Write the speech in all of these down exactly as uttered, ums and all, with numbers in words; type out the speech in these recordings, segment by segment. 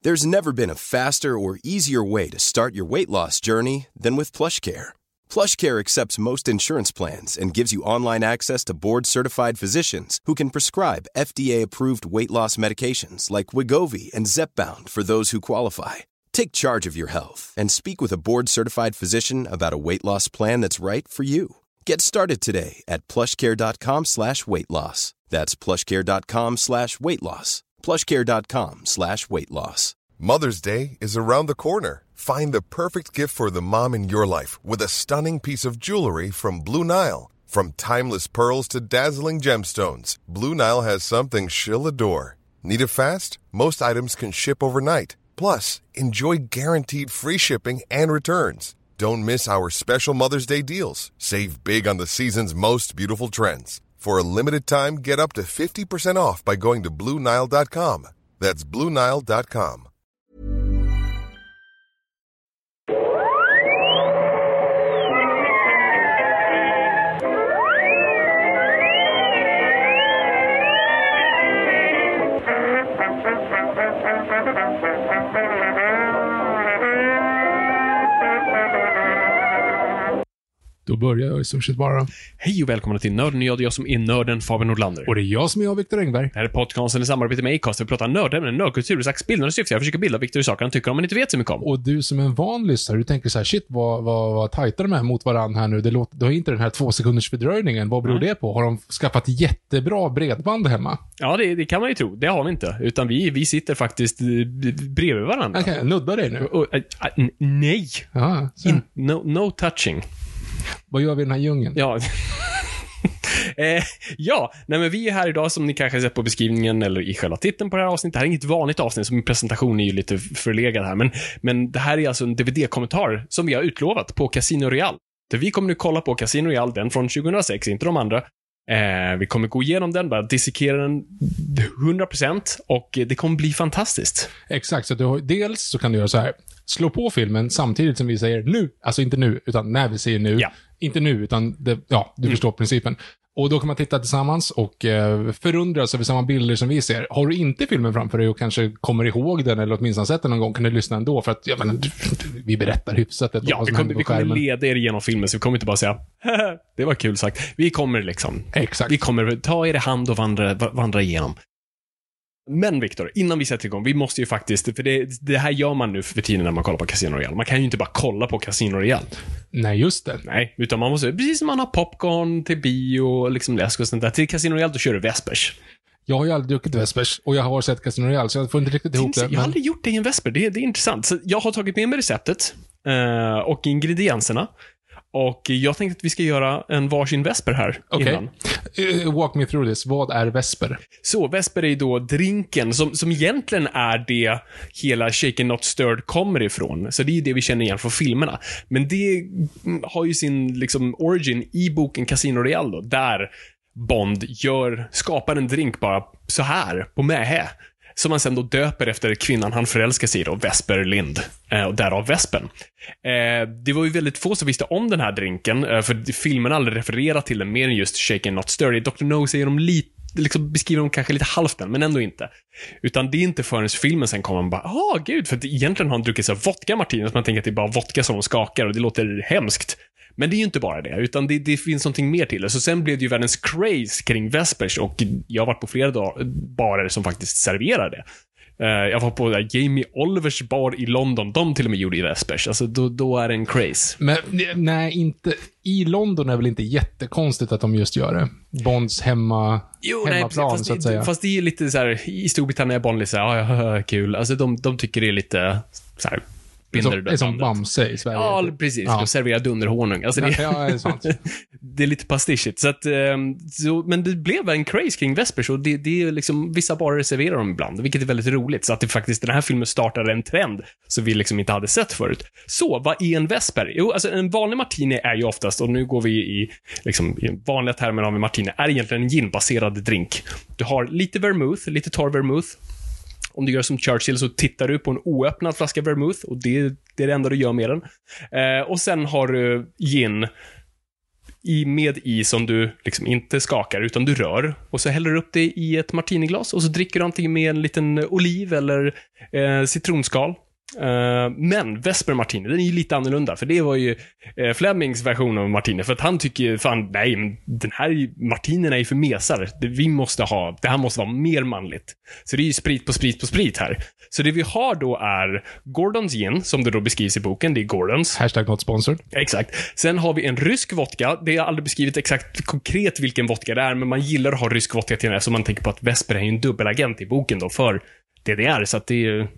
There's never been a faster or easier way to start your weight loss journey than with PlushCare. PlushCare accepts most insurance plans and gives you online access to board-certified physicians who can prescribe F D A-approved weight loss medications like Wegovy and Zepbound for those who qualify. Take charge of your health and speak with a board-certified physician about a weight loss plan that's right for you. Get started today at plushcare.com slash weight loss. That's plushcare.com slash weight loss. plushcare.com slash weight loss. Mother's Day is around the corner. Find the perfect gift for the mom in your life with a stunning piece of jewelry from Blue Nile. From timeless pearls to dazzling gemstones, Blue Nile has something she'll adore. Need it fast? Most items can ship overnight. Plus, enjoy guaranteed free shipping and returns. Don't miss our special Mother's Day deals. Save big on the season's most beautiful trends. For a limited time, get up to fifty percent off by going to blue nile dot com. That's blue nile dot com. Då börjar jag i stort sett bara. Hej och välkomna till Nörden. Jag är jag som är nörden Fabian Nordlander. Och det är jag som är jag, Viktor Engberg. Det här är podcasten i samarbete med Acast. Vi pratar nördämnen, nördkultur och slags bildande syfte. Jag försöker bilda Viktor i saker han tycker om men inte vet så mycket om. Och du som är en van lyssnare, du tänker så här, shit, vad, vad, vad tajtar de här mot varandra här nu? Det låter, du har inte den här två sekunders fördröjningen. Vad beror mm. det på? Har de skaffat jättebra bredband hemma? Ja, det, det kan man ju tro. Det har vi inte. Utan vi, vi sitter faktiskt bredvid varandra. Okej, okay, nuddar dig nu? Och, och, äh, äh, nej. Aha, In, no, no touching. Vad gör vi i den här djungeln? Ja. eh, ja, nej men vi är här idag som ni kanske sett på beskrivningen eller i själva titeln på det här avsnittet. Det här är inget vanligt avsnitt, som min presentation är ju lite förlegad här. Men, men det här är alltså en D V D-kommentar som vi har utlovat på Casino Royale. Så vi kommer nu kolla på Casino Royale, den från tjugohundrasex, inte de andra. Eh, vi kommer gå igenom den, bara dissekera den hundra procent och det kommer bli fantastiskt. Exakt, så du har, dels så kan du göra så här. Slå på filmen samtidigt som vi säger nu. Alltså inte nu, utan när vi säger nu. Ja. Inte nu, utan det, ja, du mm. förstår principen. Och då kan man titta tillsammans och eh, förundras över samma bilder som vi ser. Har du inte filmen framför dig och kanske kommer ihåg den eller åtminstone sett den någon gång, kan du lyssna ändå. För att, jag menar, vi berättar hyfsat. Ett ja, vi kommer, vi kommer leda er igenom filmen, så vi kommer inte bara säga det var kul sagt. Vi kommer liksom, Exakt. Vi kommer ta er i hand och vandra, vandra igenom. Men Viktor, innan vi sätter igång, vi måste ju faktiskt, för det, det här gör man nu för tiden när man kollar på Casino Royale. Man kan ju inte bara kolla på Casino Royale. Nej, just det. Nej, utan man måste, precis som man har popcorn till bio och liksom läsk och sånt där. Till Casino Royale då kör du Vespers. Jag har ju aldrig druckit Vespers och jag har sett Casino Royale, så jag får inte riktigt ihop det. Jag har aldrig gjort det i en Vesper, det, det är intressant. Så jag har tagit med mig receptet uh, och ingredienserna. Och jag tänkte att vi ska göra en varsin vesper här okay. innan. Uh, walk me through this. Vad är vesper? Så, vesper är då drinken som, som egentligen är det hela Shaken Not Stirred kommer ifrån. Så det är det vi känner igen från filmerna. Men det har ju sin liksom origin i boken Casino Royale då, där Bond gör, skapar en drink bara så här på mähä. Som man sen då döper efter kvinnan han förälskar sig då, Vesper Lind. Eh, och därav Vespen. Eh, det var ju väldigt få som visste om den här drinken. Eh, för filmen aldrig refererar till den mer än just Shaken Not Stirred. doktor No säger de lite, liksom beskriver de kanske lite halvt den, men ändå inte. Utan det är inte förrän filmen sen kommer man bara, ah gud, för att egentligen har han druckit så vodka martini, så man tänker att det är bara vodka som de skakar och det låter hemskt. Men det är ju inte bara det, utan det, det finns någonting mer till det. Så sen blev det ju världens craze kring Vespers, och jag har varit på flera dag- barer som faktiskt serverar det. Uh, jag var på där, Jamie Olivers bar i London, de till och med gjorde i Vespers. Alltså då, då är det en craze. Men nej, inte i London är väl inte jättekonstigt att de just gör det. Bonds hemma jo, hemmaplan, nej, fast, så att säga. Fast det är lite så här, i Storbritannien är Bond lite så här, ja, ja, kul. Alltså de, de tycker det är lite så här, Det är som Bamse i Sverige. Ja, precis. Ja. Servera dunderhonung. Alltså det, ja, det är sant. Det är lite pastischigt. Så att, så, men det blev en craze kring Vespers, och det, det är liksom, vissa bara reserverar dem ibland, vilket är väldigt roligt. Så att det faktiskt, den här filmen startade en trend som vi liksom inte hade sett förut. Så, vad är en Vesper? Jo, alltså en vanlig martini är ju oftast, och nu går vi i, liksom, i vanliga termer av en martini, är egentligen en ginbaserad drink. Du har lite vermouth, lite torr vermouth. Om du gör som Churchill så tittar du på en oöppnad flaska vermouth, och det, det är det enda du gör med den. Eh, och sen har du gin i, med is som du liksom inte skakar utan du rör. Och så häller du upp det i ett martiniglas och så dricker du antingen med en liten oliv eller eh, citronskal. Uh, men Vesper Martini, den är ju lite annorlunda, för det var ju uh, Flemings version av Martini, för att han tycker fan, nej, men den här Martinen är ju för mesar, det, vi måste ha, det här måste vara mer manligt, så det är ju sprit på sprit på sprit här. Så det vi har då är Gordons gin, som det då beskrivs i boken, det är Gordons. Hashtag not sponsored. Exakt. Sen har vi en rysk vodka, det är aldrig beskrivit exakt konkret vilken vodka det är, men man gillar att ha rysk vodka till den här, så man tänker på att Vesper är en dubbelagent i boken då för D D R, så att det är ju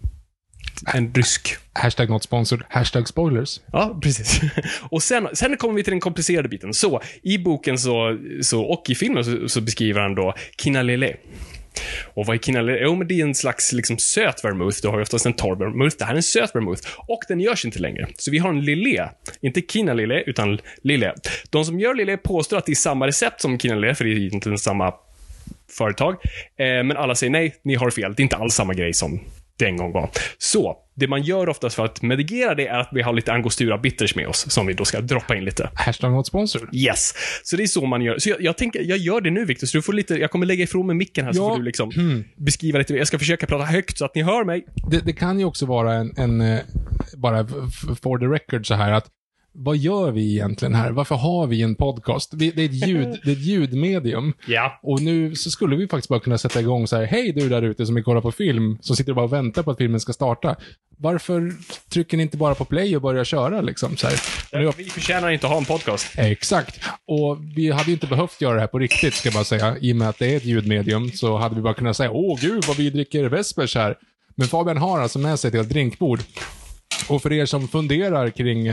en rysk. Hashtag not sponsored. Hashtag spoilers. Ja, precis. Och sen, sen kommer vi till den komplicerade biten. Så, i boken så, så och i filmen så, så beskriver han då Kinalele. Och vad är Kinalele? Jo, men det är en slags liksom söt vermouth. Du har ju oftast en torr vermouth. Det här är en söt vermouth. Och den görs inte längre. Så vi har en Lillet. Inte Kinalele, utan Lillet. De som gör Lillet påstår att det är samma recept som Kinalele, för det är inte samma företag. Eh, men alla säger nej, ni har fel. Det är inte alls samma grej som det en gång var. Så, det man gör oftast för att mitigera det är att vi har lite angostura bitters med oss som vi då ska droppa in lite. Hashtag not sponsored. Yes. Så det är så man gör. Så jag, jag tänker, jag gör det nu, Victor, så du får lite, jag kommer lägga ifrån med micken här, ja. Så får du liksom mm. beskriva lite. Jag ska försöka prata högt så att ni hör mig. Det, det kan ju också vara en, en bara for the record så här att vad gör vi egentligen här? Varför har vi en podcast? Vi, det, är ett ljud, det är ett ljudmedium. Ja. Och nu så skulle vi faktiskt bara kunna sätta igång så här: hej du där ute som vill kolla på film, som sitter och bara väntar på att filmen ska starta. Varför trycker ni inte bara på play och börjar köra liksom så här? Nu... Vi förtjänar inte att ha en podcast. Exakt. Och vi hade inte behövt göra det här på riktigt, ska jag bara säga. I och med att det är ett ljudmedium så hade vi bara kunnat säga: åh gud vad vi dricker Vespers här. Men Fabian har alltså med sig till ett drinkbord. Och för er som funderar kring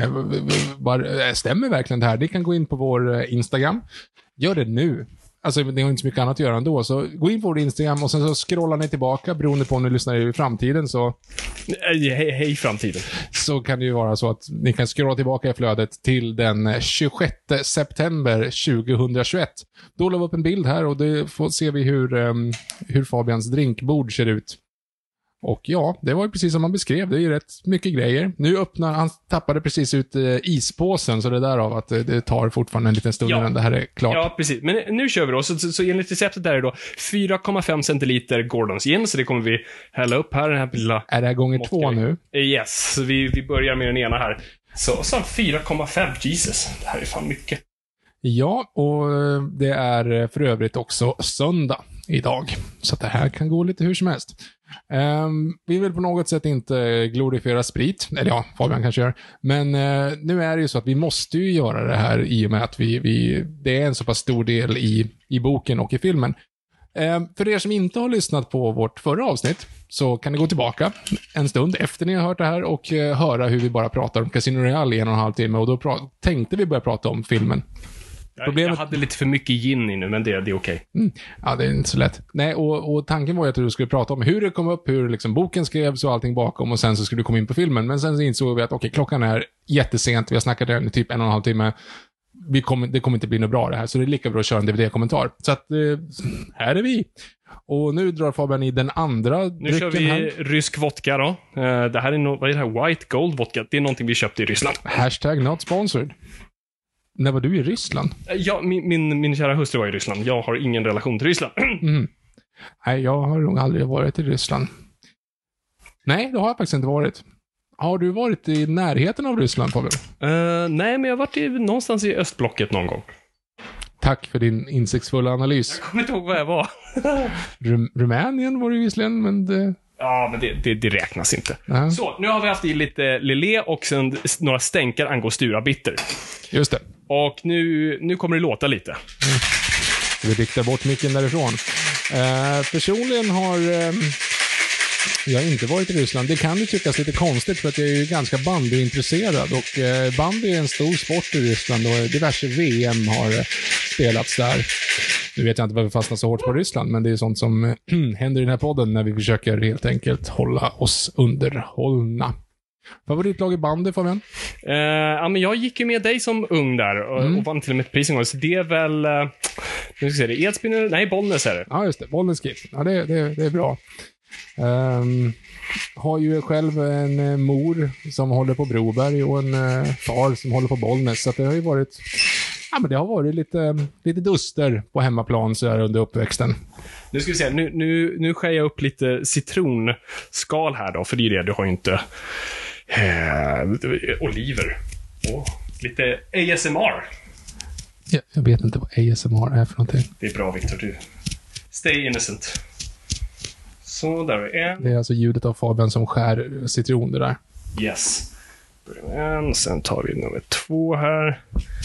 var, stämmer verkligen det här, ni kan gå in på vår Instagram. Gör det nu. Alltså det har inte så mycket annat att göra ändå. Så gå in på vår Instagram och sen så scrollar ni tillbaka, beroende på om ni lyssnar i framtiden. Så hej, hej framtiden. Så kan det ju vara så att ni kan scrolla tillbaka i flödet till den tjugosjätte september tjugohundratjugoett. Då la vi upp en bild här och då får ser vi hur, um, hur Fabians drinkbord ser ut. Och ja, det var ju precis som man beskrev. Det är ju rätt mycket grejer. Nu öppnar, han tappade precis ut eh, ispåsen, så det är därav att det, det tar fortfarande en liten stund ja. innan det här är klart. Ja, precis. Men nu kör vi då. Så, så, så enligt receptet där är då fyra komma fem centiliter Gordons gin, så det kommer vi hälla upp här. Den här lilla är det här gånger två nu? Yes, så vi, vi börjar med den ena här. Så, så fyra komma fem, Jesus. Det här är fan mycket. Ja, och det är för övrigt också söndag idag. Så att det här kan gå lite hur som helst. Um, vi vill på något sätt inte glorifiera sprit. Eller ja, Fabian kanske gör. Men uh, nu är det ju så att vi måste ju göra det här i och med att vi, vi, det är en så pass stor del i, i boken och i filmen. Um, för er som inte har lyssnat på vårt förra avsnitt så kan ni gå tillbaka en stund efter ni har hört det här och uh, höra hur vi bara pratar om Casino Royale i en och en halv timme. Och då pra- tänkte vi börja prata om filmen. Problemet... Jag hade lite för mycket gin i nu, men det, det är okej. Okay. Mm. Ja, det är inte så lätt. Nej, och, och tanken var ju att du skulle prata om hur det kom upp, hur liksom boken skrevs och allting bakom, och sen så skulle du komma in på filmen. Men sen så insåg vi att okej, okay, klockan är jättesent, vi har snackat där i typ en och en halv timme. Vi kommer, det kommer inte bli något bra det här, så det är lika bra att köra en D V D-kommentar. Så att, eh, här är vi. Och nu drar Fabian i den andra nu drycken. Nu kör vi här. rysk vodka då. Uh, det här är, no- vad är det här? White Gold vodka. Det är någonting vi köpte i Ryssland. Hashtag not sponsored. När var du i Ryssland? Ja, min, min, min kära hustru var i Ryssland. Jag har ingen relation till Ryssland. Mm. Nej, jag har nog aldrig varit i Ryssland. Nej, det har jag faktiskt inte varit. Har du varit i närheten av Ryssland, Fabian? Uh, nej, men jag har varit i, någonstans i östblocket någon gång. Tack för din insiktsfulla analys. Jag kommer inte ihåg vad jag var. Rum- Rumänien var det visserligen, men det... Ja, men det, det, det räknas inte. Uh-huh. Så, nu har vi haft i lite Lillet och sen några stänkar angostura bitter. Just det. Och nu, nu kommer det låta lite. Mm. Vi riktar bort micken därifrån. Uh, personligen har uh, jag inte varit i Ryssland. Det kan ju tyckas lite konstigt för att jag är ju ganska bandyintresserad. Och uh, bandy är en stor sport i Ryssland och diverse V M har uh, spelats där. Nu vet jag inte varför vi fastnar så hårt på Ryssland, men det är sånt som uh, händer i den här podden när vi försöker helt enkelt hålla oss underhållna. Favoritlag i bandy, Fabian? Uh, ja, men jag gick ju med dig som ung där och, mm. och vann till och med ett pris en gång. Så det är väl... Uh, nu ska jag se, det Edsbyn eller... Nej, Bollnäs är det. Ja, just det. Bollnäs Kip. Ja, det, det, det är bra. Um, har ju själv en uh, mor som håller på Broberg och en uh, far som håller på Bollnäs. Så att det har ju varit Ja, men det har varit lite, lite duster på hemmaplan så här under uppväxten. Nu ska vi se, nu, nu, nu skär jag upp lite citronskal här då, för det är det, du har ju inte eh, oliver. Oh, lite A S M R. Ja, jag vet inte vad A S M R är för någonting. Det är bra, Victor, du. Stay innocent. Så, där är en. Det är alltså ljudet av Fabian som skär citron det där. Yes. Börjar med en, sen tar vi nummer två här.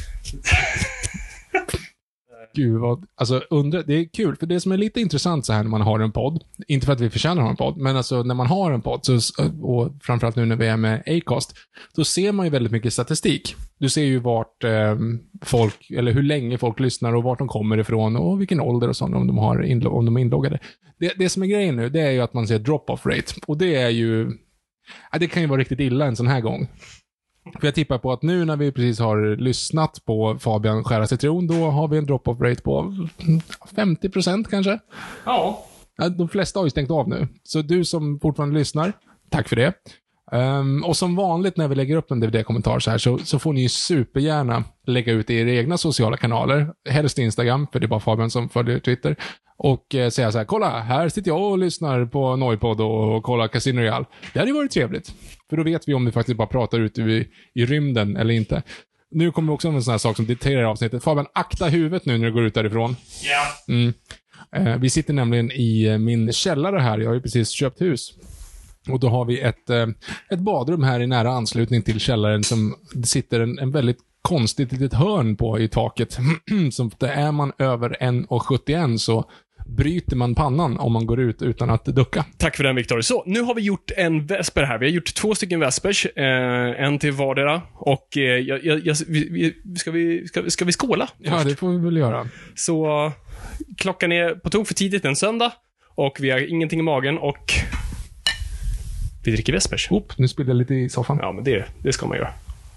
Gud, vad, alltså undra, det är kul, för det som är lite intressant så här när man har en podd, inte för att vi förtjänar att ha en podd, men alltså när man har en podd, så, och framförallt nu när vi är med Acast, då ser man ju väldigt mycket statistik. Du ser ju vart eh, folk, eller hur länge folk lyssnar och vart de kommer ifrån och vilken ålder och sånt, om de, har inlog- om de är inloggade. Det, det som är grejen nu, det är ju att man ser drop-off rate, och det är ju, ja, det kan ju vara riktigt illa en sån här gång. För jag tippar på att nu när vi precis har lyssnat på Fabian skära citron, då har vi en drop-off rate på femtio procent kanske. Ja. De flesta har ju stängt av nu. Så du som fortfarande lyssnar, tack för det. Um, och som vanligt när vi lägger upp en D V D-kommentar så här, så, så får ni ju supergärna lägga ut i era egna sociala kanaler. Helst Instagram, för det är bara Fabian som följer Twitter. Och eh, säga så här, kolla, här sitter jag och lyssnar på Noipod och, och kolla Casino Royale. Det hade ju varit trevligt. För då vet vi om vi faktiskt bara pratar ut i, i rymden eller inte. Nu kommer vi också med en sån här sak som dikterar avsnittet. Fabian, akta huvudet nu när du går ut därifrån. Ja. Mm. Eh, vi sitter nämligen i min källare här. Jag har ju precis köpt hus. Och då har vi ett, eh, ett badrum här i nära anslutning till källaren som det sitter en, en väldigt konstigt litet hörn på i taket. Så det är man över en komma sjuttioen så bryter man pannan om man går ut utan att ducka. Tack för den, Victor. Så, nu har vi gjort en vesper här. Vi har gjort två stycken vespers. Eh, en till vardera. Och eh, jag, jag, jag, vi, ska, vi, ska, ska vi skåla? Ja, det får vi väl göra. Så klockan är på tok för tidigt en söndag. Och vi har ingenting i magen och vi dricker vespers. Oop, nu spiller jag lite i soffan. Ja, men det, det ska man göra.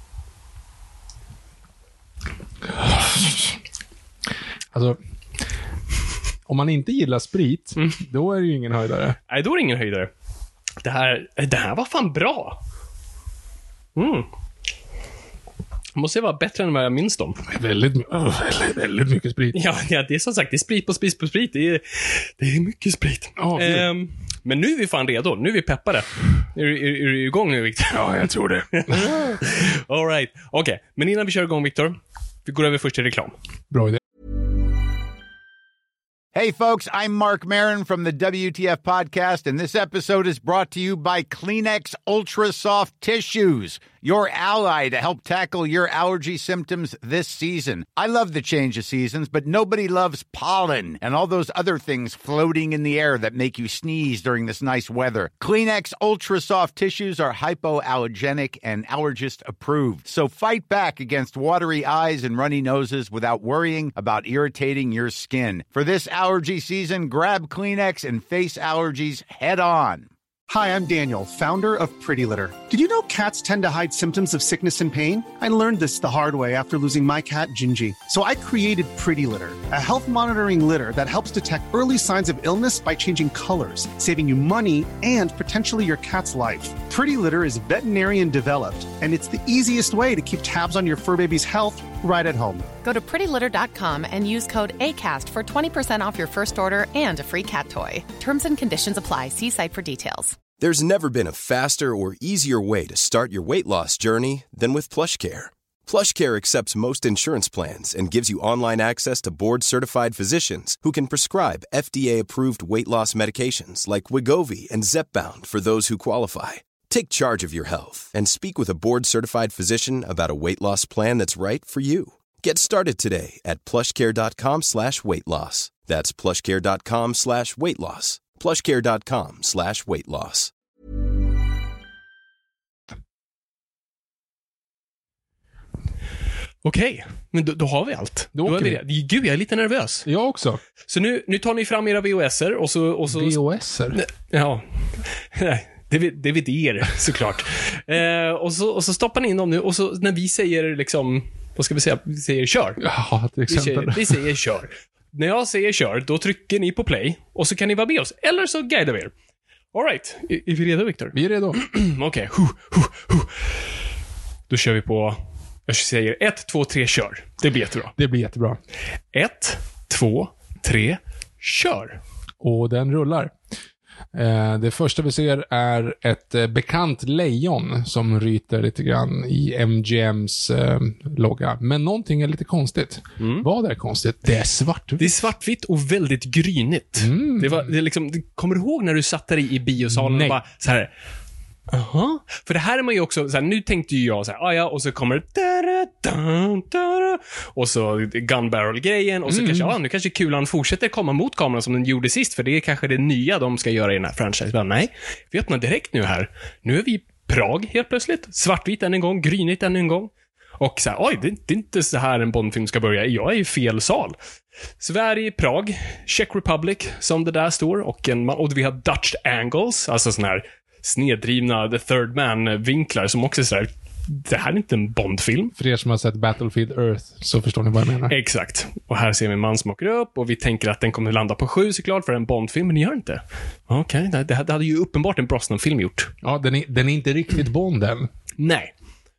Alltså, om man inte gillar sprit, mm. då är det ju ingen höjdare. Nej, då är det ingen höjdare. Det här, det här var fan bra. Mm. Måste vara bättre än vad jag minns dem. Väldigt, oh, väldigt, väldigt mycket sprit. Ja, ja, det är som sagt, det är sprit på sprit på sprit. Det är, det är mycket sprit. Oh, ehm, men nu är vi fan redo. Nu är vi peppade. Är, är, är du igång nu, Victor? Ja, jag tror det. All right. Okej, okay. Men innan vi kör igång, Victor, vi går över först till reklam. Bra idé. Hey, folks, I'm Mark Maron from the W T F Podcast, and this episode is brought to you by Kleenex Ultra Soft Tissues, your ally to help tackle your allergy symptoms this season. I love the change of seasons, but nobody loves pollen and all those other things floating in the air that make you sneeze during this nice weather. Kleenex Ultra Soft Tissues are hypoallergenic and allergist approved, so fight back against watery eyes and runny noses without worrying about irritating your skin. For this allergy season, grab Kleenex and face allergies head on. Hi, I'm Daniel, founder of Pretty Litter. Did you know cats tend to hide symptoms of sickness and pain? I learned this the hard way after losing my cat, Gingy. So I created Pretty Litter, a health monitoring litter that helps detect early signs of illness by changing colors, saving you money and potentially your cat's life. Pretty Litter is veterinarian developed, and it's the easiest way to keep tabs on your fur baby's health right at home. Go to pretty litter dot com and use code ACAST for twenty percent off your first order and a free cat toy. Terms and conditions apply. See site for details. There's never been a faster or easier way to start your weight loss journey than with PlushCare. PlushCare accepts most insurance plans and gives you online access to board-certified physicians who can prescribe F D A-approved weight loss medications like Wegovy and Zepbound for those who qualify. Take charge of your health and speak with a board-certified physician about a weight loss plan that's right for you. Get started today at plushcare.com slash weight loss. That's plushcare.com slash weight loss. plushcare.com slash weight loss. Okej, okay. Men då, då har vi allt. Då, då är vi det. Gud, jag är lite nervös. Jag också. Så nu, nu tar ni fram era V H S-er och så... Och så V H S-er? Ja. D V D-er, såklart. eh, och, så, och så stoppar ni in dem nu och så när vi säger liksom... Vad ska vi säga? Vi säger kör. Ja, till exempel. Vi säger, vi säger kör. När jag säger kör, då trycker ni på play och så kan ni vara med oss. Eller så guidar vi er. All right. Är, är vi redo, Victor? Vi är redo. Okej. Okay. Huh, huh, huh. Då kör vi på Jag säger ett, två, tre, kör. Det blir jättebra. Det blir jättebra. Ett, två, tre, kör. Och den rullar. Eh, det första vi ser är ett eh, bekant lejon som ryter lite grann i M G M:s eh, logga. Men någonting är lite konstigt. Mm. Vad är konstigt? Det är svartvitt. Det är svartvitt och väldigt grynigt. Mm. Det var, det är liksom, du kommer du ihåg när du satt där i biosalen? Nej. Och bara så här... Aha. För det här är man ju också så här, nu tänkte ju jag så här, ah, ja, och så kommer det och så gun barrel grejen och så mm. kanske ja, nu kanske kulan fortsätter komma mot kameran som den gjorde sist, för det är kanske det nya de ska göra i den här franchise. Men nej, vi öppnar direkt nu här. Nu är vi i Prag helt plötsligt. Svartvitt än en gång, grynigt än en gång. Och så här, oj, det, det är inte så här en Bondfilm ska börja. Jag är i fel sal. Sverige i Prag, Czech Republic som det där står, och en och vi har Dutch angles, alltså sån här snedrivna The Third Man-vinklar som också är så här, det här är inte en Bond-film. För er som har sett Battlefield Earth så förstår ni vad jag menar. Exakt. Och här ser vi en man som åker upp och vi tänker att den kommer landa på sju såklart för en Bond-film, men den gör inte. Okej, okay, det, det hade ju uppenbart en Brosnan-film gjort. Ja, den är, den är inte riktigt Bond än. Nej.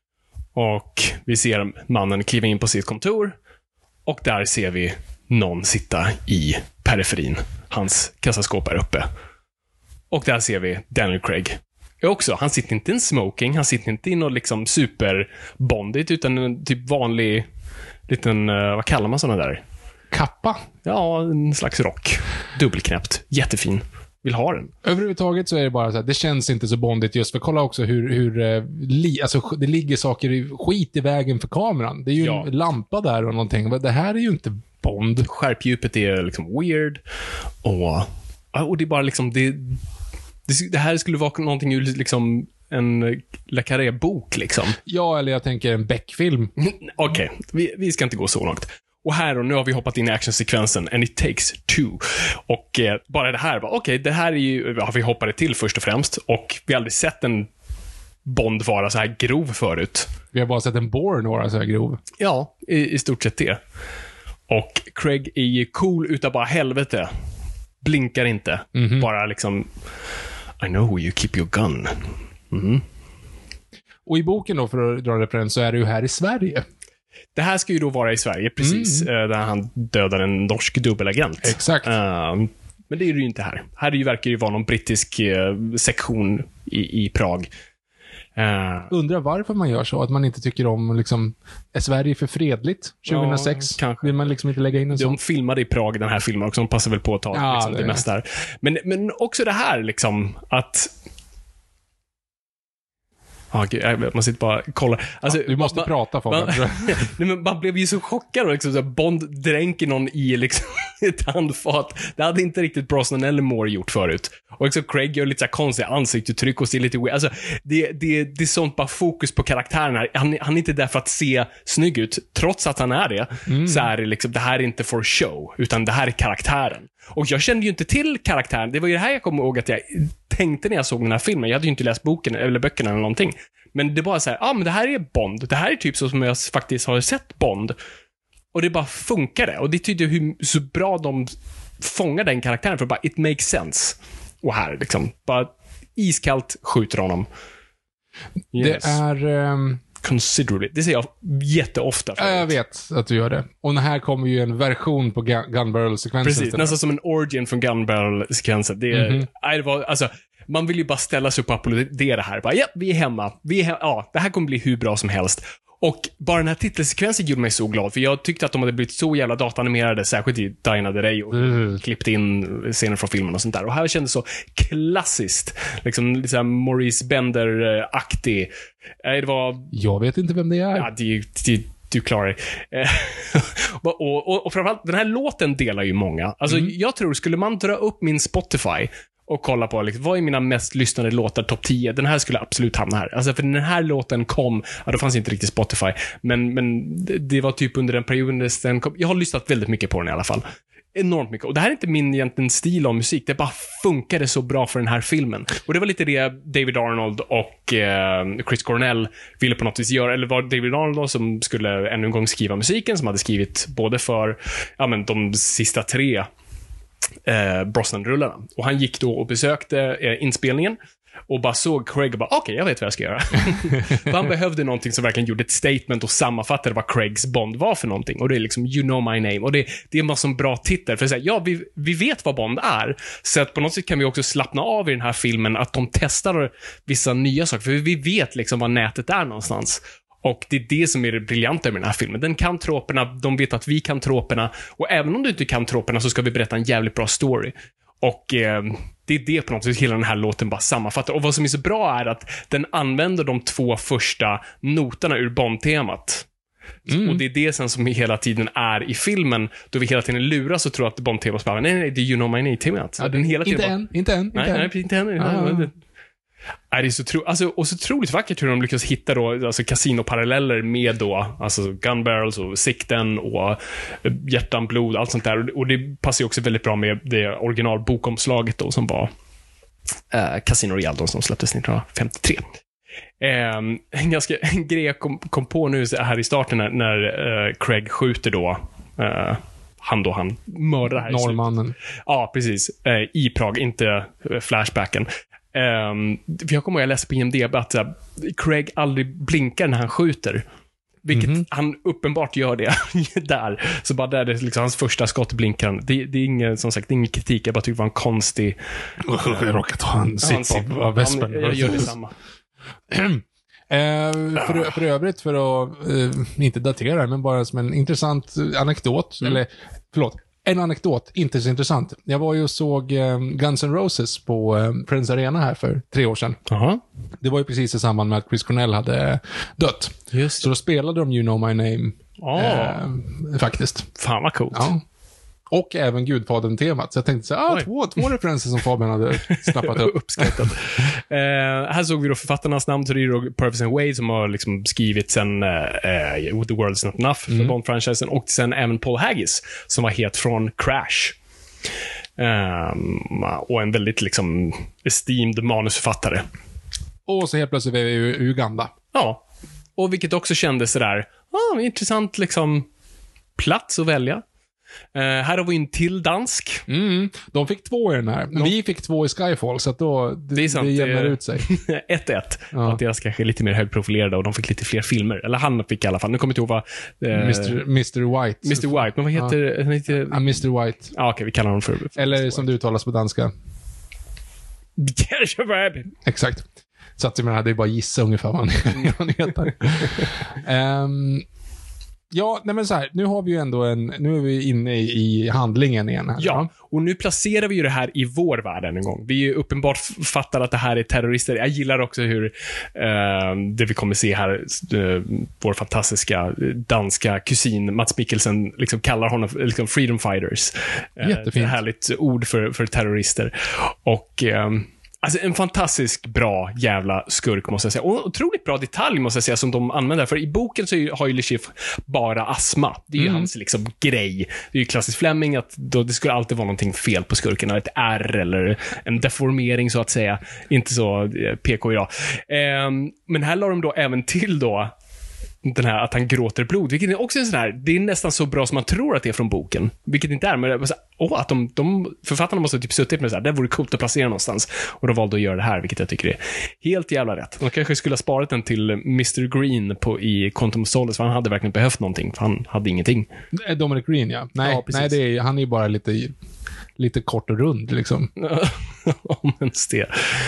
Och vi ser mannen kliva in på sitt kontor och där ser vi någon sitta i periferin. Hans kassaskåp är uppe. Och där ser vi Daniel Craig. Också, han sitter inte i en smoking, han sitter inte i något liksom superbondigt, utan en typ vanlig liten, uh, vad kallar man såna där? Kappa? Ja, en slags rock. Dubbelknäppt. Jättefin. Vill ha den. Överhuvudtaget så är det bara så här, det känns inte så bondigt just för kolla också hur, hur uh, li, alltså, det ligger saker i, skit i vägen för kameran. Det är ju ja. en lampa där och någonting. Det här är ju inte Bond. Skärpdjupet är liksom weird och och det är bara liksom det, det, det här skulle vara någonting ur liksom en Le Carré-bok liksom. Ja, eller jag tänker en Beck-film. Okej, okay, vi, vi ska inte gå så långt. Och här och nu har vi hoppat in i actionsekvensen and it takes two. Och eh, bara det här, okej, okay, det här är ju, har vi hoppade till först och främst, och vi har aldrig sett en Bond vara så här grov förut. Vi har bara sett en Bourne vara så här grov. Ja, i, i stort sett det. Och Craig är ju cool utav bara helvete. Blinkar inte. Mm-hmm. Bara liksom I know where you keep your gun. Mm. Och i boken då, för att dra en referens, så är det ju här i Sverige. Det här ska ju då vara i Sverige, precis. Mm. Där han dödar en norsk dubbelagent. Exakt. Uh, men det är det ju inte här. Här är ju, verkar ju vara någon brittisk uh, sektion i, i Prag. Uh, Undrar varför man gör så, att man inte tycker om liksom, är Sverige för fredligt tjugohundrasex? Ja, kanske. Vill man liksom inte lägga in en sån? De filmade i Prag den här filmen också, de passar väl på att ta ja, liksom, det, det mesta här. Men, men också det här liksom, att ah, gud, jag måste inte bara kolla. Alltså, ja, du måste man, prata för man, nej, men man blev ju så chockad och liksom, så Bond dränker någon i liksom, ett handfat. Det hade inte riktigt Brosnan eller Moore gjort förut. Och också Craig gör lite så här konstiga ansiktsuttryck och ser lite weird. Alltså, det, det, det är sånt bara fokus på karaktären här. Han, han är inte där för att se snygg ut. Trots att han är det, mm. så är det liksom, det här är inte for show, utan det här är karaktären. Och jag kände ju inte till karaktären. Det var ju det här jag kommer ihåg att jag tänkte när jag såg den här filmen. Jag hade ju inte läst boken eller böckerna eller någonting. Men det bara så här, ja ah, men det här är Bond. Det här är typ så som jag faktiskt har sett Bond. Och det bara funkade. Och det tyckte jag hur så bra de fångar den karaktären, för bara it makes sense. Och här liksom, bara iskallt skjuter honom. Yes. Det är um... considerably. Det säger jag jätteofta. Ja, jag vet att du gör det. Och här kommer ju en version på gun, gun barrel-sekvensen. Precis, nästan som en origin från gun barrel-sekvensen. Det är, mm-hmm. nej, det var, alltså, man vill ju bara ställa sig upp och applådera här. Bara, ja, vi är hemma. Vi är he- ja, det här kommer bli hur bra som helst. Och bara den här titelsekvensen gjorde mig så glad, för jag tyckte att de hade blivit så jävla datanimerade, särskilt i Diana the Ray, och mm. klippt in scener från filmen och sånt där. Och här kändes så klassiskt, liksom lite såhär Maurice Bender-aktig. Det var... Jag vet inte vem det är. Ja, det, det, du klarar det. och, och, och framförallt, den här låten delar ju många. Alltså, mm. jag tror, skulle man dra upp min Spotify och kolla på liksom, vad är mina mest lyssnade låtar, topp tio. Den här skulle absolut hamna här. Alltså för den här låten kom, ja, det fanns inte riktigt Spotify, men, men det, det var typ under den perioden den kom. Jag har lyssnat väldigt mycket på den i alla fall. Enormt mycket. Och det här är inte min egentligen stil av musik. Det bara funkade så bra för den här filmen. Och det var lite det David Arnold och eh, Chris Cornell ville på något vis göra. Eller var David Arnold som skulle ännu en gång skriva musiken, som hade skrivit både för ja, men, de sista tre Eh, Brosnan-rullarna. Och han gick då och besökte eh, inspelningen och bara såg Craig och bara, okej, okay, jag vet vad jag ska göra. Han behövde någonting som verkligen gjorde ett statement och sammanfattade vad Craigs Bond var för någonting. Och det är liksom, you know my name. Och det, det är bara som bra titel. För att säga, ja, vi, vi vet vad Bond är. Så att på något sätt kan vi också slappna av i den här filmen att de testar vissa nya saker. För vi vet liksom vad nätet är någonstans. Och det är det som är det briljanta med den här filmen. Den kan troperna, de vet att vi kan troperna. Och även om du inte kan troperna så ska vi berätta en jävligt bra story. Och eh, det är det på något sätt hela den här låten bara sammanfattar. Och vad som är så bra är att den använder de två första noterna ur Bond-temat. Mm. Och det är det sen som hela tiden är i filmen, då vi hela tiden luras och tror att Bond-temat bara, nej, nej, det är You Know My Name-temat. Ja, den hela tiden inte, bara, än, inte än, inte nej, än. Nej, inte än. Nej, ah. nej, nej. Är det så tro- alltså, och så otroligt vackert hur de lyckas hitta då, alltså kasinoparalleller med då, alltså gun barrels och sikten och hjärtan, blod, allt sånt där. Och det passar ju också väldigt bra med det originalbokomslaget då som var eh, Casino Royale då, som släpptes nittonhundrafemtiotre. Eh, en ganska en grej jag kom, kom på nu här i starten när, när eh, Craig skjuter då eh, han då han mördar här norrmannen. Ja, precis. Eh, i Prag, inte eh, flashbacken. Um, för jag kommer ihåg, jag läste på I M D B att uh, Craig aldrig blinkar när han skjuter, vilket mm-hmm. han uppenbart gör det där. Så bara där är det liksom hans första skott blinkar. Det, det är ingen, som sagt, det är ingen kritik. Jag bara tycker det var en konstig uh, jag råkar ta en sipp av, av vespen. Jag gör detsamma. Eh, för, för övrigt, för att eh, inte datera, men bara som en intressant anekdot, mm. eller förlåt, en anekdot, inte så intressant. Jag var ju och såg eh, Guns N' Roses på eh, Friends Arena här för tre år sedan. Uh-huh. Det var ju precis i samband med att Chris Cornell hade dött. Just. Så då spelade de You Know My Name oh. eh, faktiskt. Fan vad coolt. Ja. Och även Gudfadern-temat. Så jag tänkte så här, ah, två, två referenser som Fabian hade snappat upp. Uppskattat. eh, här såg vi då författarnas namn, så det är då Purvis and Wade som har liksom skrivit sen eh, The World's Not Enough för mm. Bond-franchisen, och sen även Paul Haggis som var het från Crash. Um, och en väldigt liksom esteemed manusförfattare. Och så helt plötsligt är vi i Uganda. Ja, och vilket också kändes sådär, ah, intressant liksom plats att välja. Uh, här har vi en till dansk. Mm, de fick två i den här. De... Vi fick två i Skyfall, så att då det, det, är sant, det jämnar ut sig. ett ett. Ja. Att deras kanske är lite mer högprofilerade och de fick lite fler filmer. Eller han fick i alla fall. Nu kommer jag inte ihåg vad... Uh, Mister Mister White. Mister White, men vad heter... Ja. Han heter... Ja, Mister White. Ja, okej, okay, vi kallar honom för... för Eller Mister som White. Det uttalas på danska. Exakt. Så att jag menar, det är bara gissa ungefär vad han heter. um, Ja, nej men så här, nu har vi ju ändå en, nu är vi inne i, i handlingen igen här. Ja, och nu placerar vi ju det här i vår värld en gång. Vi är ju uppenbart fattar att det här är terrorister. Jag gillar också hur uh, det vi kommer se här, uh, vår fantastiska danska kusin Mats Mikkelsen liksom kallar honom liksom freedom fighters. Uh, Jättefint. Ett härligt ord för, för terrorister. Och... Um, Alltså en fantastisk bra jävla skurk måste jag säga. Och otroligt bra detalj måste jag säga som de använder. För i boken så har ju Le Chiffre bara astma. Det är ju mm. hans liksom grej. Det är ju klassiskt Fleming att då det skulle alltid vara någonting fel på skurken. Ett R eller en deformering så att säga. Inte så P K idag. Um, men här la de då även till då den här att han gråter blod, vilket är också en sån här, det är nästan så bra som man tror att det är från boken, vilket inte är, men det är så, åh, att de, de författarna måste typ suttit med så här, det vore coolt att placera någonstans, och de valde att göra det här, vilket jag tycker är helt jävla rätt. De kanske skulle ha sparat den till mister Green på, i Quantum of Solace, för han hade verkligen behövt någonting, för han hade ingenting. Dominic Green, ja. Nej, ja, nej det är, han är ju bara lite lite kort och rund, liksom. Om ens det.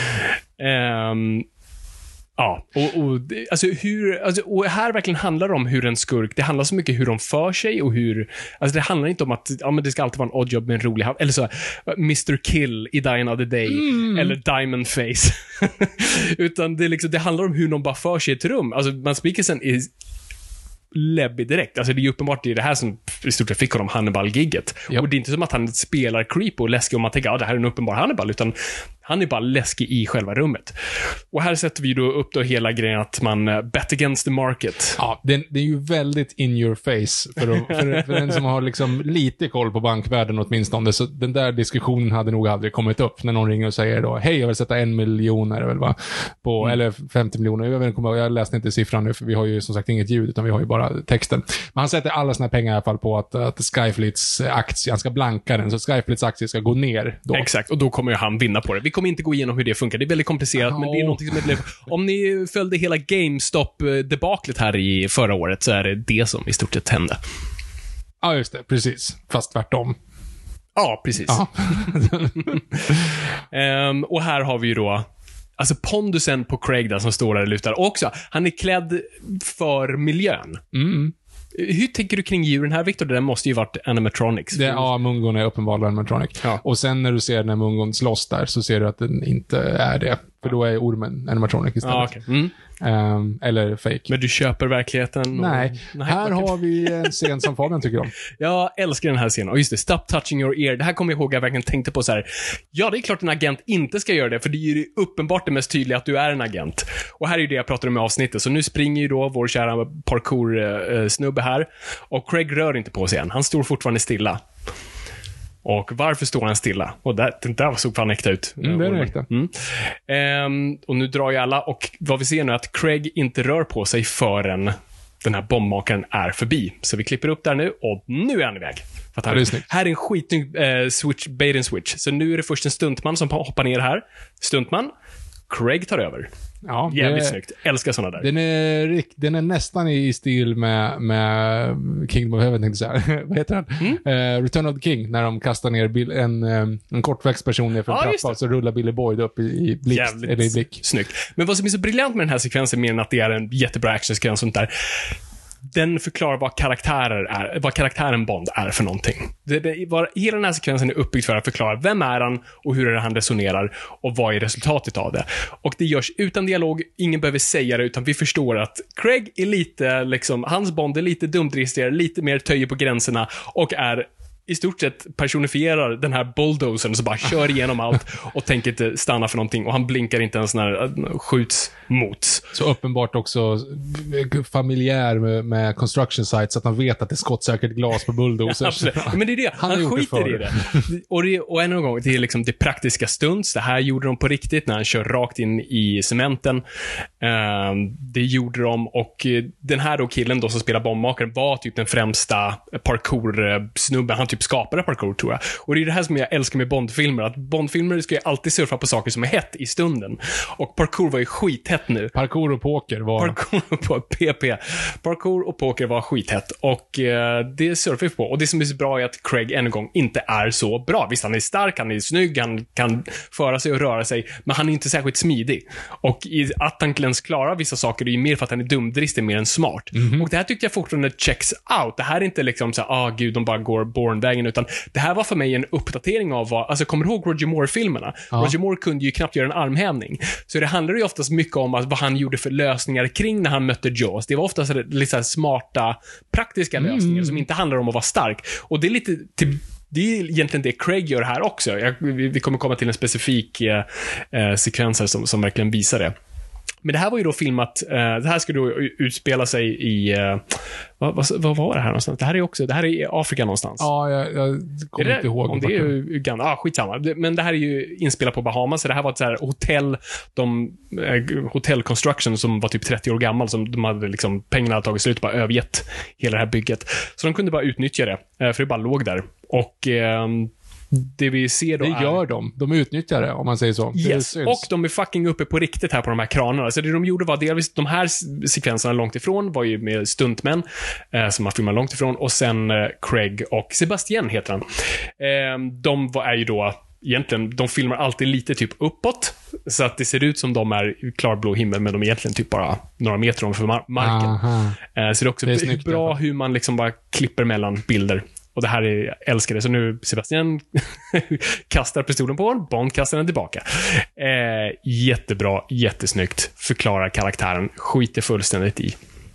Um, Ja, och, och, alltså hur, alltså, och här verkligen handlar det om hur en skurk, det handlar så mycket hur de för sig och hur, alltså det handlar inte om att ja, men det ska alltid vara en oddjob med en rolig, eller så mister Kill i Die Another Day mm. eller Diamond Face utan det, liksom, det handlar om hur de bara för sig i ett rum. Alltså Mats Mikkelsen är läbbig direkt. Alltså det är ju uppenbart det är det här som i stort sett fick honom Hannibal-gigget. Yep. Och det är inte som att han spelar creep och läskig och man tänker, ja det här är en uppenbar Hannibal, utan han är bara läskig i själva rummet. Och här sätter vi då upp då hela grejen att man uh, bet against the market. Ja, det, det är ju väldigt in your face för, att, för, för den som har liksom lite koll på bankvärlden åtminstone, så den där diskussionen hade nog aldrig kommit upp när någon ringer och säger då, hej jag vill sätta en miljon är det väl va? På, mm. eller femtio miljoner, jag, vet, jag läste inte siffran nu för vi har ju som sagt inget ljud utan vi har ju bara texten. Men han sätter alla sina pengar i alla fall på att, att Skyfleets aktie, han ska blanka den, så Skyfleets aktie ska gå ner då. Exakt, och då kommer ju han vinna på det. Vi kommer kommer inte gå igenom hur det funkar. Det är väldigt komplicerat, oh. men det är någonting som är... Om ni följde hela GameStop-debaklet här i förra året så är det det som i stort sett hände. Ja, just det. Precis. Fast tvärtom. Ja, precis. um, och här har vi ju då alltså pondusen på Craig där som står där och lutar. Och också, han är klädd för miljön. Mm. Hur tänker du kring djuren här, Victor? Det måste ju varit animatronics. Det, ja, mungon är uppenbarligen animatronic. Ja. Och sen när du ser när mungon slåss där så ser du att den inte är det. För då är ormen animatronic istället. Ja, okay. mm. um, eller fake. Men du köper verkligheten? Och... Nej. Nej. Här har vi en scen som Fabian tycker om. Jag älskar den här scenen. Och just det, stop touching your ear. Det här kommer jag ihåg jag verkligen tänkte på så här. Ja, det är klart en agent inte ska göra det. För det är ju uppenbart det mest tydliga att du är en agent. Och här är ju det jag pratade om i avsnittet. Så nu springer ju då vår kära parkour-snubbe här. Och Craig rör inte på sig än. Han står fortfarande stilla. Och varför står han stilla? Och där, den där såg fan äkta ut. Mm, det är äkta. Mm. Ehm, och nu drar ju alla. Och vad vi ser nu är att Craig inte rör på sig förrän den här bombmakaren är förbi. Så vi klipper upp där nu. Och nu är han iväg. För att här, är här är en skitning eh, switch, bait and switch. Så nu är det först en stuntman som hoppar ner här. Stuntman. Craig tar över. Ja, jävligt det, snyggt. Älskar såna där. Den är, den är nästan i stil med, med Kingdom of Heaven, tänkte jag säga. Vad heter den? Mm. Uh, Return of the King, när de kastar ner Bill, en, um, en kortväxt person ner för en ja, trappa och så rullar Billy Boyd upp i, i, blick, eller i blick. Snyggt. Men vad som är så briljant med den här sekvensen, mer än att det är en jättebra actionsekvens och sånt där, den förklarar vad karaktärer är, vad karaktären Bond är för någonting. Det, det, var, hela den här sekvensen är uppbyggd för att förklara vem är han och hur är det han resonerar och vad är resultatet av det. Och det görs utan dialog, ingen behöver säga det, utan vi förstår att Craig är lite, liksom, hans Bond är lite dumdristigare, lite mer töjer på gränserna och är i stort sett personifierar den här bulldozern som bara kör igenom allt och tänker inte stanna för någonting, och han blinkar inte ens när skjuts mot. Så uppenbart också familjär med, med construction sites, så att han vet att det är skottsäkert glas på bulldozers. Ja, men det är det, han, han skiter i det. Och, det. och än en gång, det är liksom det praktiska stunts. Det här gjorde de på riktigt när han kör rakt in i cementen. Uh, det gjorde de, och den här då killen då som spelar bombmakaren var typ den främsta parkour-snubben. Han typ skapade parkour, tror jag. Och det är det här som jag älskar med Bondfilmer, att Bondfilmer ska ju alltid surfa på saker som är hett i stunden. Och parkour var ju skithett nu. Parkour och poker var... Parkour och P P. Parkour och poker var skithett. Och eh, det surfar vi på. Och det som är så bra är att Craig en gång inte är så bra. Visst, han är stark, han är snygg, han kan föra sig och röra sig, men han är inte särskilt smidig. Och i, att han ens klarar vissa saker är ju mer för att han är dumdristig mer än smart. Mm-hmm. Och det här tyckte jag fortfarande checks out. Det här är inte liksom så ah gud, de bara går Bourne-vägen, utan det här var för mig en uppdatering av vad, alltså kommer du ihåg Roger Moore-filmerna? Ja. Roger Moore kunde ju knappt göra en armhävning. Så det handlar ju oftast mycket om att vad han gjorde för lösningar kring när han mötte Jaws. Det var oftast lite så här smarta, praktiska mm. lösningar som inte handlar om att vara stark. Och det är lite till det är egentligen det Craig gör här också. Jag, vi, vi kommer komma till en specifik eh, sekvens här som, som verkligen visar det. Men det här var ju då filmat, eh, det här skulle då utspela sig i, eh, vad, vad, vad var det här någonstans? Det här är också, det här är i Afrika någonstans. Ja, jag, jag kommer det, inte ihåg. Om det är Uganda, ah, skitsamma. Men det här är ju inspelat på Bahamas, så det här var ett så här hotell, de, eh, hotell construction som var typ trettio år gammal, som de hade liksom, pengarna hade tagit slut och bara övergett hela det här bygget. Så de kunde bara utnyttja det, eh, för det bara låg där. Och eh, det vi ser då det gör är... de. De utnyttjar det, om man säger så. Yes. Och de är fucking uppe på riktigt här på de här kranarna. Så det de gjorde var delvis, de här sekvenserna långt ifrån var ju med stuntmän eh, som har filmat långt ifrån. Och sen eh, Craig och Sebastian heter han. Eh, de var, är ju då egentligen, de filmar alltid lite typ uppåt, så att det ser ut som de är i klarblå himmel, men de är egentligen typ bara några meter ovanför mar- marken. Eh, så det är också det är snyggt, bra hur man liksom bara klipper mellan bilder. Och det här är, jag älskar det. Så nu Sebastian kastar pistolen på honom, Bond kastar den tillbaka. Eh, jättebra, jättesnyggt. Förklarar karaktären, skiter fullständigt i.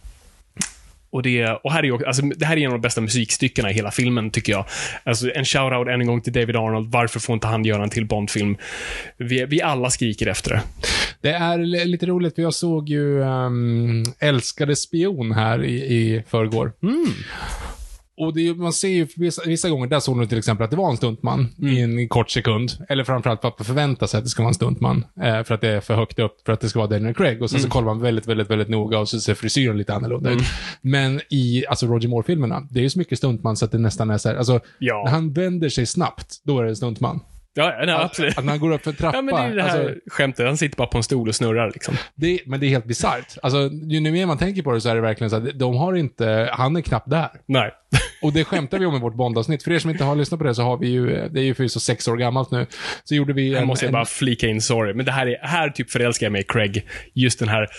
Och, det, och här är ju, alltså, det här är en av de bästa musikstyckena i hela filmen, tycker jag. Alltså, en shoutout än en gång till David Arnold. Varför får inte han göra en till Bond-film? Vi, vi alla skriker efter det. Det är lite roligt, för jag såg ju um, Älskade spion här i, i förrgår. Mm. Och det, man ser ju vissa, vissa gånger, där såg du till exempel att det var en stuntman mm. i en kort sekund. Eller framförallt för att förvänta sig att det ska vara en stuntman. Eh, för att det är för högt upp, för att det ska vara Daniel Craig. Och sen mm. så kollar man väldigt, väldigt, väldigt noga och så ser frisyren lite annorlunda mm. ut. Men i alltså Roger Moore-filmerna, det är ju så mycket stuntman så att det nästan är så här, alltså, ja. När han vänder sig snabbt, då är det en stuntman. Ja, nej, absolut. Att, att när han går upp för en trappa. Ja, men det är det här alltså, skämtet. Han sitter bara på en stol och snurrar liksom. det, men det är helt bisarrt. Alltså, ju mer man tänker på det så är det verkligen så att de har inte, han är knappt där. Nej. Och det skämtar vi om i vårt Bond-avsnitt. För er som inte har lyssnat på det så har vi ju, det är ju förvisso sex år gammalt nu, så gjorde vi Här en, måste jag en, bara flika in, sorry. Men det här är, här typ förälskar jag mig i Craig. Just den här...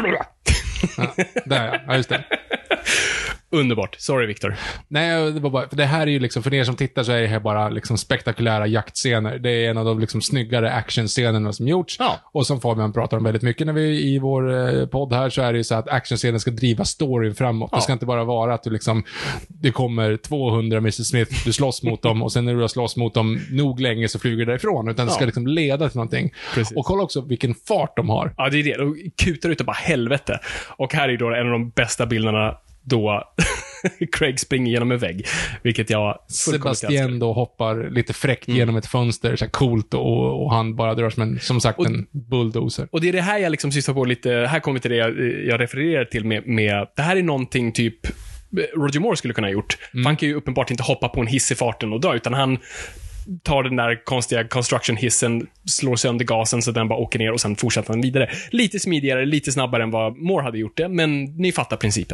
ja, där ja, just det. Underbart. Sorry, Victor. Nej, det var bara, för det här är ju liksom, för er som tittar så är det här bara liksom spektakulära jaktscener. Det är en av de liksom snyggare actionscenerna som gjorts. Ja. Och som Fabian pratar om väldigt mycket när vi i vår eh, podd här, så är det ju så att actionscenen ska driva storyn framåt. Ja. Det ska inte bara vara att du liksom, det kommer tvåhundra missus Smith, du slåss mot dem och sen när du har slåss mot dem nog länge så flyger du därifrån. Utan det ska Ja. liksom leda till någonting. Precis. Och kolla också vilken fart de har. Ja, det är det. De kutar ut och bara helvete. Och här är då en av de bästa bilderna då Craig springer genom en vägg, vilket jag Sebastian då hoppar lite fräckt mm. genom ett fönster, så här coolt, och, och han bara drar som en, som sagt, och, en bulldozer. Och det är det här jag liksom syftar på lite, här kommer vi till det jag, jag refererar till med, med, det här är någonting typ Roger Moore skulle kunna ha gjort. Mm. Han kan ju uppenbart inte hoppa på en hiss i farten och dra, utan han tar den där konstiga construction-hissen, slår sönder gasen så den bara åker ner och sen fortsätter den vidare. Lite smidigare, lite snabbare än vad Moore hade gjort det, men ni fattar principen.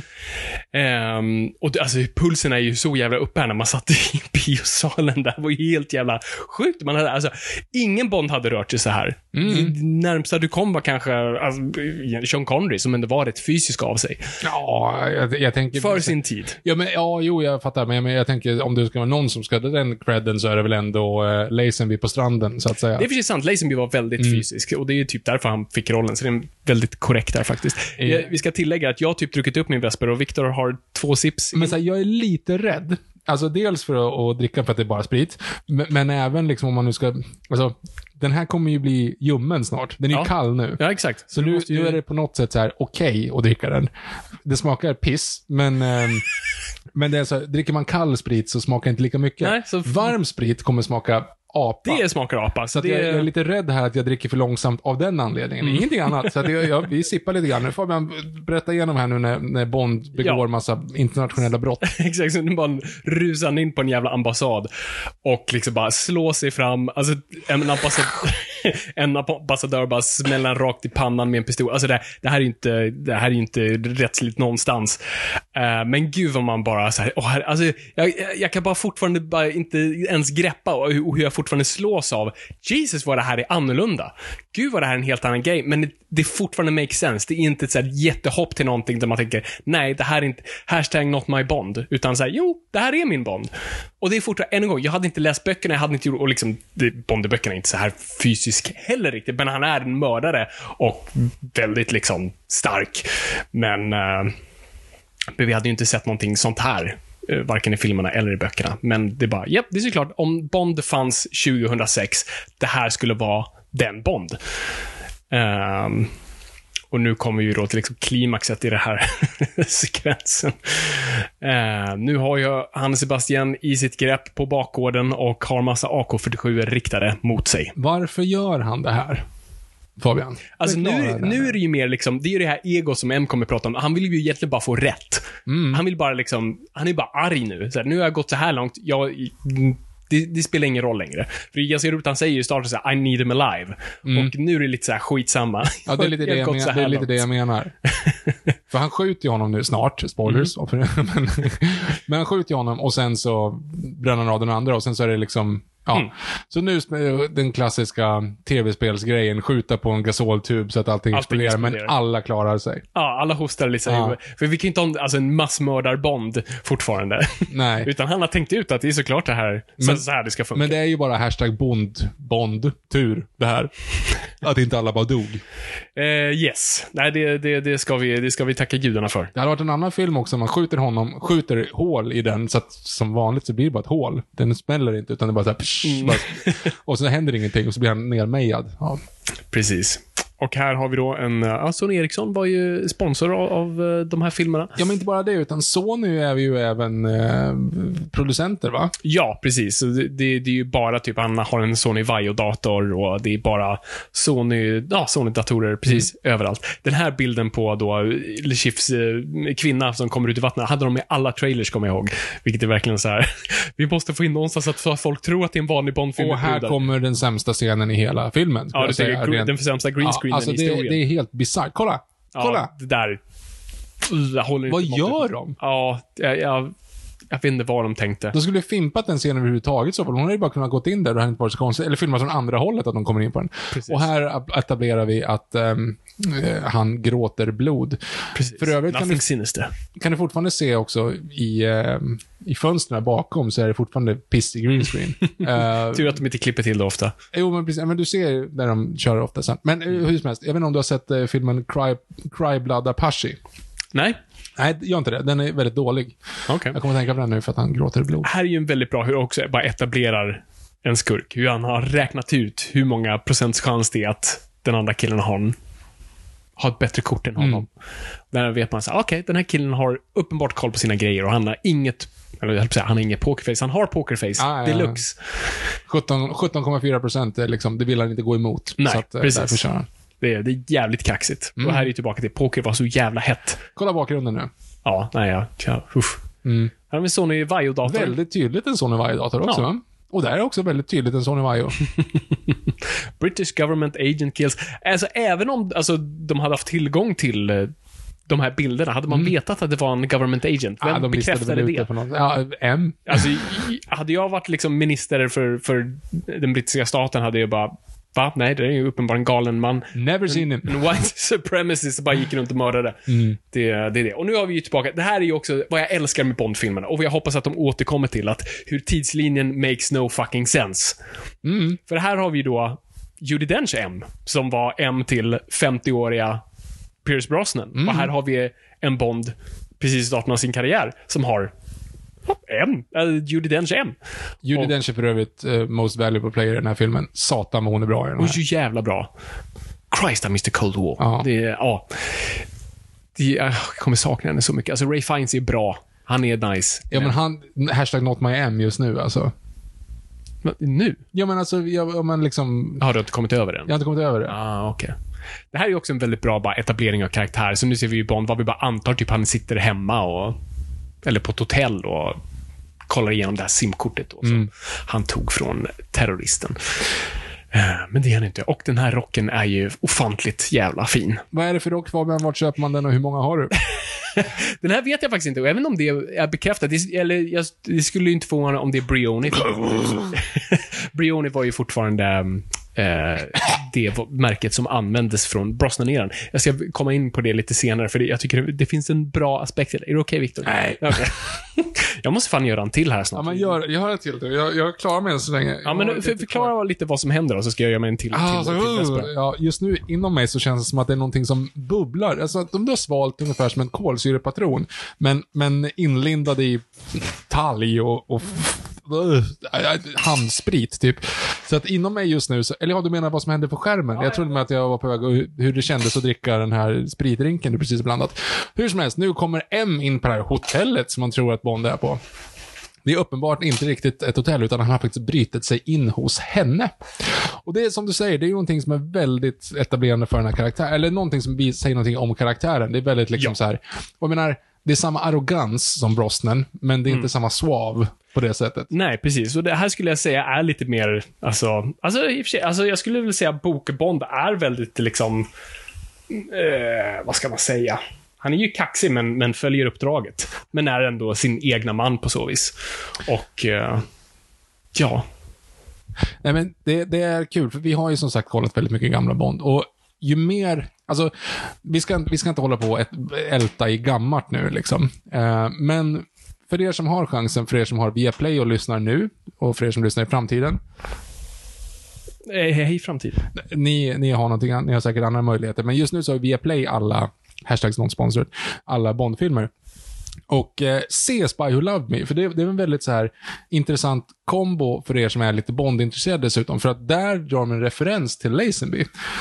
Mm-hmm. Um, och det, alltså, pulsen är ju så jävla uppe här när man satt i biosalen där. Det var ju helt jävla sjukt. Man hade, alltså, ingen Bond hade rört sig så här. Mm. Närmsta du kom var kanske alltså, Sean Connery, som ändå var rätt fysisk av sig. Ja, jag, jag tänker... För sin tid. Ja, men, ja, jo, jag fattar. Men jag, men jag tänker, om det ska vara någon som ska ha den credden, så är det väl ändå uh, Lazenby på stranden, så att säga. Det är precis sant. Lazenby var väldigt mm. fysisk, och det är typ därför han fick rollen, så det är väldigt korrekt där faktiskt. Mm. Jag, vi ska tillägga att jag har typ druckit upp min vesper och Victor har två sips. Men så här, jag är lite rädd. Alltså dels för att, att dricka för att det är bara sprit, men, men även liksom om man nu ska, alltså den här kommer ju bli ljummen snart. Den är ju ja. kall nu. Ja, exakt. Så, så nu, ju... nu är det på något sätt så här okej okay att dricka den. Det smakar piss, men eh, men det är så, dricker man kall sprit så smakar det inte lika mycket. Nej, så... Varm sprit kommer smaka apa. Det smakar apa. Så att det... jag, jag är lite rädd här att jag dricker för långsamt av den anledningen. Mm. Ingenting annat. Så att jag, jag, vi sippar lite grann. Nu får man berätta igenom här nu när, när Bond begår ja. massa internationella brott. Exakt, så nu bara rusar in på en jävla ambassad och liksom bara slår sig fram. Alltså en ambassadör, en ambassadör bara smäller rakt i pannan med en pistol. Alltså det, det här är inte det här är inte rättsligt någonstans. Uh, men gud vad man bara så här, oh, här alltså jag, jag kan bara fortfarande bara inte ens greppa och hur, hur jag fortfarande slås av. Jesus, vad det här är annorlunda. Gud, vad det här är en helt annan grej. Men det, det fortfarande makes sense. Det är inte ett så här jättehopp till någonting där man tänker, nej, det här är inte hashtag not my Bond. Utan så här, jo, det här är min Bond. Och det är fortfarande, än en gång, jag hade inte läst böckerna, jag hade inte gjort, och liksom, Bond-böckerna är inte så här fysisk heller riktigt, men han är en mördare och väldigt liksom stark. Men uh, vi hade ju inte sett någonting sånt här, varken i filmerna eller i böckerna. Men det är bara, ja, det är såklart, om Bond fanns tjugohundrasex, det här skulle vara den Bond. Um, och nu kommer vi ju då till liksom klimaxet i det här sekvensen. Uh, nu har ju han Sebastian i sitt grepp på bakgården och har massa A K fyrtiosju riktade mot sig. Varför gör han det här? Fabian. Alltså nu, nu är det ju mer liksom, det är ju det här ego som M kommer prata om. Han vill ju egentligen bara få rätt. Mm. Han vill bara liksom, han är bara arg nu. Så här, nu har jag gått så här långt, jag, det, det spelar ingen roll längre. För jag ser ut, han säger ju i starten så här, I need him alive. Mm. Och nu är det lite så här skitsamma. Ja, det är lite, det jag, men, det, är lite det jag menar. För han skjuter ju honom nu snart, spoilers. Mm. men, men han skjuter ju honom och sen så bränner han av den andra och sen så är det liksom ja, mm. Så nu den klassiska tv-spelsgrejen, skjuta på en gasoltub så att allting exploderar, men alla klarar sig. Ja, alla hostar lite. Ja. För vi kan inte ha alltså, en massmördarbond fortfarande. Nej. Utan han har tänkt ut att det är såklart det här, men, så här det ska funka. Men det är ju bara hashtag bond, bond, tur, det här. Att inte alla bara dog. Uh, yes. Nej, det, det, det, ska vi, det ska vi tacka gudarna för. Det hade varit en annan film också, man skjuter honom, skjuter hål i den, så att som vanligt så blir det bara ett hål. Den smäller inte, utan det bara så här, psh, mm. bara, och så händer ingenting och så blir han nermejad. Ja. Precis. Och här har vi då en... Ja, Sony Ericsson var ju sponsor av, av de här filmerna. Ja, men inte bara det, utan Sony är vi ju även eh, producenter, va? Ja, precis. Det, det, det är ju bara typ, han har en Sony Vaio-dator och det är bara Sony, ja, Sony-datorer precis mm. överallt. Den här bilden på då LeChiffs eh, kvinna som kommer ut i vattnet hade de med alla trailers, kommer jag ihåg. Vilket är verkligen så här. Vi måste få in någonstans att, så att folk tror att det är en vanlig Bond-film. Och här kommer den sämsta scenen i hela filmen. Ja, det är rent... den sämsta green screen. Ja, alltså det, det är helt bizarrt. Kolla, kolla. Ja, det där. Jag håller vad inte gör de? Ja, jag, jag, jag vet inte vad de tänkte. De skulle fimpat den scenen överhuvudtaget så, för hon hade ju bara kunnat gått in där och det hade inte varit så konstigt. Eller filmat från andra hållet att de kommer in på den. Precis. Och här etablerar vi att um, han gråter blod. Precis. För övrigt kan du, sinister. kan du fortfarande se också i, um, i fönstren bakom så är det fortfarande pissig green screen. uh, Tur att de inte klipper till det ofta. Jo, men precis. Men du ser där de kör ofta sen. Men uh, hur som helst, jag vet inte om du har sett uh, filmen Cry, Cry Blood Apache. Nej. Nej, gör inte det. Den är väldigt dålig. Okay. Jag kommer att tänka på den nu för att han gråter blod. Här är ju en väldigt bra hur också bara etablerar en skurk. Hur han har räknat ut hur många procents chans det är att den andra killen har, en, har ett bättre kort än honom. Mm. Där vet man så okej, okay, den här killen har uppenbart koll på sina grejer och han har inget, eller jag höll på att säga, han har inget pokerface. Han har pokerface. Ah, deluxe. sjutton komma fyra procent liksom, det vill han inte gå emot. Nej, så att, precis. Därför kör han. Det är, det är jävligt kaxigt. Mm. Och här är tillbaka till poker var så jävla hett. Kolla bakgrunden nu. Ja, nej, ja. ja uff. Mm. Här har vi Sony Vaio-dator. Väldigt tydligt en Sony Vaio-dator också, ja. Va? Och där är också väldigt tydligt en Sony Vaio. British government agent kills. Alltså, även om alltså, de hade haft tillgång till uh, de här bilderna, hade man mm. vetat att det var en government agent? Vem ja, de bekräftade det? På något. Ja, M. Alltså, hade jag varit liksom minister för, för den brittiska staten hade jag bara va? Nej, det är ju uppenbarligen en galen man. Never seen him. En white supremacist bara gick runt och mördade. Mm. Det, det är det. Och nu har vi ju tillbaka. Det här är ju också vad jag älskar med Bond-filmerna. Och jag hoppas att de återkommer till att hur tidslinjen makes no fucking sense. Mm. För här har vi då Judi Dench M, som var M till femtio-åriga Pierce Brosnan. Mm. Och här har vi en Bond precis i starten av sin karriär som har M. Uh, Judi Dench M. Judi Dench är för övrigt uh, most valuable player i den här filmen. Satan vad hon är bra i den här. Och så jävla bra. Christ, I mister Cold War. Ja. Det är, ja. Det, jag kommer sakna henne så mycket. Alltså Ray Fiennes är bra. Han är nice. Ja, men han, hashtag not my M just nu alltså. Men, nu? Ja, men alltså, jag, man liksom... Har du inte kommit över den? Jag har inte kommit över det. Ah, okej. Okay. Det här är ju också en väldigt bra bara, etablering av karaktär. Så nu ser vi ju Bond, vad vi bara antar, typ han sitter hemma och eller på ett hotell och kollar igenom det här simkortet då, som mm. han tog från terroristen. Men det är han inte. Och den här rocken är ju ofantligt jävla fin. Vad är det för rock, Fabian? Vart köper man den och hur många har du? Den här vet jag faktiskt inte. Och även om det är bekräftat. Det, eller jag, det skulle ju inte få om det är Brioni. Brioni var ju fortfarande eh, det märket som användes från Brosnan-eran. Jag ska komma in på det lite senare, för det, jag tycker det, det finns en bra aspekt. Är det okej, okay, Victor? Nej. Okay. Jag måste fan göra en till här snart. Ja, men gör, gör ett till. Jag, jag klarar mig än så länge. Ja, men för, förklara kvar. lite vad som händer och så ska jag göra mig en till. Ah, till, alltså, till, till ja, just nu inom mig så känns det som att det är någonting som bubblar. Alltså att de har svalt ungefär som en kolsyrepatron. Men, men inlindade i talg och, och uh, handsprit typ. Så att inom mig just nu, så, eller ja, du menar vad som hände på skärmen. Jag trodde med att jag var på väg och hur det kändes att dricka den här spritdrinken du precis blandat. Hur som helst, nu kommer M in på det här hotellet som man tror att Bond är på. Det är uppenbart inte riktigt ett hotell, utan han har faktiskt brytit sig in hos henne. Och det är som du säger, det är ju någonting som är väldigt etablerande för den här karaktären. Eller någonting som säger någonting om karaktären. Det är väldigt liksom ja. så här. Jag menar, det är samma arrogans som Brosnan, men det är mm. inte samma suave på det sättet. Nej, precis. Och det här skulle jag säga är lite mer, alltså, alltså, i och för sig, alltså jag skulle vilja säga att Bond är väldigt liksom, eh, vad ska man säga? Han är ju kaxig men, men följer uppdraget. Men är ändå sin egna man på så vis. Och eh, ja. Nej, men det, det är kul, för vi har ju som sagt kollat väldigt mycket gamla Bond. Och ju mer, alltså vi ska, vi ska inte hålla på att älta i gammalt nu liksom. Eh, men för er som har chansen, för er som har Viaplay och lyssnar nu, och för er som lyssnar i framtiden. Hej, hej framtiden. Ni, ni har någonting, ni har säkert andra möjligheter. Men just nu så har Viaplay alla hashtags not sponsored, alla Bondfilmer. Och eh, se Spy Who Loved Me, för det, det är en väldigt så här intressant kombo för er som är lite Bond-intresserade dessutom, för att där drar man en referens till Lazenby.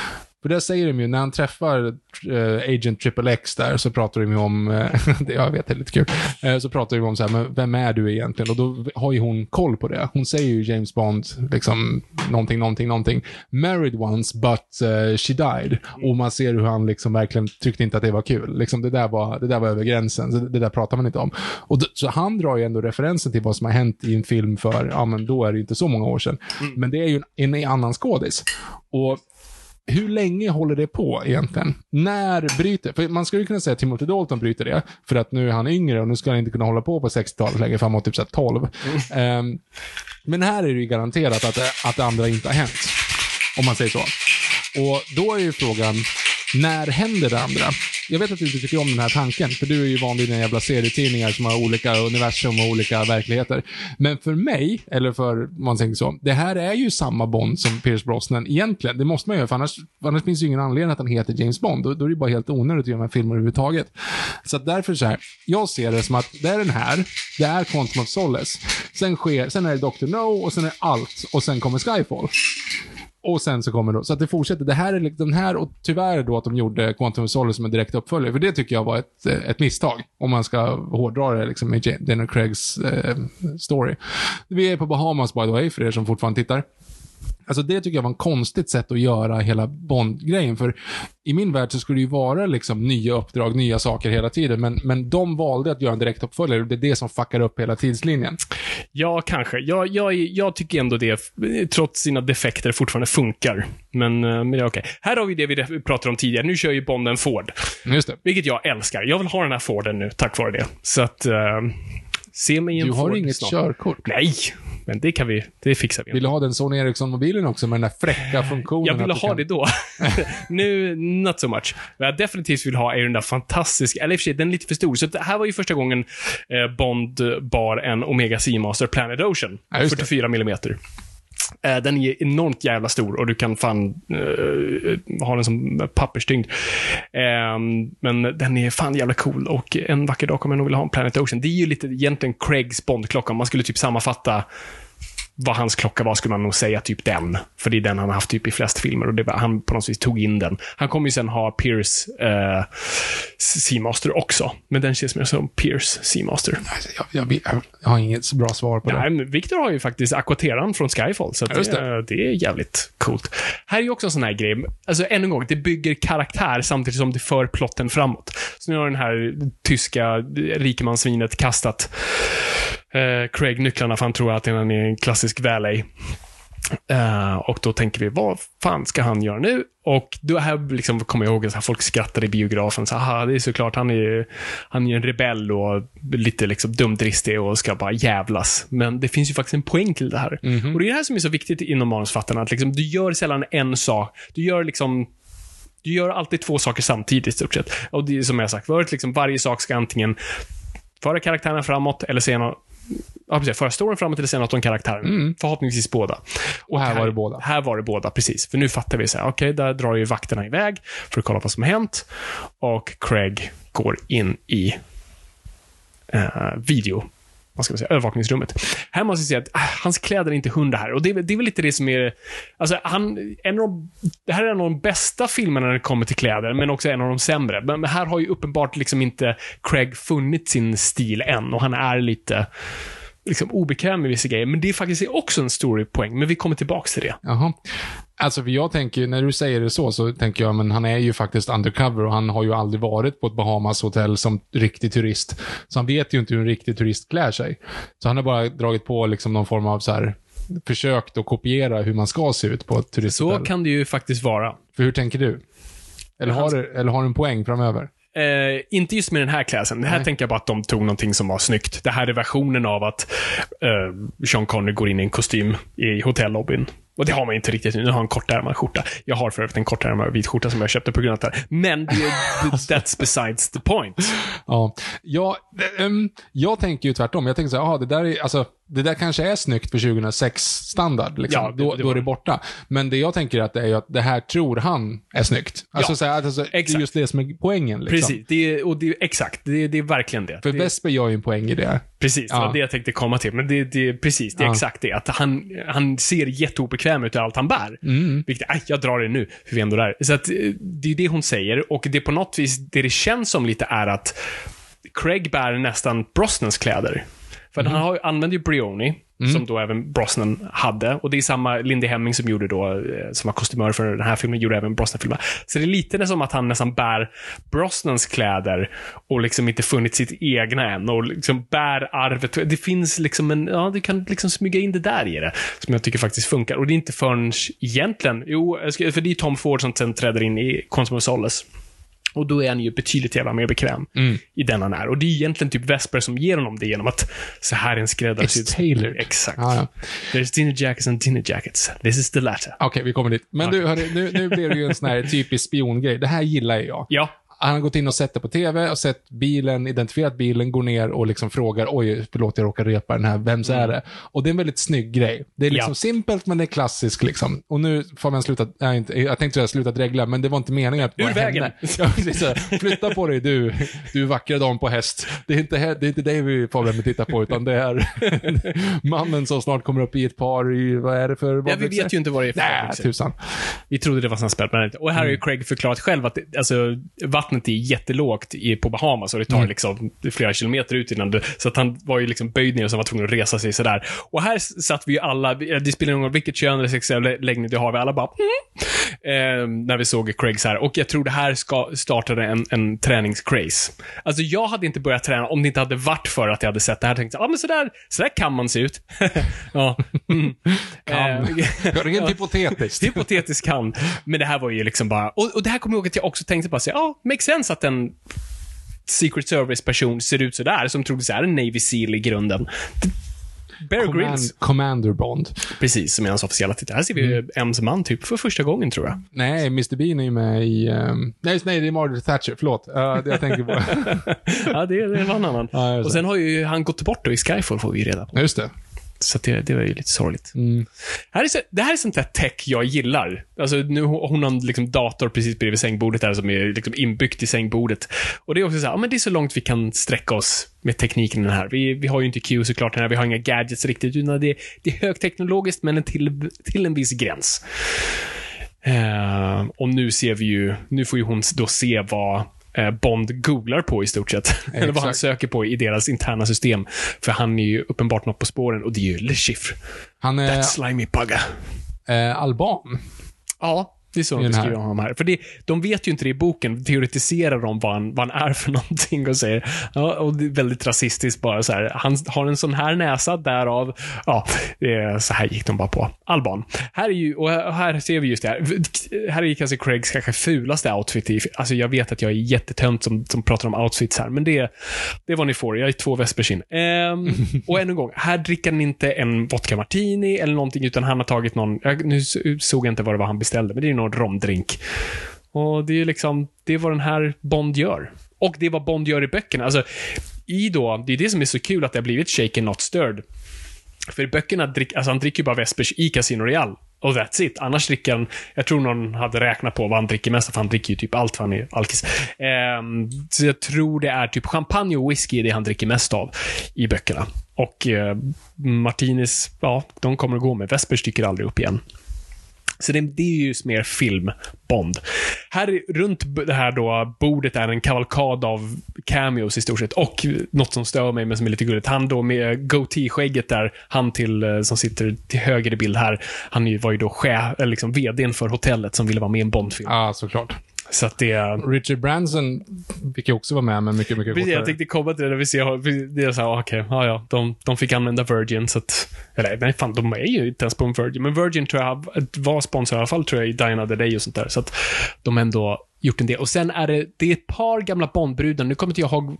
För där säger de ju, när han träffar uh, Agent Triple X där, så pratar de ju om, uh, det jag vet, det är lite kul, uh, så pratar de om så här, men vem är du egentligen? Och då har ju hon koll på det. Hon säger ju James Bond, liksom, någonting, någonting, någonting. Married once, but uh, she died. Och man ser hur han liksom verkligen tyckte inte att det var kul. Liksom, det, där var, det där var över gränsen. Så det, det där pratar man inte om. Och då, så han drar ju ändå referensen till vad som har hänt i en film för, ja men då är det ju inte så många år sedan. Mm. Men det är ju en, en annan skådis. Och hur länge håller det på egentligen? När bryter? För man skulle ju kunna säga att Timothy Dalton bryter det, för att nu är han yngre och nu ska han inte kunna hålla på på sextiotalet längre framåt, typ så här tolv. Mm. Um, men här är det ju garanterat att, att det andra inte har hänt. Om man säger så. Och då är ju frågan, när händer det andra? Jag vet att du inte tycker om den här tanken, för du är ju van vid den jävla serietidningar som har olika universum och olika verkligheter. Men för mig, eller för man tänker så, det här är ju samma Bond som Pierce Brosnan egentligen. Det måste man göra, för annars, för annars finns ju ingen anledning att han heter James Bond. Då, då är det bara helt onödigt att göra de här filmer överhuvudtaget. Så att därför så här, jag ser det som att det är den här, det är Quantum of Solace. Sen sker, sen är det Doctor No och sen är allt, och sen kommer Skyfall. Och sen så kommer då, så att det fortsätter. Det här är liksom den här, och tyvärr då att de gjorde Quantum of Solace som en direkt uppföljare. För det tycker jag var ett, ett misstag. Om man ska hårdra det liksom med Daniel Craigs eh, story. Vi är på Bahamas, by the way, för er som fortfarande tittar. Alltså det tycker jag var en konstigt sätt att göra hela Bond-grejen. För i min värld så skulle det ju vara liksom nya uppdrag, nya saker hela tiden. Men, men de valde att göra en direkt uppföljare, och det är det som fuckar upp hela tidslinjen. Ja, kanske. Jag, jag, jag tycker ändå det, trots sina defekter, fortfarande funkar. Men, men det är okej. Här har vi det vi pratade om tidigare. Nu kör ju Bond en Ford. Just det. Vilket jag älskar. Jag vill ha den här Forden nu, tack vare det. Så att... Uh, se mig en du har Ford inget snart. körkort. Nej, men det kan vi, det fixar vi. Vill du ha den Sony Ericsson-mobilen också med den där fräcka funktionen? Jag vill ha kan... det då. Nu, not so much. Vad jag definitivt vill ha är den där fantastiska, eller i och för sig, den är lite för stor. Så det här var ju första gången eh, Bond bar en Omega Seamaster Planet Ocean. Ja, fyrtiofyra millimeter. Eh, den är enormt jävla stor och du kan fan eh, ha den som papperstyngd. Eh, men den är fan jävla cool, och en vacker dag kommer jag nog vilja ha en Planet Ocean. Det är ju lite egentligen Craigs Bond-klocka. Man skulle typ sammanfatta vad hans klocka var, skulle man nog säga typ den. För det är den han har haft typ i flest filmer, och det var, han på något vis tog in den. Han kommer ju sen ha Pierce eh, Seamaster också. Men den känns mer som Pierce Seamaster. Jag, jag, jag, jag har inget så bra svar på det. Nej, men Victor har ju faktiskt Aquateran från Skyfall, så att det, det. det är jävligt coolt. Här är ju också en sån här grej. Alltså än en gång, det bygger karaktär samtidigt som det för plotten framåt. Så nu har den här tyska rikemansvinet kastat Uh, Craig nycklarna, för han tror att han är en klassisk valet. Uh, och då tänker vi, vad fan ska han göra nu? Och då här liksom kommer jag ihåg att folk skrattade i biografen. Så, aha, det är såklart, han är, han är en rebell och lite liksom dumdristig och ska bara jävlas. Men det finns ju faktiskt en poäng till det här. Mm-hmm. Och det är det här som är så viktigt inom manusfattarna, att liksom, du gör sällan en sak. Du gör liksom Du gör alltid två saker samtidigt i stort sett. Och det är som jag sagt förut, liksom, varje sak ska antingen föra karaktärerna framåt eller säga något. Ja, precis. Föra storyn framåt eller säga något om karaktären. Mm. Förhoppningsvis båda. Och här, här var det båda. Här var det båda, precis. För nu fattar vi så här, okej, okay, där drar ju vakterna iväg för att kolla vad som har hänt. Och Craig går in i uh, video. Vad ska man säga, övervakningsrummet. Här måste jag säga att äh, hans kläder är inte hundar här. Och det, det är väl lite det som är... Alltså, han, en av de, det här är en av de bästa filmerna när det kommer till kläder, men också en av de sämre. Men, men här har ju uppenbart liksom inte Craig funnit sin stil än. Och han är lite liksom obekväm med vissa grejer. Men det är faktiskt också en storypoäng. Men vi kommer tillbaka till det. Jaha. Alltså, för jag tänker, när du säger det så, så tänker jag, men han är ju faktiskt undercover och han har ju aldrig varit på ett Bahamas hotell som riktig turist. Så han vet ju inte hur en riktig turist klär sig. Så han har bara dragit på liksom någon form av så här, försökt att kopiera hur man ska se ut på ett turisthotell. Så kan det ju faktiskt vara. För hur tänker du? Eller har du, eller har du en poäng framöver? Eh, inte just med den här kläsen. Det här Nej. tänker jag bara att de tog någonting som var snyggt. Det här är versionen av att eh, Sean Connery går in i en kostym i hotellobbyn. Och det har man inte riktigt nu. Nu har han en kortärmad skjorta. Jag har för övrigt en kortärmad vit skjorta som jag köpte på grund av det här. Men det, that's besides the point. Ja, ja um, jag tänker ju tvärtom. Jag tänker så här, aha, det där är, alltså, det där kanske är snyggt för tjugohundrasex-standard. Liksom. Ja, det, då, det då är det borta. Men det jag tänker att det är ju att det här tror han är snyggt. Alltså, Ja, så här, alltså det är just det som är poängen. Liksom. Precis, det är, och det är, exakt. Det är, det är verkligen det. För det, Vesper gör ju en poäng i det. Precis, det Ja. var det jag tänkte komma till. Men det, det är precis, det är Ja. exakt det. Att han, han ser jätteobekväm ut i allt han bär. Mm. Vilket, aj, jag drar det nu, för vi är ändå där. Så att, eh, det är det hon säger. Och det är på något vis, det det känns som lite är att Craig bär nästan Brosnans kläder. För Mm. han har, använder ju Brioni, mm. som då även Brosnan hade. Och det är samma Lindy Hemming som gjorde då, eh, som var kostymör för den här filmen, gjorde även Brosnan-filmen. Så det är lite som att han nästan bär Brosnans kläder och liksom inte funnit sitt egna än. Och liksom bär arvet. Det finns liksom en, ja, du kan liksom smyga in det där i det. Som jag tycker faktiskt funkar. Och det är inte förrän egentligen, jo, för det är Tom Ford som sen träder in i Quantum of Solace. Och då är han ju betydligt jävla mer bekväm mm. i den han är. Och det är egentligen typ Vesper som ger honom det genom att så här är en skräddarsydd. It's tailored. Exakt. Ah, ja. There's dinner jackets and dinner jackets. This is the latter. Okej, okay, vi kommer dit. Men Okay. du, hörru, nu, nu blir det ju en sån här typisk spiongrej. Det här gillar jag. Ja. Han har gått in och sett det på tv och sett bilen, identifierat bilen, går ner och liksom frågar, oj, förlåt jag råkar repa den här, vems mm. är det? Och det är en väldigt snygg grej. Det är liksom ja. simpelt, men det är klassiskt liksom. Och nu får man sluta, nej, inte, jag tänkte jag sluta regla, men det var inte meningen att ur vägen. Ja, precis, flytta på dig, du, du vackra dam på häst. Det är inte, det är inte dig vi får vem titta på, utan det är mannen som snart kommer upp i ett par i, vad är det för... Ja, vi vet ju inte vad det är för. Nej, tusan. Vi trodde det var sån spel, men inte. Och här har ju Craig förklarat själv att alltså, vattnet är jättelågt i, på Bahamas och det tar mm. liksom flera kilometer ut innan du, så att han var ju liksom böjd ner och så var tvungen att resa sig sådär. Och här satt vi ju alla, det spelar någon vilket kön eller sexuell läggning det har vi alla bara mm. eh, när vi såg Craigs här. Och jag tror det här ska, startade en, en träningscraze. Alltså jag hade inte börjat träna om det inte hade varit för att jag hade sett det här och tänkt, ja ah, men sådär, sådär kan man se ut. ja. Mm. Kan. Eh, Rent hypotetiskt. Hypotetiskt kan. Men det här var ju liksom bara, och, och det här kommer jag ihåg att jag också tänkte bara säga, ja, makes sense att en Secret Service-person ser ut så där som troligtvis är en Navy Seal i grunden. Bear Command, Grylls. Commander Bond. Precis, som är hans officiella titel. Här ser vi mm. M's man typ för första gången, tror jag. Nej, mister Bean är ju med i... Um... Nej, nej, det är Margaret Thatcher. Förlåt. Uh, det jag tänker på. ja, det, det var en annan. Ja, och sen har ju han gått bort då i Skyfall, får vi reda på. Just det. Så det, det var ju lite sorgligt. Mm. Här är så, det här är sånt där tech jag gillar. Alltså nu hon har liksom dator precis bredvid sängbordet där som är liksom inbyggt i sängbordet. Och det är också så här, ja, men det är så långt vi kan sträcka oss med tekniken i den här. Vi, vi har ju inte Q såklart här, vi har inga gadgets riktigt, utan det, det är högteknologiskt men till, till en viss gräns. Uh, och nu ser vi ju, nu får ju hon då se vad Bond googlar på i stort sett. Eller vad han söker på i deras interna system. För han är ju uppenbart något på spåren. Och det är ju Le Chiffre. Han är... That slimy bugger. Eh, alban. Ja, det är så de beskriver honom här. För det, de vet ju inte det i boken. Teoretiserar om vad han, vad han är för någonting och säger, ja, och det är väldigt rasistiskt bara så här. Han har en sån här näsa, därav, ja, det är, så här gick de bara på. Alban. Här är ju, och här ser vi just det här. Här är kanske Craigs kanske fulaste outfit i, alltså jag vet att jag är jättetönt som, som pratar om outfits här, men det, det är vad ni får. Jag är två vespersin. Ehm, och ännu en gång, här dricker han inte en vodka martini eller någonting, utan han har tagit någon, jag, nu såg jag inte vad det var han beställde, men det är någon romdrink. Och det är liksom, det är vad den här Bond gör. Och det är vad Bond gör i böckerna. Alltså, i då, det är det som är så kul att det har blivit shaken not stirred. För i böckerna, drick, alltså han dricker bara Vespers i Casino Royale. Och that's it. Annars dricker han, jag tror någon hade räknat på vad han dricker mest, för han dricker ju typ allt för han är alkis. Um, så jag tror det är typ champagne och whisky är det han dricker mest av i böckerna. Och uh, martinis, ja, de kommer att gå med. Vespers dyker aldrig upp igen. Så det, det är ju mer film Bond. Här runt det här då bordet är en kavalkad av cameos i stort sett, och något som stör mig men som är lite gulligt. Han då med goatee-skägget där, han till som sitter till höger i bild här. Han var ju då chef, eller liksom vdn för hotellet som ville vara med i en Bond-film. Ja, ah, såklart. Så att det... Richard Branson fick ju också vara med, men mycket, mycket Precis, kortare. jag tänkte komma till det när vi ser, det är så här, okej, okay, ja, ja, de, de fick använda Virgin, så att, eller nej fan, de är ju inte ens på en Virgin, men Virgin tror jag var sponsor i alla fall, tror jag, i Die Another Day och sånt där, så att de ändå gjort en del. Och sen är det, det är ett par gamla Bondbrudar, nu kommer inte jag ihåg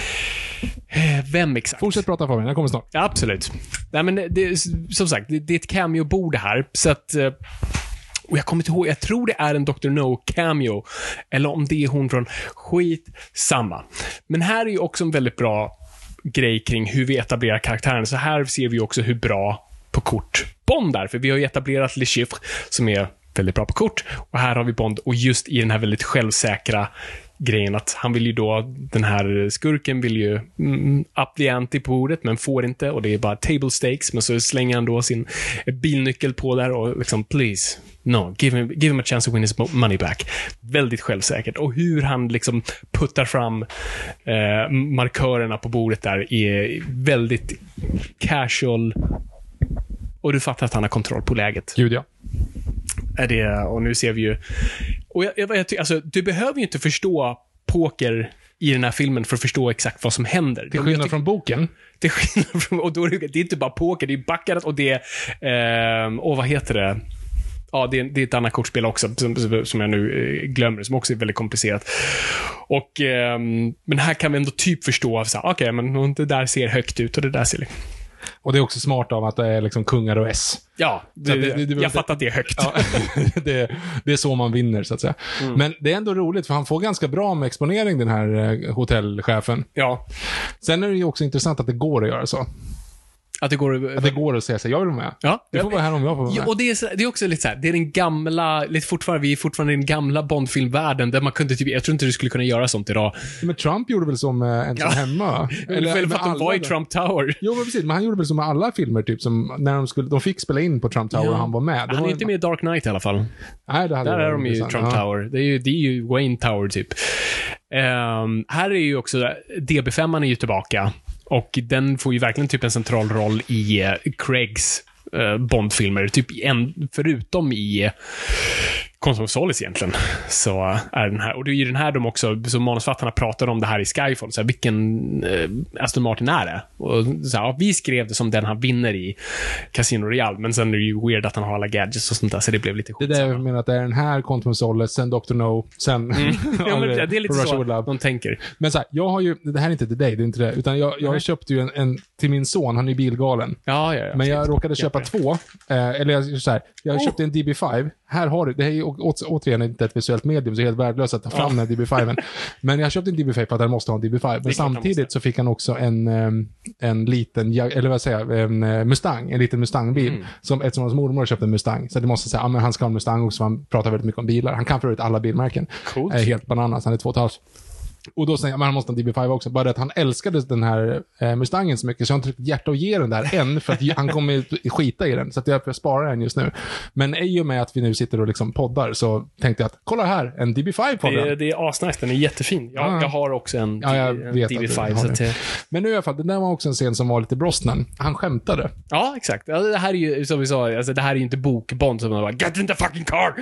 vem exakt. Fortsätt prata för mig, jag kommer snart. Ja, absolut. Nej, men det, som sagt, det, det är ett cameo-bord här, så att... Och jag kommer inte ihåg, jag tror det är en doktor No cameo, eller om det är hon från skit samma. Men här är ju också en väldigt bra grej kring hur vi etablerar karaktären. Så här ser vi också hur bra på kort Bond är. För vi har ju etablerat Le Chiffre som är väldigt bra på kort. Och här har vi Bond, och just i den här väldigt självsäkra grejen att han vill ju då, den här skurken vill ju mm, up the ante på bordet men får inte, och det är bara table stakes, men så slänger han då sin bilnyckel på där och liksom, please, no, give him, give him a chance to win his money back. Väldigt självsäkert, och hur han liksom puttar fram eh, markörerna på bordet där är väldigt casual, och du fattar att han har kontroll på läget. Gud ja. Är det, och nu ser vi ju, och jag, jag, jag tycker, alltså, du behöver ju inte förstå poker i den här filmen för att förstå exakt vad som händer. Till skillnad från boken. Till skillnad från, och då är det, det är inte bara poker, det är backarat, och det är, eh, och vad heter det? Ja, det är, det är ett annat kortspel också som, som jag nu eh, glömmer, som också är väldigt komplicerat. Och, eh, men här kan vi ändå typ förstå, så okej, okay, men det där ser högt ut och det där ser liksom. Och det är också smart av att det är liksom kungar och S. Ja, det, det, det, det, jag fattar att det är högt. Ja, det, det är så man vinner, så att säga. Mm. Men det är ändå roligt, för han får ganska bra med exponering, den här hotellchefen. Ja. Sen är det ju också intressant att det går att göra så. Att det går att det går att säga så, jag vill vara med. Ja, det får vara här om jag får vara med. Ja, och det är, det är också lite så här, det är den gamla, lite fortfarande, vi är fortfarande i den gamla Bondfilmvärlden där man kunde typ, jag tror inte du skulle kunna göra sånt idag. Men Trump gjorde väl som en som ja. hemma. Eller, eller för att de var i Trump Tower. Jo, men precis, men han gjorde väl som med alla filmer typ, som när de skulle, de fick spela in på Trump Tower, ja. och han var med. Det han var är inte med i Dark Knight i alla fall. Nej, det hade där är de ju i Trump ja. Tower. Det är ju, det är ju Wayne Tower typ. Um, här är ju också D B fem är ju tillbaka. Och den får ju verkligen typ en central roll i uh, Craigs uh, Bond-filmer. Typ en, förutom i uh, Quantum of Solace egentligen. Så uh, är den här. Och det är ju den här de också, som manusfattarna pratar om det här i Skyfall. Så här, vilken uh, Aston Martin är det? Och så här, ja, vi skrev det som den han vinner i Casino Royale. Men sen är det ju weird att han har alla gadgets och sånt där. Så det blev lite skitsamma. Det är där jag menar att det är den här Quantum of Solace, sen doktor No, sen... Mm. ja, men det är lite så de tänker. Men så här, jag har ju, det här är inte till dig, det är inte det. Utan jag, jag har köpt ju en, en till min son, han är bilgalen. Ja, ja, ja. Men jag råkade köpa två. Eh, eller jag, så här, jag oh. köpte en D B fem. Här har du, det här är ju å, återigen inte ett visuellt medium, så det är helt värdelöst att ta fram ja. den D B fem. Men jag köpte en D B fem för att han måste ha en D B fem. Men samtidigt så fick han också en, en liten, eller vad säger jag, en Mustang, en liten Mustang-bil. Mm. Som, eftersom hans mormor köpte en Mustang. Så det måste säga, ja, men han ska ha en Mustang också, han pratar väldigt mycket om bilar. Han kan förut alla bilmärken. Coolt. Är helt bananas, han är två och ett halvt. Och då säger jag, men han måste ha en D B fem också. Bara att han älskade den här eh, Mustangen så mycket så jag har inte riktigt hjärta att ge den där än, för att han kommer skita i den. Så att jag sparar den just nu. Men i och med att vi nu sitter och liksom poddar så tänkte jag att, kolla här, en D B fem på det, den. det är asnice, den är jättefin. Jag, ah. jag har också en, ja, jag en vet D B fem. Så att, men nu i alla fall, det där var också en scen som var lite Brosnan. Han skämtade. Ja, exakt. Ja, det här är ju, som vi sa, alltså, det här är ju inte bokbond som man bara, get in the fucking car!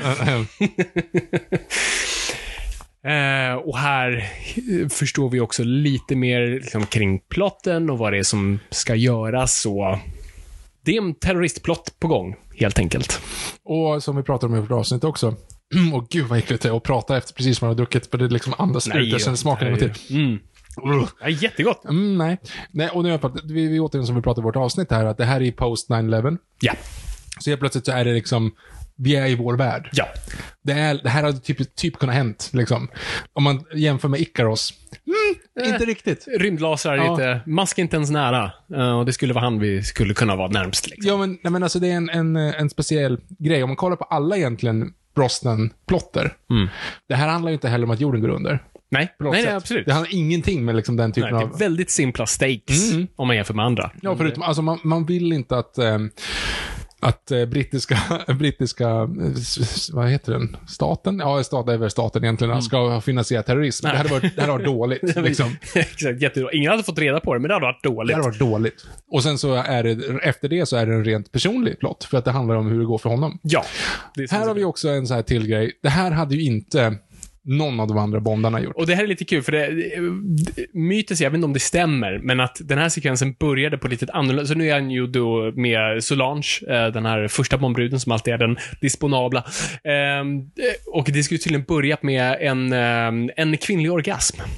Uh, och här förstår vi också lite mer liksom, kring plotten och vad det är som ska göras. Så det är en terroristplott på gång, helt enkelt. Och som vi pratade om i förra avsnitt också. Och gud vad äckligt det är att prata efter precis som man har druckit, för det liksom andas ut och sen smakar det till. Mm. Ja, jättegott. Mm, nej. nej. Och nu är vi, vi återigen som vi pratade i vårt avsnitt här, att det här är post nine eleven. Ja. Så helt plötsligt så är det liksom, vi är i vår värld. Ja. Det, är, det här hade typ, typ kunnat hänt, liksom. Om man jämför med Icaros. Mm, eh, inte riktigt. Rymdlasrar ja. lite, mask inte ens nära. Uh, och det skulle vara han vi skulle kunna vara närmst. Liksom. Ja, men, nej, men alltså det är en, en, en speciell grej. Om man kollar på alla egentligen Brosnan-plotter. Mm. Det här handlar ju inte heller om att jorden går under. Nej, nej, nej, absolut. Det handlar ingenting med liksom den typen nej, av... Det är väldigt simpla stakes mm. om man jämför med andra. Ja, förutom, alltså man, man vill inte att... Um, att eh, brittiska, brittiska, vad heter den? Staten? Ja, staten är väl staten egentligen, mm. ska finansiera terrorism. Det hade varit, det hade varit dåligt. Liksom. Exakt, jättedåligt. Ingen hade fått reda på det, men det hade varit dåligt. Det hade varit dåligt. Och sen så är det, efter det så är det en rent personlig plott, för att det handlar om hur det går för honom. Ja. Här har vi också en så här till grej. Det här hade ju inte någon av de andra bondarna gjort. Och det här är lite kul, för det, myten, jag vet inte om det stämmer, men att den här sekvensen började på lite annorlunda. Så nu är han ju då med Solange, den här första bombbruden som alltid är den disponabla. Och det skulle tydligen börja med en, en kvinnlig orgasm.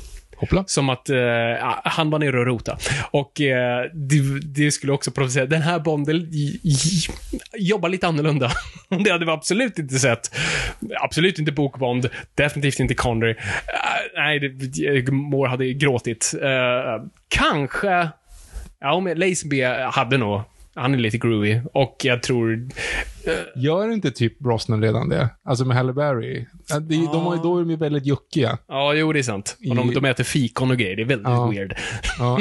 Hoppla. Som att uh, han var nere och rota. Och uh, det, det skulle också provocera. Den här Bonden j- j- jobbar lite annorlunda. Det hade vi absolut inte sett. Absolut inte Bokbond. Definitivt inte Connery. Uh, nej, det, Moore hade gråtit. Uh, kanske... Ja, men Lazenby hade nog... Han är lite groovy. Och jag tror... Uh, Gör inte typ Brosnan redan det? Alltså med Halle Berry. De, de, de, då är de ju väldigt juckiga. Ja, jo, det är sant. Och de, de äter fikon och grejer. Det är väldigt ja. weird. Ja.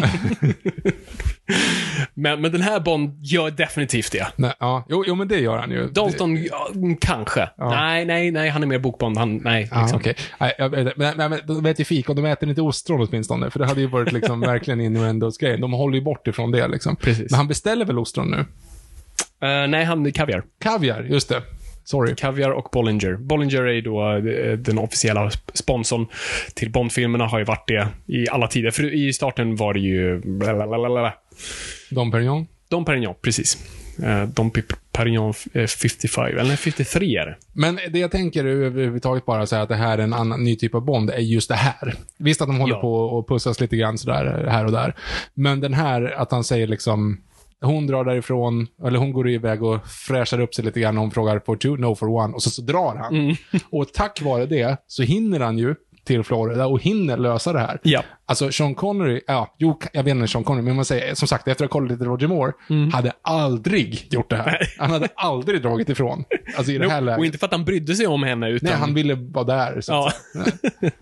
men, men den här Bond gör definitivt det. Nej, ja. jo, jo, men det gör han ju. Dalton, det... ja, kanske. Ja. Nej, nej, nej. Han är mer Bokbond. Han, nej, liksom. Ah, okay. nej, jag, men, men, men de äter fikon. De äter inte ostron åtminstone. För det hade ju varit liksom verkligen innuendos-grejen. De håller ju bort ifrån det liksom. Precis. Men han beställer väl ostron nu? Uh, nej, han kaviar. Kaviar, just det. Sorry. Kaviar och Bollinger. Bollinger är då den officiella sponsorn till Bond-filmerna, har ju varit det i alla tider. För i starten var det ju... Blablabla. Dom Perignon? Dom Perignon, precis. Uh, Dom Perignon femtiofem, eller femtiotre är det. Men det jag tänker överhuvudtaget bara säga att det här är en annan ny typ av Bond är just det här. Visst att de håller ja. på och pussas lite grann sådär här och där. Men den här, att han säger liksom... Hon drar därifrån, eller hon går iväg och fräschar upp sig lite grann. Hon frågar for two, no for one. Och så, så drar han. Mm. Och tack vare det så hinner han ju till Florida och hinner lösa det här. Ja. Alltså Sean Connery, ja, jo, jag vet inte Sean Connery, men man säger, som sagt, efter att ha kollat lite Roger Moore, mm. hade aldrig gjort det här. Han hade aldrig dragit ifrån. Alltså i det här läget. Och inte för att han brydde sig om henne, utan... Nej, han ville vara där. Så ja. Nej.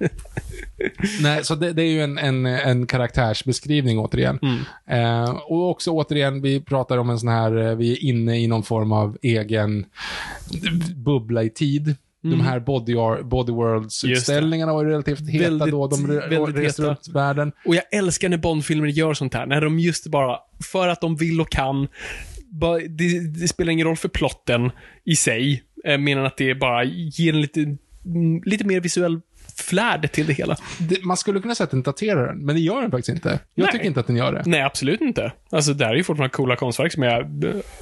Nej, så det, det är ju en, en, en karaktärsbeskrivning återigen. Mm. Eh, och också återigen, vi pratar om en sån här, vi är inne i någon form av egen bubbla i tid. Mm. De här body, body Worlds-utställningarna var ju relativt heta väldigt, då. De reser runt världen. Och jag älskar när Bond-filmer gör sånt här. När de just bara, för att de vill och kan, bara, det, det spelar ingen roll för plotten i sig. Jag menar att det bara ger en lite, lite mer visuell flärd till det hela. Det, man skulle kunna säga att den daterar den, men det gör den faktiskt inte. Jag Nej. tycker inte att den gör det. Nej, absolut inte. Alltså, det är ju fortfarande coola konstverk som jag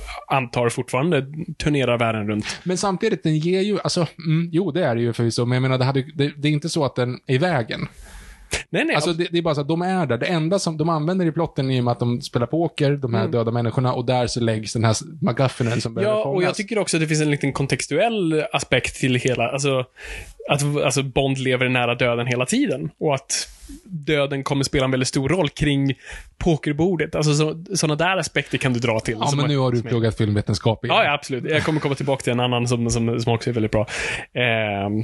antar fortfarande turnerar världen runt. Men samtidigt, den ger ju, alltså, mm, jo, det är det ju förvisso, men jag menar, det, hade, det, det är inte så att den är i vägen. Nej, nej. Alltså, det, det är bara så att de är där. Det enda som de använder i plotten är med att de spelar poker, de här mm. döda människorna, och där så läggs den här MacGuffinen som behöver fångas. Ja, och jag tycker också att det finns en liten kontextuell aspekt till hela, alltså att alltså Bond lever nära döden hela tiden, och att döden kommer spela en väldigt stor roll kring pokerbordet. Alltså så, sådana där aspekter kan du dra till. Ja, men nu har du pluggat filmvetenskap igen. Ja, ja, absolut. Jag kommer komma tillbaka till en annan som, som, som också är väldigt bra. Ehm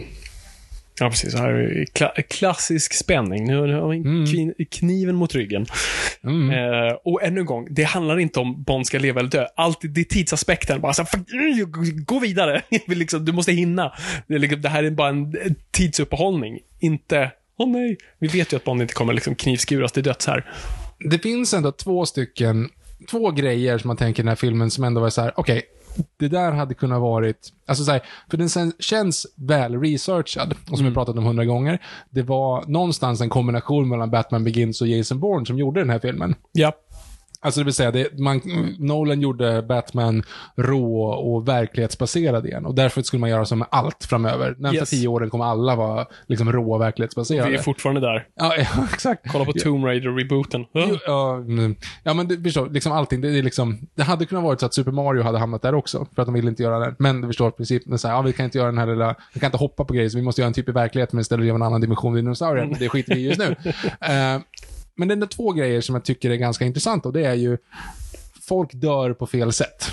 Ja, precis. Så här är kla- klassisk spänning. Nu har vi mm. kniv, kniven mot ryggen. Mm. Eh, och ännu en gång, det handlar inte om Bond ska leva eller dö. Alltid det är tidsaspekten. Bara så här, gå vidare. liksom, du måste hinna. Det, liksom, det här är bara en tidsuppehållning. Inte, åh oh, nej. Vi vet ju att Bond inte kommer liksom knivskuras till döds här. Det finns ändå två stycken, två grejer som man tänker i den här filmen som ändå var så här, okej. Okay, det där hade kunnat varit, alltså så här, för den sen, känns väl researchad, och som mm. vi pratat om hundra gånger, det var någonstans en kombination mellan Batman Begins och Jason Bourne som gjorde den här filmen. Ja. Alltså det vill säga, det, man, Nolan gjorde Batman rå och verklighetsbaserad igen. Och därför skulle man göra som med allt framöver. Närmsta yes. tio åren kommer alla vara liksom rå och verklighetsbaserade. Vi är fortfarande där. Ja, ja exakt. Kolla på Tomb Raider-rebooten. Ja, ja, ja, men det, förstår, liksom allting. Det, är liksom, det hade kunnat vara så att Super Mario hade hamnat där också. För att de ville inte göra det. Men du förstår principen. Så här, ja, vi kan inte göra den här lilla, vi kan inte hoppa på grejer. Så vi måste göra en typ i verklighet, men istället göra en annan dimension i dinosaurien. Mm. Det skiter vi just nu. uh, Men det är två grejer som jag tycker är ganska intressant, och det är ju folk dör på fel sätt.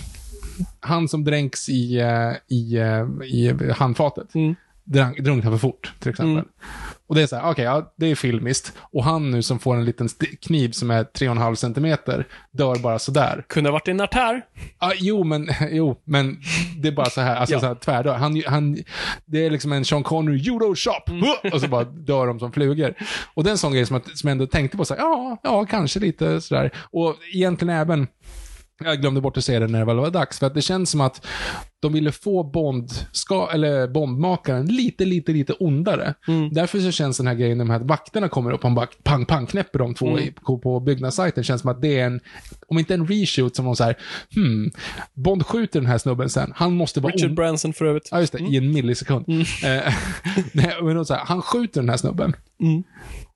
Han som dränks i, i, i handfatet mm. drunknar för fort, till exempel. Mm. Och det är så här, okej, okay, ja, det är filmiskt. Och han nu som får en liten st- kniv som är tre komma fem centimeter dör bara sådär. Kunde ha varit en artär. Ja, jo, men, jo, men det är bara så här, alltså ja. så här tvärdör. Han, han, det är liksom en Sean Connery judo shop. Mm. Och så bara dör de som flugor. Och det är en sån grej som jag, som jag ändå tänkte på så här, ja, ja, kanske lite sådär. Och egentligen även, jag glömde bort att säga det när det väl var dags, för att det känns som att de ville få Bond, ska, eller Bondmakaren lite, lite, lite ondare. Mm. Därför så känns den här grejen när de här vakterna kommer upp och bara pang, pang, knäpper de två mm. i, på byggnadssajten. Känns som att det är en, om inte en reshoot, som de så här, hmm, Bond skjuter den här snubben sen. Han måste vara Richard ond. Branson för övrigt. Ja, just det, mm. i en millisekund. Mm. nej, men så här, han skjuter den här snubben. Mm. Hmm,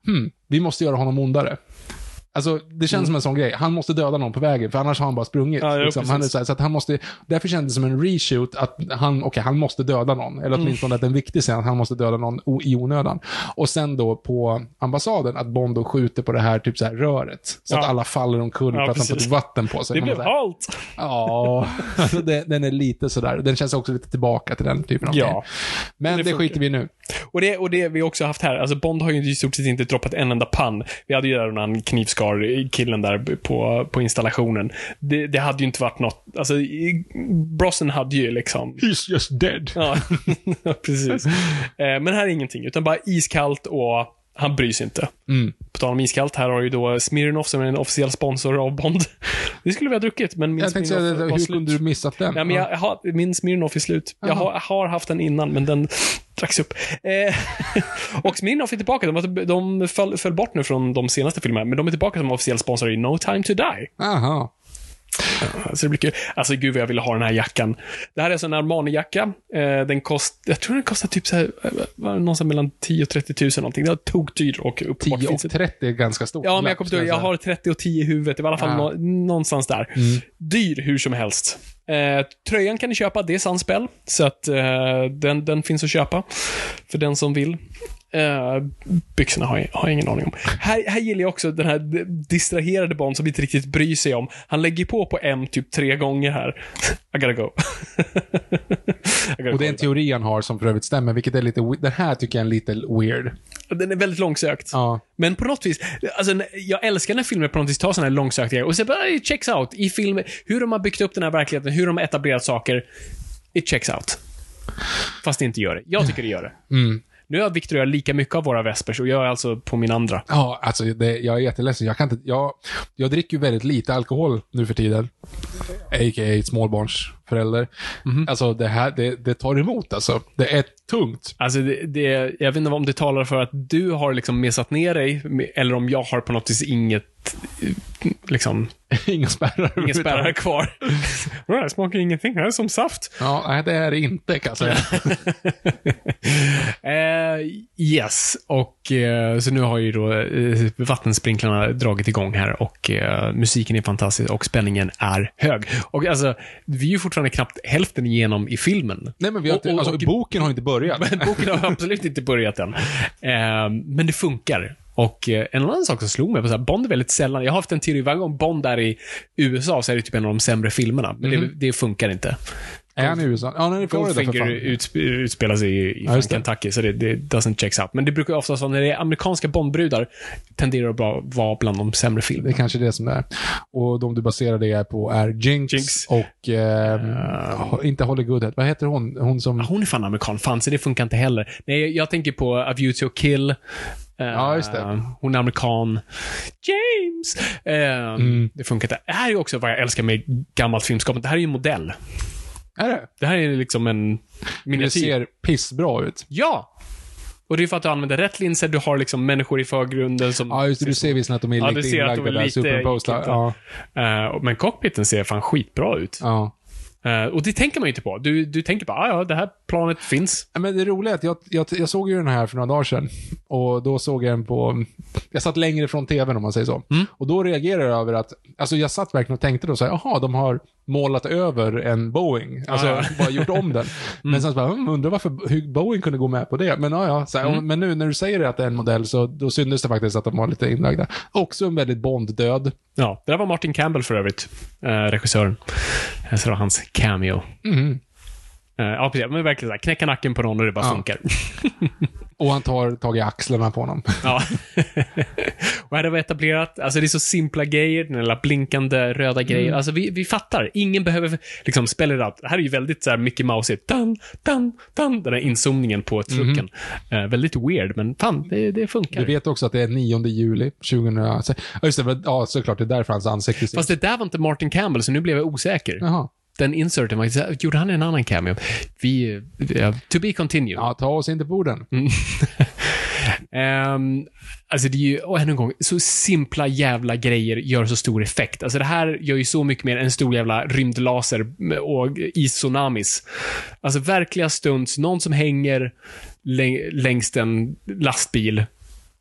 vi måste göra honom ondare. Alltså, det känns mm. som en sån grej. Han måste döda någon på vägen, för annars har han bara sprungit. Ja, liksom. Han är så, här, så att han måste, därför kändes det som en reshoot att han, okay, han måste döda någon. Eller åtminstone mm. att den viktiga scen att han måste döda någon o- i onödan. Och sen då på ambassaden att Bond då skjuter på det här typ så här röret. Så ja. att alla faller omkull ja, för att han får vatten på sig. Det blev halt! Ja, alltså det, den är lite sådär. Den känns också lite tillbaka till den typen av ja. grej. Men det, det skiter vi nu. Och det, och det vi också haft här, alltså Bond har ju i stort sett inte droppat en enda pann. Vi hade ju där någon knivskar killen där på, på installationen. Det, det hade ju inte varit något, alltså Brosnan hade ju liksom he's just dead. Ja, precis. Men här är ingenting, utan bara iskallt och han bryr sig inte. Mm. På tal om iskallt, här har ju då Smirnoff som är en officiell sponsor av Bond. Det skulle vi ha druckit, men min jag tänkte säga, hur slut. Kunde du missat den? Ja, men jag, jag har, min Smirnoff är slut. Aha. Jag har, har haft den innan, men den dracks upp. Eh, och Smirnoff är tillbaka. De, de föll, föll bort nu från de senaste filmerna, men de är tillbaka som officiell sponsor i No Time to Die. Aha. Så det blir kul. Alltså gud vad jag ville ha den här jackan. Det här är alltså en Armani-jacka. eh, Den kost, jag tror den kostar typ så här, någonstans mellan tio och trettio tusen någonting. Det är tokdyr och uppåt. tio och trettio är ganska stort. Ja, men jag, kom till, jag har trettio och tio i huvudet. I alla fall ja. nå, någonstans där. Mm. Dyr hur som helst. eh, Tröjan kan ni köpa, det är Sunspell. Så att eh, den, den finns att köpa för den som vill. Uh, byxorna har jag, har jag ingen aning om. Här, här gillar jag också den här distraherade Bond som inte riktigt bryr sig om. Han lägger på på M typ tre gånger här. I gotta go. I gotta och det är en teori han har som för övrigt stämmer, vilket är lite, den här tycker jag är lite weird. Den är väldigt långsökt. Ja. Men på något vis, alltså, jag älskar när filmer på något vis tar sådana här långsökta och så bara, it checks out i filmer, hur de har byggt upp den här verkligheten, hur de har etablerat saker, it checks out. Fast det inte gör det. Jag tycker det gör det. Mm. Nu har Victor och jag lika mycket av våra Vespers och jag är alltså på min andra. Ja, alltså det, jag är jätteledsen. Jag kan inte, jag, jag dricker ju väldigt lite alkohol nu för tiden. A K A småbarnsförälder. Mm-hmm. Alltså det här, det, det tar emot alltså. Det är tungt. Alltså det, det, jag vet inte om det talar för att du har liksom mesat ner dig eller om jag har på något vis inget liksom inga spärrar inga spärrar kvar. Det smakar ingenting, det är som saft. Ja, nej, det är det inte kan jag säga. uh, yes, och uh, så nu har ju då uh, vattensprinklarna dragit igång här och uh, musiken är fantastisk och spänningen är hög. Och alltså, vi är ju fortfarande knappt hälften igenom i filmen. Nej, men vi har inte, och, och, alltså, och, boken har inte börjat. Boken har absolut inte börjat än. Uh, men det funkar. Och eh, en annan sak som slog mig på så här, Bond är väldigt sällan, jag har haft en teori varje gång Bond är i U S A så är det typ en av de sämre filmerna, men mm-hmm. det, det funkar inte. Är han i U S A? Ja, nej, det Goldfinger utsp- utspelar sig i, i ja, Kentucky, så det, det doesn't checks out. Men det brukar ofta vara när det är amerikanska Bondbrudar tenderar att vara bland de sämre filmerna. Det är kanske det som det är. Och de du baserar det på är Jinx, Jinx. och eh, uh, inte Holly Goodhead. Vad heter hon? Hon, som... hon är fan amerikan, fan, så det funkar inte heller. Nej, jag tänker på A View to Kill. Uh, ja, just det. Hon är amerikan. James! Uh, mm. Det funkar inte. Det här är ju också vad jag älskar med gammalt filmskapande. Det här är ju en modell. Är det? Det här är liksom en miniatyr. Det ser pissbra ut. Ja! Och det är för att du använder rätt linser. Du har liksom människor i förgrunden som... Ja, just det. Du ser visst att de är ja, lite inlagda där. Superimposta. Ja. Uh, men cockpiten ser fan skitbra ut. Ja. Uh, och det tänker man ju inte på. Du, du tänker bara, ah, ja, det här planet finns. Men det roliga är att jag, jag, jag såg ju den här för några dagar sedan. Och då såg jag den på... Jag satt längre från tvn om man säger så. Mm. Och då reagerade jag över att... Alltså jag satt verkligen och tänkte då så här, jaha, de har målat över en Boeing. Alltså ah, ja. bara gjort om den. Mm. Men sen så bara, hm, undrar varför hur Boeing kunde gå med på det. Men ja, ja. Så här, mm. Men nu när du säger att det är en modell så då syntes det faktiskt att de var lite inlagda. Också en väldigt Bond-död. Ja, det där var Martin Campbell för övrigt. Eh, regissören. Så var hans cameo. Mm. Uh, ja, precis. Men verkligen så här, knäcka nacken på någon och det bara ja. funkar. Och han tar tag i axlarna på honom. Ja. Och här har vi etablerat, alltså det är så simpla grejer, den där blinkande röda grejer. Mm. Alltså vi, vi fattar, ingen behöver liksom spela det out. Det här är ju väldigt så här Mickey Mouse, dan, dan, dan, den här inzoomningen på trucken. Mm. Uh, väldigt weird, men fan, det, det funkar. Du vet också att det är nionde juli tjugohundra. Ja, just det, ja, såklart, det är därför hans ansikte. Fast det där var inte Martin Campbell, så nu blev jag osäker. Jaha. Den inserten var så gjorde han en annan cameo. Vi uh, to be continued. Ja, ta oss inte på borden. Mm. um, alltså det är ju och ännu en gång så simpla jävla grejer gör så stor effekt. Alltså det här gör ju så mycket mer än en stor jävla rymdlaser och istsunamis. Alltså verkliga stunts, någon som hänger läng- längs en lastbil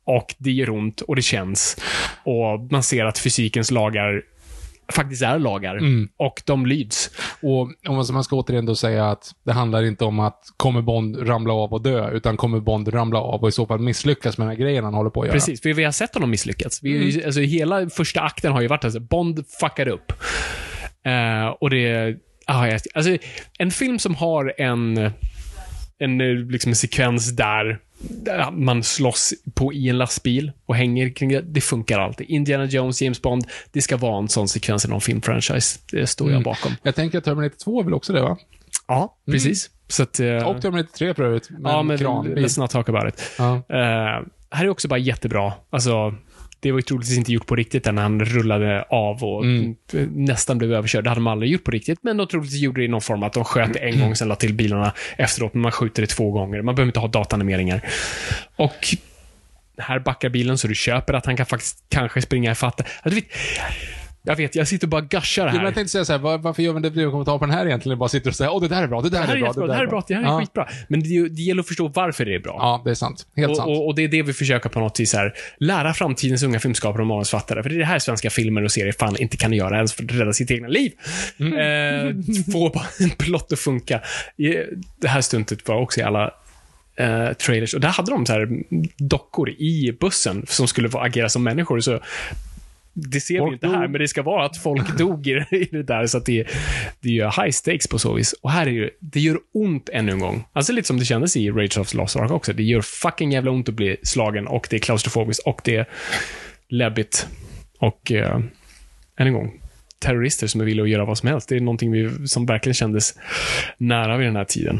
och det gör ont och det känns. Och man ser att fysikens lagar faktiskt är lagar. Mm. Och de lyds. Och om man ska återigen då säga att det handlar inte om att kommer Bond ramla av och dö, utan kommer Bond ramla av och i så fall misslyckas med den här grejen han håller på att göra. Precis, för vi har sett honom misslyckats. Vi, mm. alltså, hela första akten har ju varit alltså, Bond fuckade upp. Uh, och det ah, alltså, en film som har en en, liksom en sekvens där man slåss på i en lastbil och hänger kring det. Det funkar alltid. Indiana Jones, James Bond, det ska vara en sån sekvens i någon filmfranchise. Det står jag bakom. Mm. Jag tänker att Terminator två vill också det, va? Ja, precis. Mm. Så att, uh, och Terminator tre för övrigt. Ja, men let's not talk about it. Ja. Uh, här är också bara jättebra. Alltså, det var ju troligtvis inte gjort på riktigt när han rullade av och mm. nästan blev överkörd. Det hade man aldrig gjort på riktigt, men de troligtvis gjorde det i någon form att de sköt en gång, sen la till bilarna efteråt, men man skjuter det två gånger. Man behöver inte ha datanimeringar. Och här backar bilen så du köper att han kan faktiskt kanske springa i fatt. Jag vet, jag vet, jag sitter och bara gushar här. Jag tänkte säga så här, var, varför gör man det blir kommentar på den här egentligen? Bara sitter och säger, åh det där är bra, det där det är, är bra, det, det här är bra, det här är ja. skitbra. Men det, det gäller att förstå varför det är bra. Ja, det är sant. Helt och, sant. Och, och det är det vi försöker på något vis här, lära framtidens unga filmskapare och manusfattare. För det är det här svenska filmer och serier fan inte kan göra ens för att rädda sitt egna liv. Mm. Eh, få bara en plott att funka. Det här stuntet var också i alla Uh, trailers. Och där hade de så här dockor i bussen som skulle få agera som människor. Så det ser folk vi inte här, dog. Men det ska vara att folk dog i, i det där, så att det, det gör high stakes på så vis. Och här är ju, det gör ont ännu en gång. Alltså lite som det kändes i Rage of the Lost Ark också. Det gör fucking jävla ont att bli slagen, och det är klaustrofobiskt, och det är läbbigt. Och uh, än en gång, terrorister som är villiga att göra vad som helst. Det är någonting vi, som verkligen kändes nära vid den här tiden.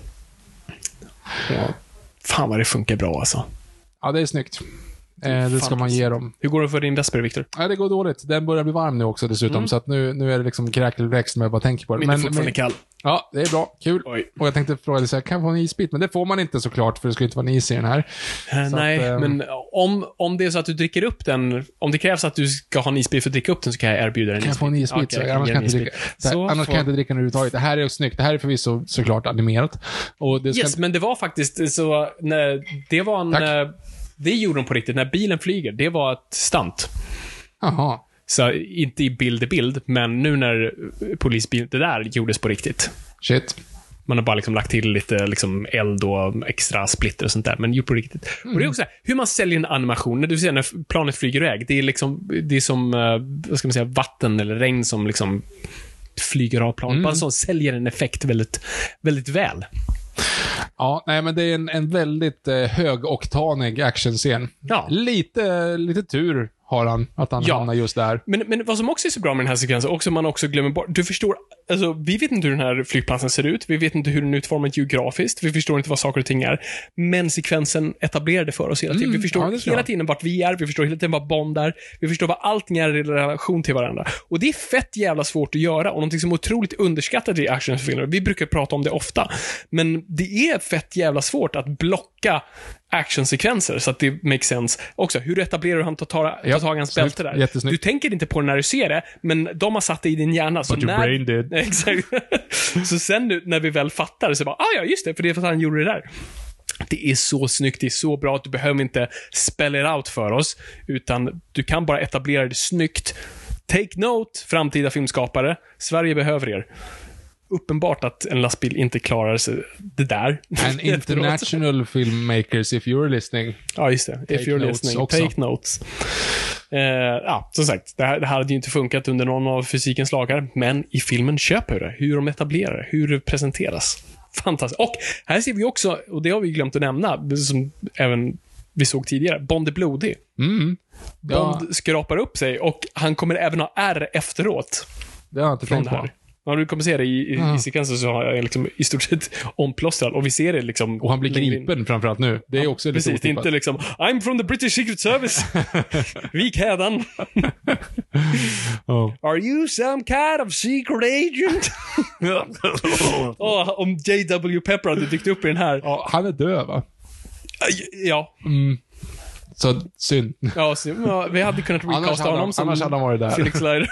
Ja. Fan vad det funkar bra alltså. Ja, det är snyggt. Eh, det ska man ge dem. Hur går det för din Vesper, Victor? Ja, det går dåligt. Den börjar bli varm nu också dessutom. Mm. Så att nu, nu är det liksom kräkelväxt när jag bara tänker på det. Men det är fortfarande kall. Ja, det är bra. Kul. Oj. Och jag tänkte fråga dig så här, kan jag få en isbit? Men det får man inte såklart, för det ska inte vara en is i den här. Uh, nej, att, um... men om, om det är så att du dricker upp den, om det krävs att du ska ha en isbit för att dricka upp den, så kan jag erbjuda dig en kan isbit. Kan jag få en isbit? Okay, så, annars kan jag inte dricka, så här, annars får... kan jag inte dricka den överhuvudtaget. Det här är snyggt. Det här är förvisso såklart animerat. Och det ska... Yes, men det var faktiskt så, när, det var en... Tack. Det gjorde de på riktigt. När bilen flyger, det var ett stunt. Jaha. Så inte i bild i bild, men nu när polisbilen, det där gjordes på riktigt. Shit. Man har bara liksom lagt till lite liksom eld och extra splitter och sånt där, men gjort på riktigt. Mm. Och det är också här, hur man säljer en animation när du ser när planet flyger iväg. Det är liksom, det är som, vad ska man säga, vatten eller regn som liksom flyger av planet. Mm. Bara så säljer en effekt väldigt, väldigt väl. Ja, nej men det är en, en väldigt eh, högoktanig actionscen. Ja. Lite, lite tur har han, att han ja. hamnar just där. Men, men vad som också är så bra med den här sekvensen, också man också glömmer bort, du förstår, alltså vi vet inte hur den här flygplatsen ser ut, vi vet inte hur den är utformad geografiskt, vi förstår inte vad saker och ting är, men sekvensen etablerade för oss hela tiden. Mm, vi förstår ja, hela tiden vart vi är, vi förstår hela tiden vad Bond är, vi förstår vad allting är i relation till varandra. Och det är fett jävla svårt att göra, och någonting som är otroligt underskattat i actionfilmer. Vi brukar prata om det ofta, men det är fett jävla svårt att blocka actionsekvenser så att det makes sense. Också, hur etablerar du han tar, tar, tar tag i hans bälte där? Jättesnyggt. Du tänker inte på det när du ser det, men de har satt det i din hjärna. Så But när, your brain did. Exakt. Så sen nu, när vi väl fattar det, så bara, ah ja, just det, för det är för att han gjorde det där. Det är så snyggt, det är så bra att du behöver inte spell it out för oss, utan du kan bara etablera det snyggt. Take note, framtida filmskapare. Sverige behöver er. Uppenbart att en lastbil inte klarar sig det där. And international filmmakers, if you're listening. Ja, just det. If you're listening, också. Take notes. Uh, ja, som sagt, det här, det här hade ju inte funkat under någon av fysikens lagar, men i filmen köper det. Hur de etablerar det, hur det presenteras. Fantastiskt. Och här ser vi också, och det har vi glömt att nämna, som även vi såg tidigare, Bond är blodig. Mm. Ja. Bond skrapar upp sig, och han kommer även ha R efteråt. Det har jag inte tänkt på. När du kommer se det i, i, mm. i sekvensen, så har jag liksom i stort sett omplåstrad, och vi ser det liksom. Och han blir gripen in. Framförallt nu. Det är ja, också lite precis, det är inte liksom I'm from the British Secret Service. Vik hädan. Oh. Are you some kind of secret agent? oh, om J W Pepper hade dykt upp i den här. Ja, han är död, va? Ja. Mm. Så synd. Ja, så, ja, vi hade kunnat recasta honom som annars hade han varit där. Felix Leiter.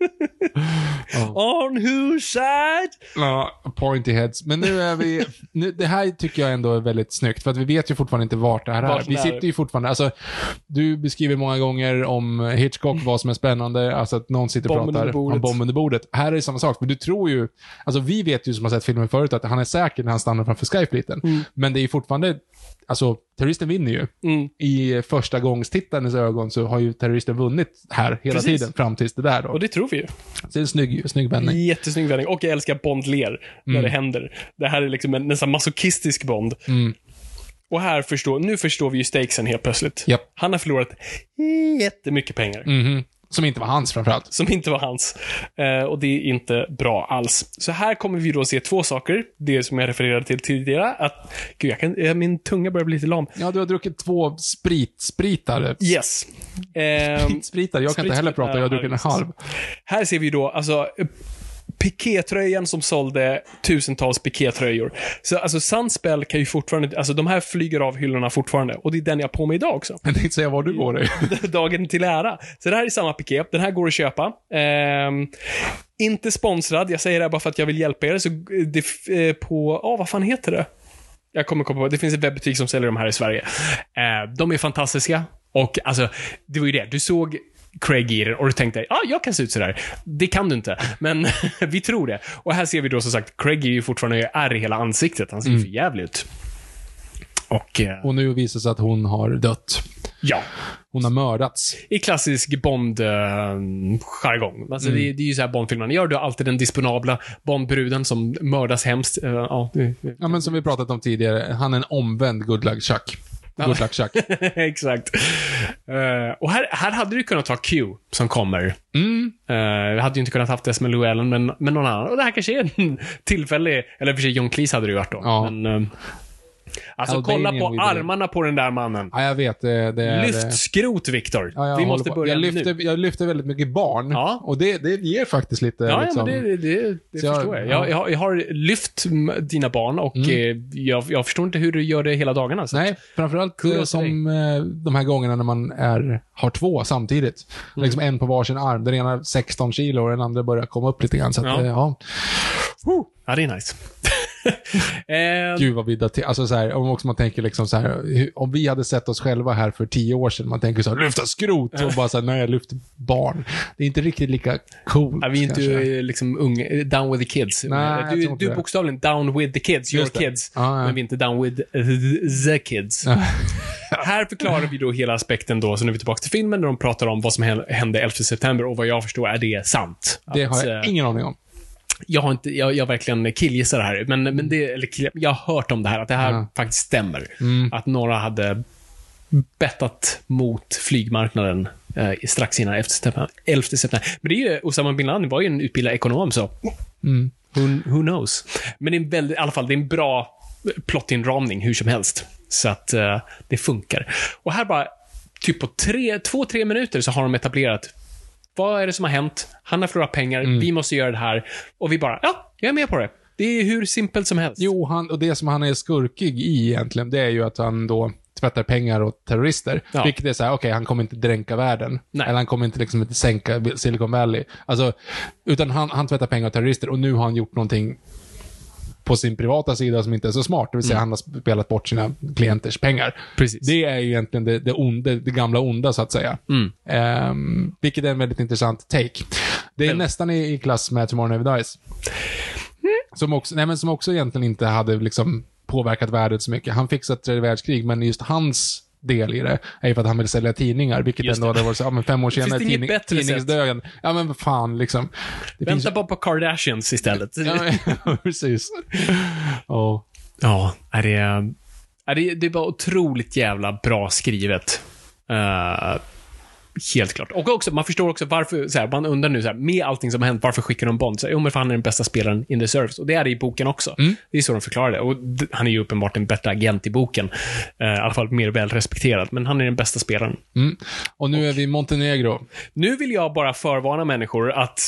On whose side? Ja, pointy heads. Men nu är vi... Nu, det här tycker jag ändå är väldigt snyggt. För att vi vet ju fortfarande inte vart det här är. Vi sitter ju fortfarande... Alltså, du beskriver många gånger om Hitchcock, mm. vad som är spännande. Alltså att någon sitter och pratar om bomben under bordet. Här är det samma sak. Men du tror ju... Alltså vi vet ju som har sett filmen förut att han är säker när han stannar framför skyfliten. Mm. Men det är ju fortfarande... Alltså, terroristen vinner ju. Mm. I första gångstittarens ögon så har ju terroristen vunnit här hela Precis. tiden fram tills det där då. Och det tror vi ju. Så det är en snygg, snygg vändning. Jättesnygg vändning. Och jag älskar Bond ler mm. när det händer. Det här är liksom en nästan masochistisk Bond. Mm. Och här förstår, nu förstår vi ju stakesen helt plötsligt. Yep. Han har förlorat jättemycket pengar. Mm-hmm. Som inte var hans framförallt. Som inte var hans. Eh, och det är inte bra alls. Så här kommer vi då se två saker. Det som jag refererade till tidigare. Att, gud, jag kan, min tunga börjar bli lite lam. Ja, du har druckit två sprit, spritare. Yes. Eh, spritare, jag kan inte heller prata. Jag har druckit en halv. Här ser vi då, alltså... pikétröjan som sålde tusentals pikétröjor. Så alltså Sunspell kan ju fortfarande, alltså de här flyger av hyllorna fortfarande, och det är den jag har på mig idag också. Jag tänkte säga var du går dig. Dagen till ära. Så det här är samma piké, den här går att köpa. Ehm, inte sponsrad, jag säger det bara för att jag vill hjälpa er. Så det eh, på, ja oh, vad fan heter det? Jag kommer komma på, det finns en webbutik som säljer de här i Sverige. Ehm, de är fantastiska. Och alltså, det var ju det, du såg Craig i den och du tänkte, ja, ah, jag kan se ut sådär. Det kan du inte, men vi tror det. Och här ser vi då som sagt, Craig är ju fortfarande är i hela ansiktet. Han ser ju mm. för jävligt ut. Och, eh, och nu visar sig att hon har dött. Ja. Hon har mördats. I klassisk Bond-jargong. Uh, alltså mm. det, det är ju så här Bond-filmerna. Gör du alltid den disponabla Bond-bruden som mördas hemskt. Uh, ja. ja, men som vi pratat om tidigare, han är en omvänd Good Luck Chuck. Good luck, Chuck. Exakt. Uh, och här, här hade du kunnat ta Q som kommer. Mm. Uh, vi hade ju inte kunnat haft det med Llewellyn, men, men någon annan. Och det här kanske är en tillfällig, eller för sig John Cleese hade det ju varit då. Ja. Men, uh, alltså Albanian kolla på armarna på den där mannen. Ja, jag vet. Det, det är Lyft skrot, Victor. Ja, vi måste börja jag lyfter, nu. Jag lyfter väldigt mycket barn. Ja. Och det, det ger faktiskt lite... Ja, liksom... ja men det, det, det förstår jag. Jag, jag. jag har lyft dina barn och mm. jag, jag förstår inte hur du gör det hela dagarna. Så. Nej, framförallt cool som dig. De här gångerna när man är, har två samtidigt. Mm. Liksom en på varsin arm. Den ena sexton kilo och den andra börjar komma upp lite grann. Så att, ja. ja. Uh, ja, det är nice. Gud vad vi dater, alltså så här, om också man tänker liksom så här, om vi hade sett oss själva här för tio år sedan, man tänker så här, lyfta skrot och bara så här, nej, jag lyfter barn. Det är inte riktigt lika coolt. Ja, vi är inte kanske. Liksom unga, down with the kids. Nej, du du är bokstavligen down with the kids, your kids. Ah, ja. Men vi är inte down with the kids. Här förklarar vi då hela aspekten då, så nu är vi tillbaka till filmen där de pratar om vad som hände elfte september, och vad jag förstår är det sant. Det att, har jag ingen aning om. Jag har inte, jag, jag verkligen killgissar det här, men, men det, eller kill, jag har hört om det här, att det här ja. faktiskt stämmer. Mm. Att några hade bettat mot flygmarknaden eh, strax innan elfte september. Men det är ju, Osama bin Laden var ju en utbildad ekonom, så mm. who, who knows. Men det är en väldigt, i alla fall, det är en bra plottinramning hur som helst. Så att eh, det funkar. Och här bara, typ på tre, två, tre minuter så har de etablerat vad är det som har hänt? Han har förlorat pengar. Mm. Vi måste göra det här. Och vi bara, ja, jag är med på det. Det är hur simpelt som helst. Jo, han, och det som han är skurkig i egentligen, det är ju att han då tvättar pengar åt terrorister. Ja. Vilket är så här, okej, okay, han kommer inte dränka världen. Nej. Eller han kommer inte liksom inte sänka Silicon Valley. Alltså, utan han, han tvättar pengar åt terrorister, och nu har han gjort någonting på sin privata sida som inte är så smart. Det vill säga mm. han har spelat bort sina klienters pengar. Precis. Det är ju egentligen det, det, onda, det gamla onda, så att säga. Mm. Um, vilket är en väldigt intressant take. Det är Väl. nästan i, i klass med Tomorrow Never Dies. Mm. Som, också, nej, men som också egentligen inte hade liksom påverkat världen så mycket. Han fixade tredje världskrig, men just hans del i det är ju för att han vill sälja tidningar, vilket just ändå hade varit så, ja, men fem år senare tidning, tidningsdöden. Ja, men fan liksom. Det Vänta finns... bara på Kardashians istället. Ja, precis. Oh. Ja, är det, är det, det var otroligt jävla bra skrivet. Uh, helt klart. Och också, man förstår också varför, så här, man undrar nu så här, med allting som har hänt, varför skickar de Bond? Så, jo, men för han är den bästa spelaren in the service. Och det är det i boken också. Mm. Det är så de förklarar det. Och d- han är ju uppenbart en bättre agent i boken. Uh, I alla fall mer väl respekterad. Men han är den bästa spelaren. Mm. Och nu och, är vi i Montenegro. Nu vill jag bara förvarna människor att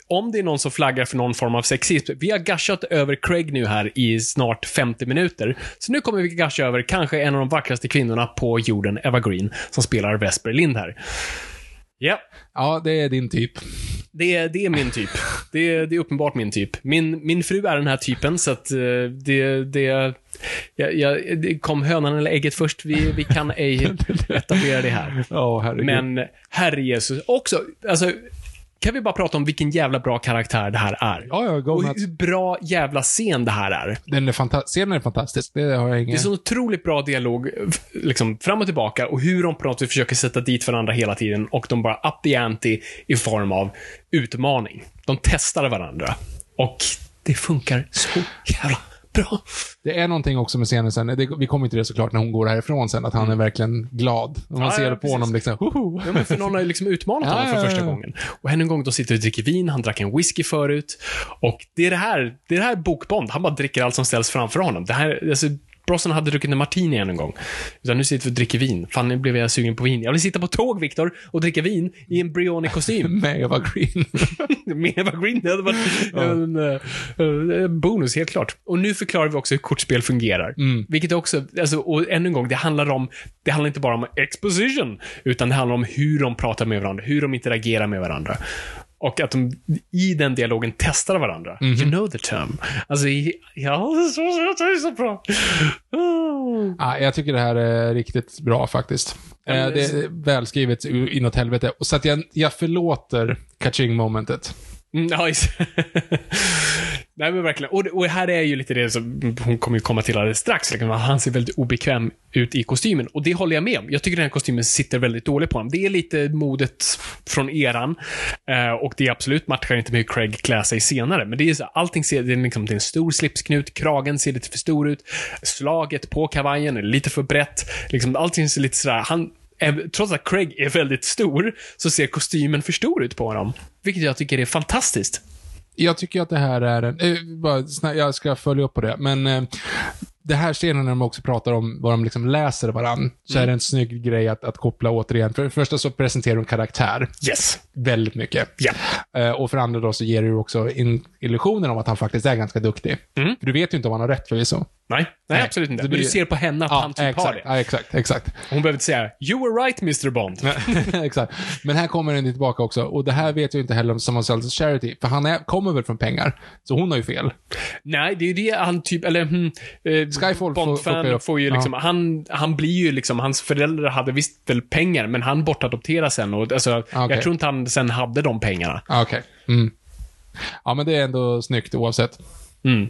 om det är någon som flaggar för någon form av sexism, vi har gashat över Craig nu här i snart femtio minuter, så nu kommer vi gasha över kanske en av de vackraste kvinnorna på jorden, Eva Green, som spelar Vesper Lind här. Ja. Ja, det är din typ. Det är, det är min typ. Det är, det är uppenbart min typ. Min, min fru är den här typen, så att det, det, jag, jag, det kom hönan eller ägget först. Vi, vi kan ej etablera det här. Oh, herregud. Men herre Jesus, också, alltså, kan vi bara prata om vilken jävla bra karaktär det här är? Ja, ja, go och nuts. hur bra jävla scen det här är. Den är fanta- scenen är fantastisk, det har jag ingen... Det är så otroligt bra dialog liksom fram och tillbaka, och hur de på något sätt försöker sätta dit varandra hela tiden, och de bara up the ante i form av utmaning. De testar varandra, och det funkar så jävla bra. Det är någonting också med scenen sen, det, vi kommer till det såklart när hon går härifrån sen, att han är verkligen glad. Och man Ja, ser ja, det på precis. honom liksom, hoho. Ja, men för någon har ju liksom utmanat Ja, honom för ja, ja, första ja. gången. Och än en gång, då sitter och dricker vin, han drack en whisky förut. Och det är det här, det är det här bokbond, han bara dricker allt som ställs framför honom. Det här, alltså, Brosnan hade druckit en martini en gång. Utan nu sitter vi och dricker vin. Fan, nu blev jag sugen på vin. Jag vill sitta på tåg, Victor, och dricka vin i en Brioni-kostym. Med Eva Green. Med Eva Green, det hade varit ja. en uh, bonus, helt klart. Och nu förklarar vi också hur kortspel fungerar. Mm. Vilket också, alltså, och ännu en gång, det handlar om, det handlar inte bara om exposition, utan det handlar om hur de pratar med varandra, hur de interagerar med varandra. Och att de i den dialogen testar varandra. Mm-hmm. You know the term. Alltså, ja, det är så, det är så bra. Oh. Ja, jag tycker det här är riktigt bra faktiskt. Mm. Det är välskrivet inåt helvete. Så att jag, jag förlåter catching-momentet. Nice. Nej, men verkligen. Och, och här är ju lite det som hon kommer ju komma till alldeles strax. Liksom, han ser väldigt obekväm ut i kostymen. Och det håller jag med om. Jag tycker den här kostymen sitter väldigt dåligt på honom. Det är lite modet från eran. Eh, och det är absolut matchar inte med hur Craig klär sig senare. Men det är så, allting ser, det är liksom, det är en stor slipsknut. Kragen ser lite för stor ut. Slaget på kavajen är lite för brett. Liksom, allting ser lite sådär... Han, trots att Craig är väldigt stor, så ser kostymen för stor ut på honom. Vilket jag tycker är fantastiskt. Jag tycker att det här är en... Eh, bara, snä, jag ska följa upp på det. Men eh, det här scenen när de också pratar om vad de liksom läser varann, så mm. är det en snygg grej att, att koppla återigen. För det första så presenterar de karaktär. Yes. Väldigt mycket. Yeah. Eh, och för andra då så ger det också in, illusionen om att han faktiskt är ganska duktig. Mm. För du vet ju inte om han har rätt förvisso. Nej, nej, nej, absolut inte. Men du ser på henne att ja, han typ exakt, har det. Ja, exakt, exakt. Hon behöver inte säga, you were right, mister Bond. Exakt. Men här kommer den tillbaka också. Och det här vet jag inte heller om Someone Sells Charity. För han är, kommer väl från pengar. Så hon har ju fel. Nej, det är ju det han typ, eller hmm, eh, Skyfall Bond-fan får, får ju liksom, ja. han, han blir ju liksom, hans föräldrar hade visst väl pengar, men han bortadopterade sen. Och, alltså, okay. Jag tror inte han sen hade de pengarna. Okej. Okay. Mm. Ja, men det är ändå snyggt oavsett. Mm.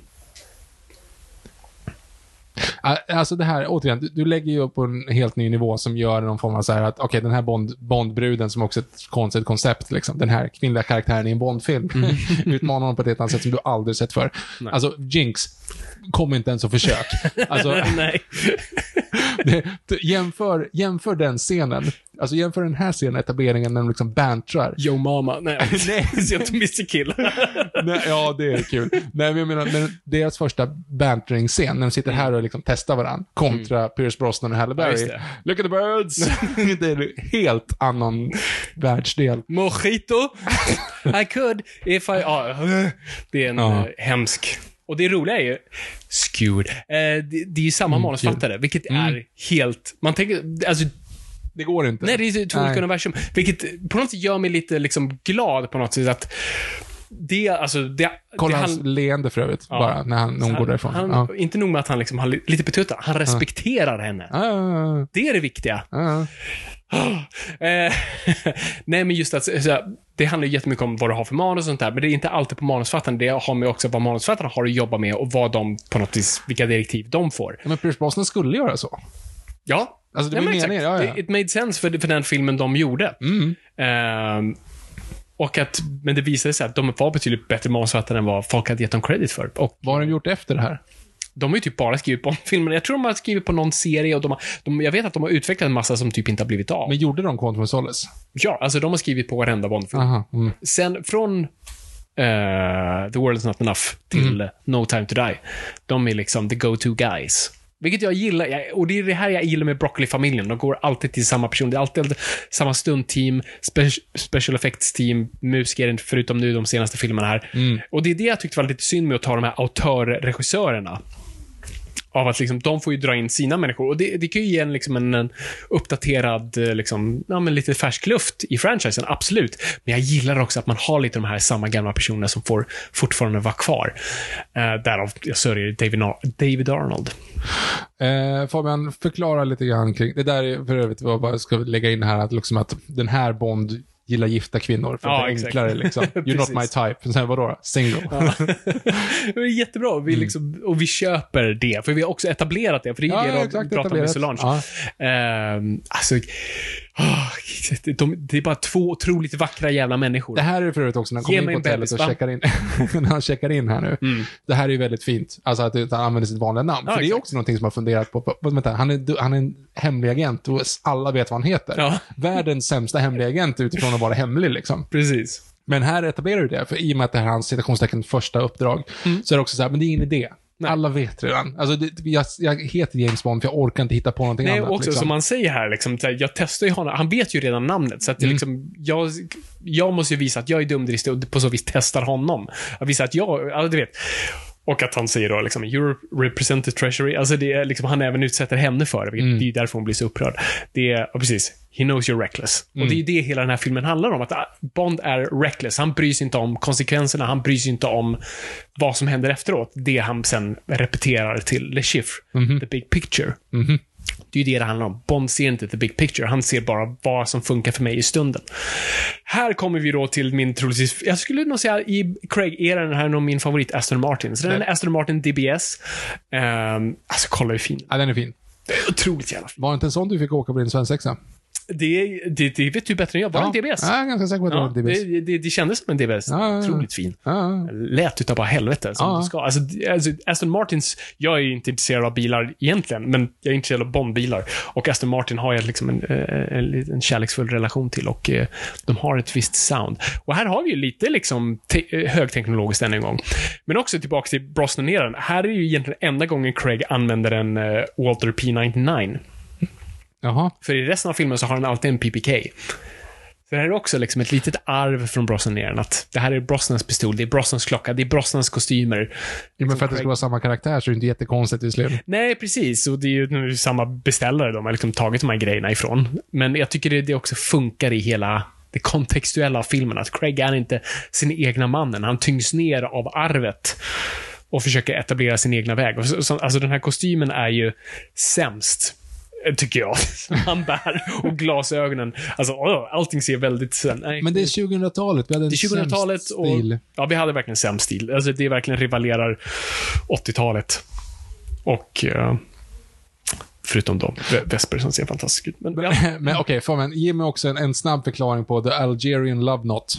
Alltså det här, återigen, du, du lägger ju upp på en helt ny nivå som gör någon form av så här att, okej, okay, den här Bond, Bondbruden som också är ett konstigt koncept, liksom, den här kvinnliga karaktären i en Bondfilm, mm. utmanar honom på ett annat sätt som du aldrig sett för. Nej. Alltså, Jinx, kom inte ens och försök. Alltså, nej. det, jämför, jämför den scenen, alltså jämför den här scenen, etableringen när de liksom bantrar. Yo mama, nej. Nej, det är inte mister Kill. Nej, ja, det är kul. Nej, men jag menar, men deras första bantering-scen, när de sitter här och liksom testar varandra, kontra mm. Pierce Brosnan och Halle Berry. Ja, look at the birds! Det är en helt annan världsdel. Mojito, I could if I... Uh, det är en ja. uh, hemsk... Och det roliga är ju Skewed. Eh, det, det är ju samma mm, manusfattare, kul. Vilket mm. är helt... Man tänker... Alltså, det går inte. Nej, det är två olika universum. Vilket på något sätt gör mig lite liksom glad på något sätt att det, alltså... Det, Kolla det, hans han, leende för övrigt, ja, bara, när han, när hon han, går därifrån. Han, ja. Inte nog med att han liksom har lite betuttat, han respekterar ja. henne. Ja. Det är det viktiga. Ja. eh, nej, men just att så, det handlar jättemycket om vad du har för manus och sånt där, men det är inte alltid på manusfattaren. Det har med också vad manusfattarna har att jobba med och vad de på något vis, vilka direktiv de får. Men Pierce Brosnan skulle göra så. Ja. Alltså det var ja, meningen, ja, ja. It made sense för, för den filmen de gjorde. Mm. Eh, och att, men det visade sig att de var betydligt bättre manusfattare än vad folk hade gett dem credit för. Och vad har de gjort efter det här? De har ju typ bara skrivit på filmen. Jag tror de har skrivit på någon serie och de har, de, jag vet att de har utvecklat en massa som typ inte har blivit av. Men gjorde de Quantum of Solace? Ja, alltså de har skrivit på varenda Bond-film. Aha, mm. Sen från uh, The World Is Not Enough till mm. No Time To Die. De är liksom the go-to guys. Vilket jag gillar, jag, och det är det här jag gillar med Broccoli-familjen. De går alltid till samma person. Det är alltid samma stundteam, spe- special effects team, musiker, förutom nu de senaste filmerna här. Mm. Och det är det jag tyckte var lite synd med att ta de här autörregissörerna. Av att liksom, de får ju dra in sina människor. Och det, det kan ju ge en, liksom en, en uppdaterad, liksom, ja, men lite färsk luft i franchisen, absolut. Men jag gillar också att man har lite de här samma gamla personer som får fortfarande vara kvar. Uh, därav jag sörjer David, David Arnold. Eh, Fabian, förklara lite grann kring det där. För övrigt vad jag ska lägga in här, att, liksom att den här Bond gillar gifta kvinnor för att ja, det är enklare liksom. You're not my type. Sen vadå då? Single. Ja. Det är jättebra. Vi liksom, och vi köper det. För vi har också etablerat det. För det är ja, det de pratar med Solange. Ja. Uh, alltså, oh, de, det är bara två otroligt vackra jävla människor. Det här är för övrigt också när han kommer in på hotellet och checkar in. När han checkar in här nu. Mm. Det här är ju väldigt fint. Alltså att han använder sitt vanliga namn. Ja, för exakt. Det är också någonting som har funderat på. på vänta, han, är, han är en hemlig agent och alla vet vad han heter. Ja. Världens sämsta hemlig agent utifrån att vara hemlig liksom. Precis. Men här etablerar du det. För i och med att det här är hans citationstecken första uppdrag mm. så är det också så här, men det är ingen idé. Nej. Alla vet redan. Alltså, det, jag, jag heter James Bond för jag orkar inte hitta på någonting Nej, annat. Nej, också liksom. Som man säger här, liksom, jag testar ju honom. Han vet ju redan namnet. Så att det, mm. liksom, jag, jag måste ju visa att jag är dumdristig och på så vis testar honom. Jag visar att jag, alltså, du vet. Och att han säger då liksom, Europe represented treasury. Alltså det är liksom, han även utsätter henne för det. Mm. Det är därför hon blir så upprörd. Det är, ja, precis. He knows you're reckless. Mm. Och det är det hela den här filmen handlar om. Att Bond är reckless. Han bryr sig inte om konsekvenserna. Han bryr sig inte om vad som händer efteråt. Det han sen repeterar till Le Chiffre. Mm-hmm. The big picture. Mm-hmm. Det är ju det det handlar om. Bond ser inte the big picture. Han ser bara vad som funkar för mig i stunden. Här kommer vi då till min troligtvis, jag skulle nog säga i Craig-eran här är nog min favorit Aston Martin. Så den är Aston Martin D B S. Um, alltså kolla hur fin. Ja, den är fin. Det är otroligt jävla fin. Var det inte en sån du fick åka på din svensexa? Det, det, det vet du bättre än jag. Var ja. en D B S? Ja, jag är ganska säker på att det var en D B S. Det, det, det kändes som en D B S. Ja, otroligt fin. Ja. Lät utav bara helvete. Som ja. ska. Alltså, alltså, Aston Martins, jag är inte intresserad av bilar egentligen, men jag är intresserad av Bondbilar. Och Aston Martin har jag liksom en, en, en kärleksfull relation till. Och de har ett visst sound. Och här har vi ju lite liksom te- högteknologiskt än en gång. Men också tillbaka till Brosnan-eran. Här är ju egentligen enda gången Craig använder en uh, Walther P nittionio. Jaha. För i resten av filmen så har han alltid en P P K. Så det här är också liksom ett litet arv från Brosnan-eran, att det här är Brosnans pistol, det är Brosnans klocka, det är Brosnans kostymer. Ja, men för att det ska vara samma karaktär så är det inte jättekonstigt i slutet. Nej, precis. Och det är ju samma beställare de har liksom tagit de här grejerna ifrån. Men jag tycker det, det också funkar i hela det kontextuella av filmen, att Craig är inte sin egna mannen. Han tyngs ner av arvet och försöker etablera sin egna väg. Alltså den här kostymen är ju sämst, tycker jag. Han bär och glasögonen. Alltså, åh, allting ser väldigt... Nej. Men det är tjugohundratalet. Vi hade en det är tjugohundratalet och, stil. Ja, vi hade verkligen sämst stil. Alltså, det verkligen rivalerar åttiotalet. Och... Uh, förutom då, Vesper som ser fantastiskt ut. Men, ja. Men okej, okay, ge mig också en, en snabb förklaring på The Algerian Love Knot.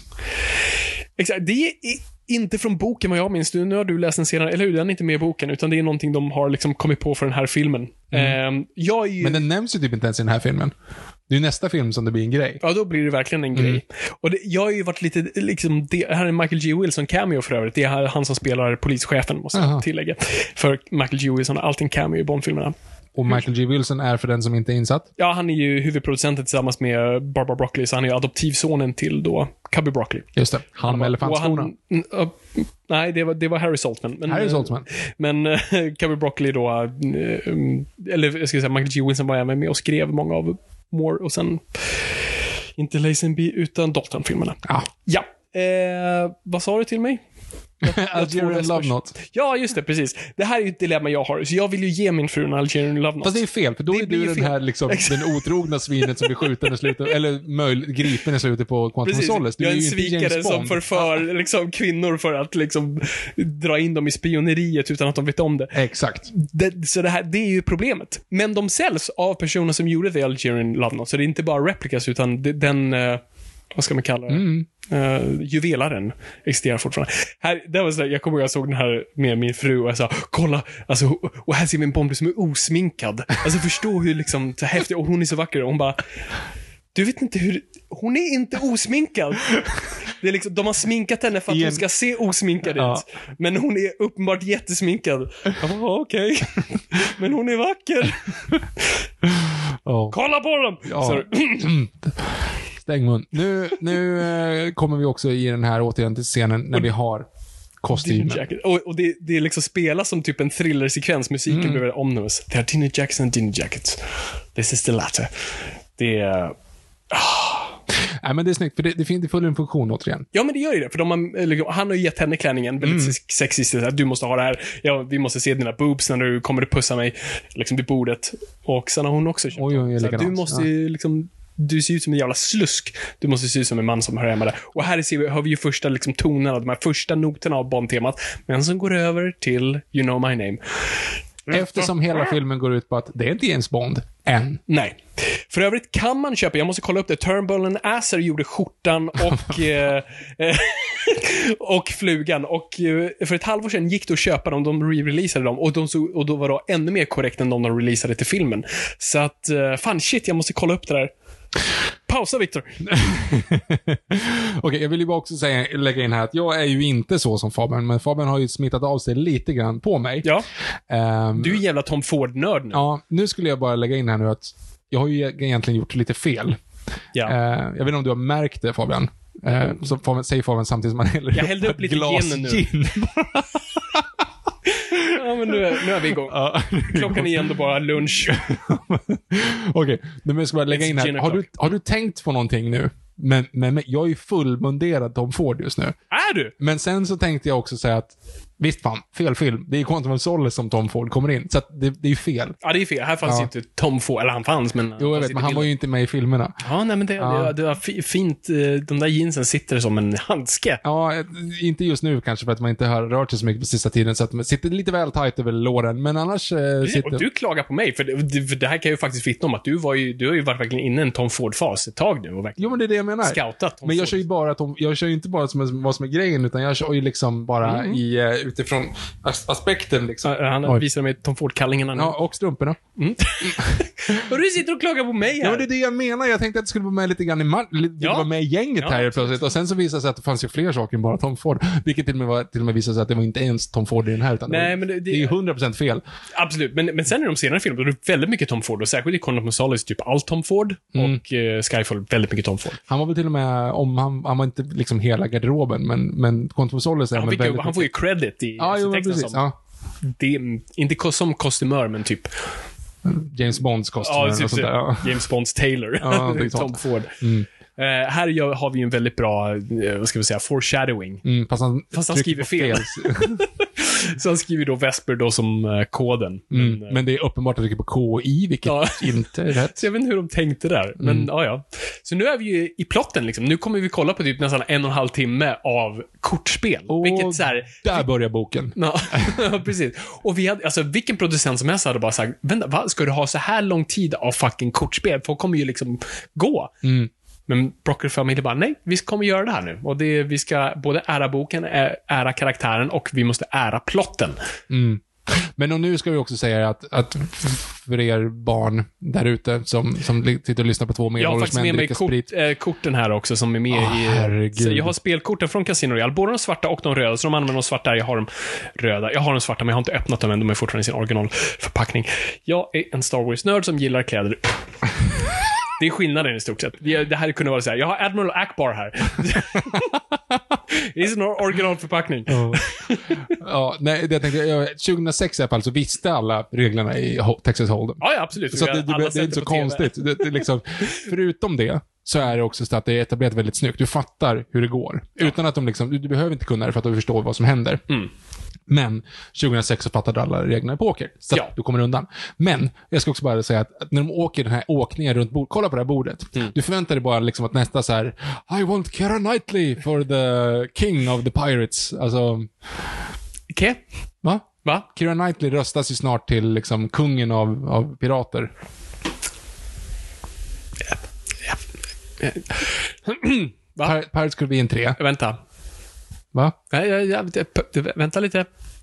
Exakt, det är... Inte från boken vad jag minns. Nu har du läst den senare, eller hur? Den är inte med i boken, utan det är någonting de har liksom kommit på för den här filmen. Mm. Um, jag är ju... Men den nämns ju typ inte ens i den här filmen. Det är ju nästa film som det blir en grej. Ja, då blir det verkligen en mm. grej. Och det, jag har ju varit lite, liksom, det här är Michael G. Wilson cameo för övrigt. Det är han som spelar polischefen, måste jag tillägga. För Michael G. Wilson har alltid en cameo i Bondfilmerna. Och Michael G. Wilson är, för den som inte är insatt? Ja, han är ju huvudproducenten tillsammans med Barbara Broccoli, så han är ju adoptivsonen till då Cubby Broccoli. Just det, han, han med elefantskorna. Uh, nej, det var, det var Harry Saltzman. Men, Harry Saltzman. Men uh, Cubby Broccoli då, uh, eller jag ska säga, Michael G. Wilson var även med och skrev många av Moore och sen inte Lazenby utan Dalton-filmerna. Ja. Ja. Eh, vad sa du till mig? Algerian Love Knot. Ja, just det, precis. Det här är ju ett dilemma jag har. Så jag vill ju ge min fru en Algerian Love Knot. Fast det är fel, för då det är du den fel. här liksom, den otrogna svinet som blir skjuten i slutet, eller möjligt gripen i slutet på Quantum of Solace. Du jag är en ju svikare som förför liksom, kvinnor för att liksom, dra in dem i spioneriet utan att de vet om det. Exakt. Det, så det här, det är ju problemet. Men de säljs av personer som gjorde The Algerian Love Knot. Så det är inte bara replicas, utan den... Uh, vad ska man kalla det? Mm. Uh, juvelaren existerar fortfarande. Här, det var så där, jag kommer ihåg jag såg den här med min fru och jag sa, kolla, alltså, och här ser min Bond som är osminkad. Alltså förstå hur liksom, så häftig, och hon är så vacker och hon bara, du vet inte hur, hon är inte osminkad. Det är liksom, de har sminkat henne för att I en- hon ska se osminkad Ja. ut. Men hon är uppenbart jättesminkad. Jag bara, okej. Men hon är vacker. Oh. Kolla på dem! Ja. Sorry. Stäng mun. Nu, nu eh, kommer vi också i den här återigen till scenen när vi har kostymen. Jacket. Och, och det, det är liksom spelas som typ en thrillersekvens. Musiken Mm. blir väldigt omnibus. Det är dinner jackets and dinner jackets. This is the latter. Det är... Nej, men det är snyggt, för det, det finns det fyller en funktion återigen. Ja, men det gör ju det. För de har, eller, han har ju gett henne klänningen väldigt Mm. sexistiskt. Att du måste ha det här. Ja, vi måste se dina boobs när du kommer att pussa mig liksom vid bordet. Och sen har hon också köpt Oj, oj, dem. Så att likadant. du måste Ja. ju liksom... Du ser ut som en jävla slusk. Du måste se ut som en man som hör hemma där. Och här ser vi, har vi ju första liksom, tonerna, de här första noterna av Bond-temat. Men som går över till You know my name. Eftersom hela filmen går ut på att det är inte James Bond än. Nej. För övrigt kan man köpa, jag måste kolla upp det, Turnbull and Asser gjorde skjortan och eh, och flugan. Och eh, för ett halvår sedan gick det att köpa dem, de re-releasade dem. Och, de såg, och då var det ännu mer korrekt än de de releasade till filmen. Så att, eh, fan shit, jag måste kolla upp det där. Pausa, Victor. Okej, jag vill ju bara också säga, lägga in här att jag är ju inte så som Fabian, men Fabian har ju smittat av sig lite grann på mig. Ja, Ehm, du är jävla Tom Ford-nörd nu. Ja, nu skulle jag bara lägga in här nu att jag har ju egentligen gjort lite fel. Ja. Eh, jag vet inte om du har märkt det, Fabian. Eh, så Fabian, säger Fabian samtidigt som han häller Jag hällde upp ett lite glas gin nu. gin. Ja, men nu, är- nu är vi igång. Ja. Klockan är ändå bara lunch. Okej, men jag ska bara lägga It's in här. gin Har du, o'clock. har du tänkt på någonting nu? Men, men, men jag är ju fullmunderad Tom Ford just nu. Är du? Men sen så tänkte jag också säga att visst fan, fel film. Det är Quantum of Solace som Tom Ford kommer in. Så att det, det är ju fel. Ja, det är fel. Här fanns Ja. inte Tom Ford. Eller han fanns, men... Jo, jag fanns vet, inte men han bilden. var ju inte med i filmerna. Ja, nej, men det, Ja. det, det var fi- fint. eh, De där jeansen sitter som en handske. Ja, eh, inte just nu kanske för att man inte har rört sig så mycket på sista tiden. Så att man sitter lite väl tajt över låren. Men annars eh, sitter... Och du klagar på mig, för det, för det här kan ju faktiskt vittna om att du var ju, du har ju varit verkligen inne i en Tom Ford-fas ett tag nu och verkligen Jo, men det är det jag menar. scoutat Tom Men jag Ford. kör ju bara Tom, jag kör ju inte bara som är, vad som är grejen, utan jag kör ju liksom bara Mm. i, eh, utifrån as- aspekten liksom. Ja, han Oj. visar mig Tom Ford-kallingarna nu. Ja, och strumporna. Och du sitter och klagar på mig här. Ja, men det är det jag menar. Jag tänkte att det skulle vara med lite grann i, ma- lite, Ja. vara med i gänget Ja, här absolut. plötsligt. Och sen så visade det sig att det fanns ju fler saker än bara Tom Ford. Vilket till och med, var, till och med visade sig att det var inte ens Tom Ford i den här. Utan Nej, det, men det- det, det- är ju hundra procent fel. Absolut, men, men sen i de senare filmerna då är det väldigt mycket Tom Ford. Och särskilt i Quantum of Solace typ allt Tom Ford. Mm. Och eh, Skyfall väldigt mycket Tom Ford. Han var väl till och med, om han, han var inte liksom hela garderoben, men, men Quantum of Solace är Han, väl fick, ju- väldigt han får ju credit i Ja, jo, men texten precis. som, Ja. det, inte ko- som kostymör, men typ James Bonds kostym ja, och typ, sånt där. Ja. James Bonds Taylor. Ja, det är Tom sant. Ford. Mm. Eh, här gör, har vi ju en väldigt bra, eh, vad ska vi säga, foreshadowing. Mm, fast han, Fast han trycker skriver på fel. Så han skriver då Vesper då som eh, koden. Mm, Men, eh, men det är uppenbart att han trycker på K och I, vilket Ja. inte är rätt. så jag vet inte hur de tänkte där. Men Mm. ja, ja. Så nu är vi ju i plotten liksom. Nu kommer vi kolla på typ nästan en och en halv timme av kortspel. Och vilket så här, där börjar boken. ja, precis. Och vi hade, alltså vilken producent som helst hade bara sagt, vänta, va? Ska du ha så här lång tid av fucking kortspel? Folk kommer ju liksom gå. Mm. Men Broccoli familj bara, nej, vi kommer göra det här nu. Och det, vi ska både ära boken, ä- ära karaktären och vi måste ära plotten. Mm. Men och nu ska vi också säga att, att för er barn där ute som, som li- sitter och lyssnar på två Jag har medelålders faktiskt män med mig dricker kort, sprit. eh, korten här också som är med Åh, i... herregud. Så jag har spelkorten från Casino Royale, både de svarta och de röda. Så de använder de svarta, jag har de röda. Jag har de svarta, men jag har inte öppnat dem än. De är fortfarande i sin originalförpackning. Jag är en Star Wars-nörd som gillar kläder. Det är skillnaden i stort sett. Det det här kunde vara så här. Jag har Admiral Akbar här. Det är en originalförpackning. Ja. Ja, nej, det jag tänkte, jag, tjugohundrasex i alla fall så visste alla reglerna i Ho- Texas Hold'em. Ja, ja, absolut. Så att det, Alla det, det är inte så sett på T V. konstigt. Det, det är liksom, förutom det så är det också så att det är etablerat väldigt snyggt. Du fattar hur det går. Utan att de liksom, du, du behöver inte kunna det för att du förstår vad som händer. Mm. Men tjugohundrasex så fattade alla reglerna i poker. Så Ja. att du kommer undan. Men jag ska också bara säga att, att när de åker den här åkningen runt bordet, kolla på det här bordet. Mm. Du förväntar dig bara liksom att nästa så här: I want Keira Knightley for the king of the pirates. Alltså, Okej. va? Va? Keira Knightley röstas ju snart till liksom kungen av, av pirater. Va? Pir- Pirates skulle bli en tre. Vänta. Va? Nej, jag, jag, jag, vänta lite.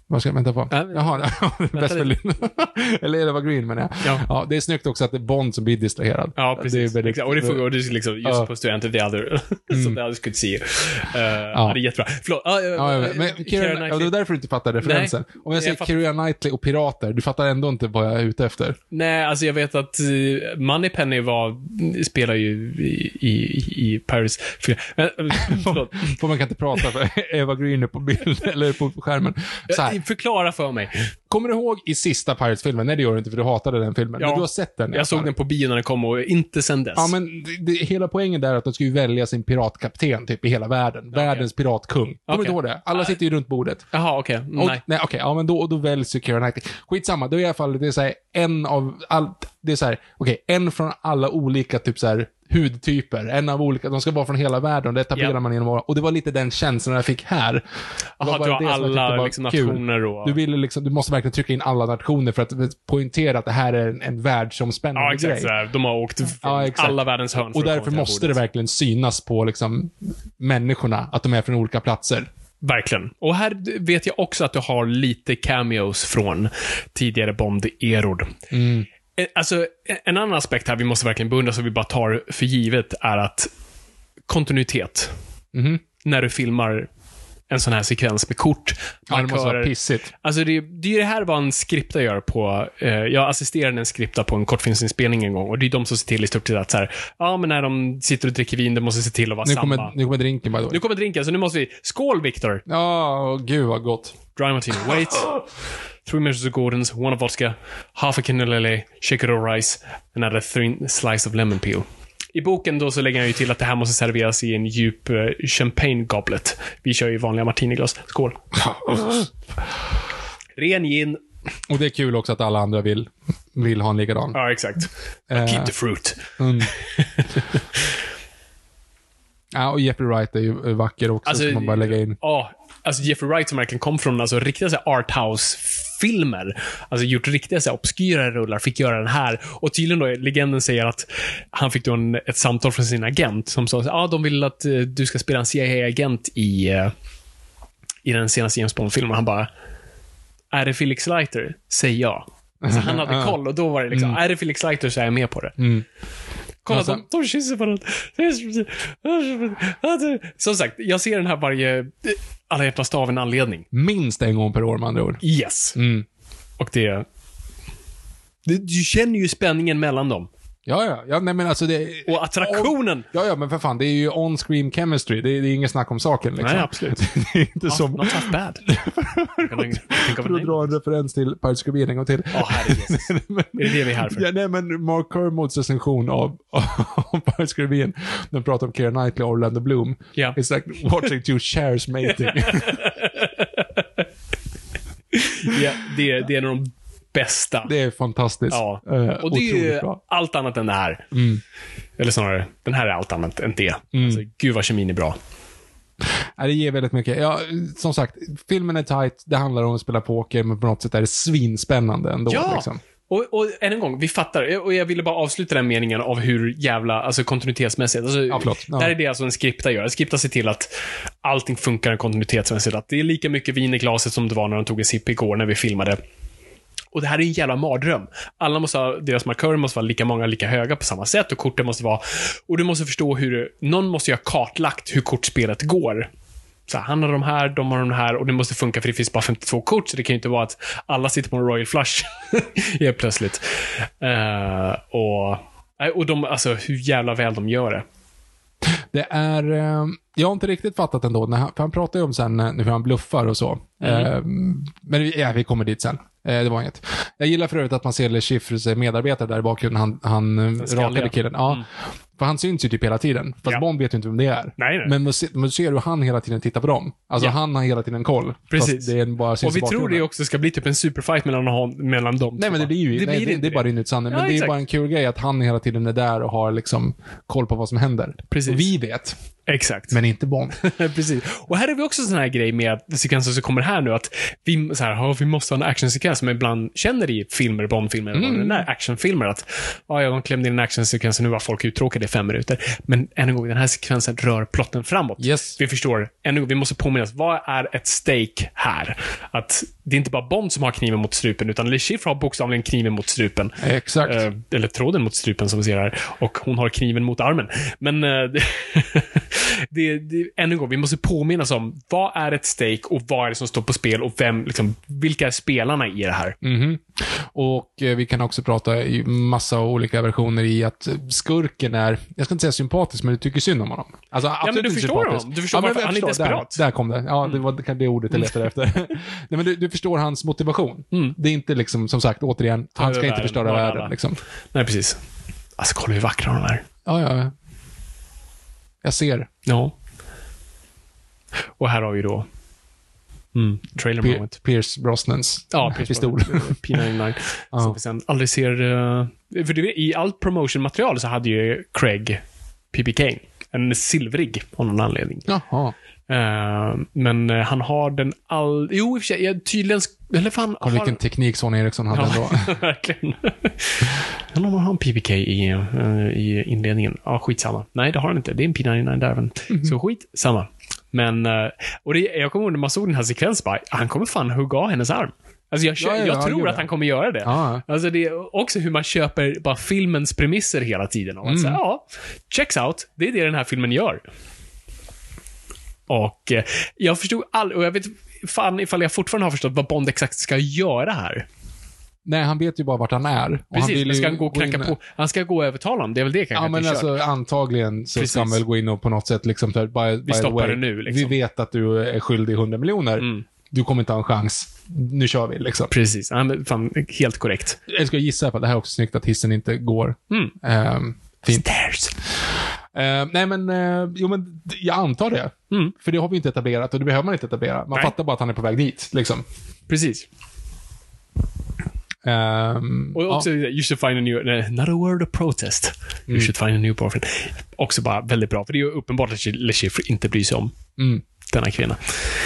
Vad ska jag vänta på? Äh, Jaha, bäst väl. Eller Eva Green, men ja. Ja. ja. Det är snyggt också att det är Bond som blir distraherad. Ja, precis. Det är väldigt, och det får och det är liksom, you're Ja. supposed to enter the other. Mm. So the others could see you. Uh, ja. Det är jättebra. Förlåt. Uh, uh, Ja, jag vet. Men Keira Keira, Knightley. ja, det var därför du inte fattade referensen. Om jag Jag säger fattar. Keira Knightley och pirater, du fattar ändå inte vad jag är ute efter. Nej, alltså jag vet att uh, Moneypenny var, spelar ju i, i, i Paris. Men, uh, förlåt. För man kan inte prata för Eva Green är på bild eller på skärmen. Så här. Förklara för mig. Kommer du ihåg i sista Pirates-filmen? Nej, det gör du inte för du hatade den filmen. Ja. Men du har sett den. Jag såg den på bio när den kom och inte sen dess. Ja, men det, det, hela poängen där är att de ska ju välja sin piratkapten typ i hela världen. Okay. Världens piratkung. Kommer Okay. du inte ihåg det? Alla sitter ju runt bordet. Jaha, okej. Okay. Och, Nej. nej, okej. Okay, ja, men då, och då väljs ju Keira Knightley. Skitsamma, då är i alla fall det är så här, en av allt, det är så här, okej, okay, en från alla olika typ så här hudtyper, en av olika, de ska vara från hela världen, det etablerar yep. man genom åren. Och det var lite den känslan jag fick här. Jaha, du har alla liksom, nationer och... Du ville liksom, du måste verkligen trycka in alla nationer för att poängtera att det här är en, en världsomspännande ja, exakt, grej. sådär. De har åkt från ja, alla världens hörn. Och därför måste det verkligen synas på liksom människorna att de är från olika platser. Verkligen. Och här vet jag också att du har lite cameos från tidigare Bond-eror. Mm. Alltså, en annan aspekt här vi måste verkligen beundra så vi bara tar för givet är att kontinuitet. Mm. När du filmar en sån här sekvens med kort, ja, det måste vara pissigt. Alltså det, det är ju det här vad en skripta gör på, eh, jag assisterade en skripta på en kortfilmsinspelning en gång och det är de som ser till i stort till att så här, ja men när de sitter och dricker vin, det måste se till att vara nu samma. Kommer, nu kommer drinken by the way. Nu kommer drinken, så nu måste vi, skål Victor! Ja, oh, gud vad gott. Dry martini, wait. Three measures of Gordon's, one of vodka, half a cannellele, shaker of rice, another thin slice of lemon peel. I boken då så lägger jag ju till att det här måste serveras i en djup uh, champagne goblet. Vi kör ju vanliga martiniglas. Skål. Ren gin. Och det är kul också att alla andra vill, vill ha en likadan. Ja, exakt. Uh, Keep the fruit. Mm. Ja, och Jeffrey Wright är ju vacker också, alltså, som man bara lägga in. Ja, alltså Jeffrey Wright som verkligen kom från alltså, riktiga så här, arthouse-filmer. Alltså gjort riktiga så här, obskyra rullar, fick göra den här. Och tydligen då, legenden säger att han fick då en, ett samtal från sin agent som sa att ah, de vill att uh, du ska spela en C I A-agent i, uh, i den senaste James Bond-filmen. Han bara, är det Felix Leiter? Säg ja. Alltså, han hade koll och då var det liksom, mm. är det Felix Leiter så är jag med på det. Mm. Kolla, alltså, de, de kysser på något. Som sagt, jag ser den här varje alla hjärtans dag av en anledning. Minst en gång per år med andra ord. Yes. Mm. Och det, det... Du känner ju spänningen mellan dem. Ja, ja. ja nej, men alltså det, och attraktionen. Och, ja, ja, men för fan, det är ju on-screen chemistry. Det är, det är inget snack om saken. Liksom. Nej, absolut. Det är inte not, som... Not that bad. För att dra en referens till Pirates of the Caribbean en gång till. Ja, oh, herregud. Det är det vi är här för. Ja, nej, men Mark Kermods recension av, av Pirates of the Caribbean, de pratar om Keira Knightley och Orlando Bloom. Yeah. It's like watching two shares mating. Ja, det, det är en av de bästa. Det är fantastiskt. Ja. Uh, och det är ju bra. Allt annat än det här. Mm. Eller snarare, den här är allt annat än det. Mm. Alltså, gud vad kemin är bra. Ja, det ger väldigt mycket. Ja, som sagt, filmen är tight. Det handlar om att spela poker, men på något sätt är det svinspännande ändå. Ja! Liksom. Och, och än en gång, vi fattar. Och jag ville bara avsluta den meningen av hur jävla, alltså kontinuitetsmässigt. Alltså, ja, förlåt. Ja. Där är det alltså en skripta gör. En skripta ser till att allting funkar kontinuitetsmässigt. Att det är lika mycket vin i glaset som det var när de tog en sipp igår när vi filmade. Och det här är en jävla mardröm. Alla måste ha, deras markörer måste vara lika många, lika höga på samma sätt. Och korten måste vara, och du måste förstå hur, någon måste ju ha kartlagt hur kortspelet går. Så han har de här, de har de här, och det måste funka för det finns bara femtiotvå kort, så det kan ju inte vara att alla sitter på en Royal Flush helt plötsligt. Uh, och, och de, alltså hur jävla väl de gör det. Det är, eh, jag har inte riktigt fattat ändå, när han, för han pratar ju om sen nu hur han bluffar och så. Mm. Eh, men ja, vi kommer dit sen. Eh, det var inget. Jag gillar för övrigt att man ser Le Chiffres medarbetare där i bakgrunden, han, han rakade killen. Ja. Mm. För han syns ju typ hela tiden. Fast ja. Bond vet ju inte vem det är. Nej, nej. Men man ser, man ser hur han hela tiden tittar på dem. Alltså ja. Han har hela tiden koll. Precis. Det är bara och vi tror det också ska bli typ en superfight mellan, mellan dem. Nej, men det blir ju det, nej, blir det, det är bara inuti sanning. Ja, men det exakt. Är bara en kul grej att han hela tiden är där och har liksom koll på vad som händer. Precis. Och vi vet. Exakt. Men inte Bond. Precis. Och här är vi också sån här grej med sekvenser som kommer här nu, att vi, så här, oh, vi måste ha en actionsekvens som ibland känner i filmer, Bond-filmer, mm. eller där actionfilmer, att oh, jag klämde in en actionsekvens och nu var folk uttråkade i fem minuter. Men än en gång, den här sekvensen rör plotten framåt. Yes. Vi förstår, än en gång, vi måste påminna oss, vad är ett stake här? Att det är inte bara Bond som har kniven mot strupen, utan Le Chiffre har bokstavligen kniven mot strupen. Exakt. Eh, eller tråden mot strupen som vi ser här. Och hon har kniven mot armen. Men eh, det, det, än en gång, vi måste påminna oss om vad är ett stake och vad är det som står på spel och vem, liksom, vilka är spelarna i det här. Mm-hmm. Och eh, vi kan också prata i massa olika versioner i att skurken är, jag ska inte säga sympatisk, men du tycker synd om honom. Alltså, ja, men du förstår honom. Du förstår ja, varför han är desperat. Där, där kom det. Ja, det var det ordet jag letade efter. Nej, men du, du förstår hans motivation. Mm. Det är inte liksom, som sagt, återigen, han ska inte förstöra världen. Liksom. Nej, precis. Alltså, kolla hur vackra de är. Ja, ja. Jag ser. Ja. Och här har vi då mm, trailer P- moment. Pierce Brosnans ja, Pierce pistol. P nittionio. Ja. Som vi sen aldrig ser... Uh, för det, i allt promotion-material så hade ju Craig P P Kane en silvrig av någon anledning. Jaha. Uh, men uh, han har den all... Jo, i och för sig, jag tydligen... Eller fan... Och vilken har... teknik Sonny Eriksson hade ja, ändå. Verkligen. Eller om han har en P P K i, uh, i inledningen. Ja, skitsamma. Nej, det har han inte. Det är en P nittionio där även. Mm-hmm. Så skitsamma. Men... Uh, och det, jag kommer ihåg när man såg den här sekvensen bara, han kommer fan hugga av hennes arm. Alltså jag, ja, ja, jag tror att han kommer göra det. Ja. Alltså det är också hur man köper bara filmens premisser hela tiden. Och att mm. säga, ja, checks out. Det är det den här filmen gör. Och eh, jag förstod all, och jag vet fan ifall jag fortfarande har förstått vad Bond exakt ska göra här. Nej, han vet ju bara vart han är. Och precis, han vill men ska han gå och knacka in... på... Han ska gå och övertala honom, det är väl det kanske. Ja, men alltså kört. Antagligen så Precis. Ska han väl gå in och på något sätt liksom... By, by vi stoppar det nu, liksom. Vi vet att du är skyldig hundra miljoner. Mm. Du kommer inte ha en chans. Nu kör vi, liksom. Precis, ja, men fan, helt korrekt. Jag ska gissa på att det här är också snyggt att hissen inte går. Mm. Um, fint. Stairs. Uh, nej men, uh, jo men jag antar det. Mm. För det har vi inte etablerat och det behöver man inte etablera. Man nej. Fattar bara att han är på väg dit, liksom. Precis. Um, och också, ja. You should find a new, uh, not a word of protest. You mm. should find a new boyfriend. Också bara väldigt bra, för det är ju uppenbart att Le Chiffre inte bryr sig om mm. denna kvinna.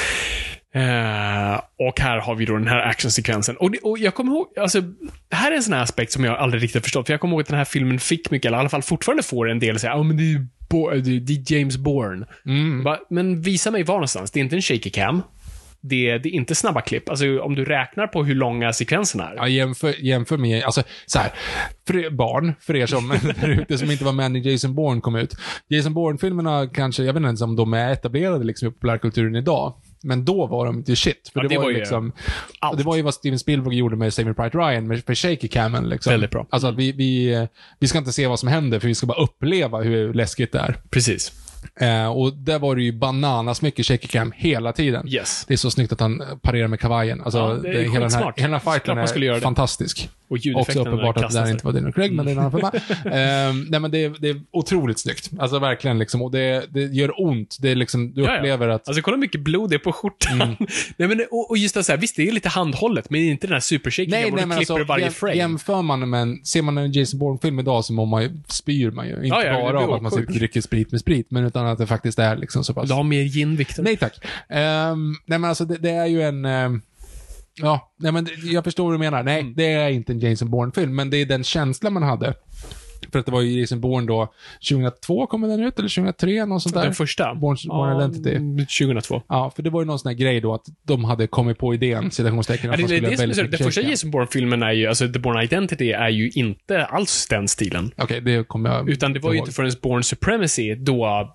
Uh, och här har vi då den här actionsekvensen. Och, det, och jag kommer ihåg, alltså, det här är en sån här aspekt som jag aldrig riktigt förstått. För jag kommer ihåg att den här filmen fick mycket, eller i alla fall fortfarande får en del att säga, ja oh, men det är, Bo- det är James Bourne. Mm. Bara, men visa mig var någonstans. Det är inte en shaky cam. Det, det är inte snabba klipp. Alltså om du räknar på hur långa sekvenserna är. Ja, jämför, jämför med, alltså så här, för barn, för er som, för som inte var med när Jason Bourne kom ut. Jason Bourne-filmerna kanske, jag vet inte om de är etablerade liksom i populärkulturen idag. Men då var de inte shit. För ja, det, det var ju liksom... Allt. Det var ju vad Steven Spielberg gjorde med Saving Private Ryan, med, för shaky camen liksom. Väldigt bra. Alltså att vi, vi, vi ska inte se vad som händer, för vi ska bara uppleva hur läskigt det är. Precis. Eh, och där var det ju bananas mycket shaky cam hela tiden. Yes. Det är så snyggt att han parerar med kavajen. Alltså, ja, det är det, hela, den här, hela den här fighten är fantastisk. Och också uppenbart att det där inte var Daniel Craig, men det är en annan femma. eh, Nej, men det är, det är otroligt snyggt. Alltså verkligen liksom. Och det, det gör ont. Det är liksom, du upplever ja, ja. att... Alltså kolla mycket blod det är på skjortan. Mm. nej, men, och, och just det så här, visst det är lite handhållet, men inte den här supershaking. Nej, nej, men alltså, varje frame. Jämför man med, ser man en Jason Bourne-film idag så må man ju, spyr man ju. Inte ja, ja, bara av att man sitter och dricker sprit med sprit, men utan att det faktiskt är liksom så pass... Du har mer gin, Victor. Nej, tack. Um, nej, men alltså det, det är ju en... Um, ja, nej, men jag förstår vad du menar. Nej, mm. det är inte en Jason Bourne-film, men det är den känslan man hade. För att det var ju Jason Bourne då, tjugohundratvå kommer den ut, eller tjugohundratre, något sånt där. Den första? Bourne, Bourne ja, Identity. tjugohundratvå. Ja, för det var ju någon sån här grej då att de hade kommit på idén, citationstecken. Ja, det, det, det, det, det, det första Jason Bourne-filmen är ju, alltså The Bourne Identity är ju inte alls den stilen. Okej, okay, det kommer jag Utan det var ju inte förrän Bourne Supremacy då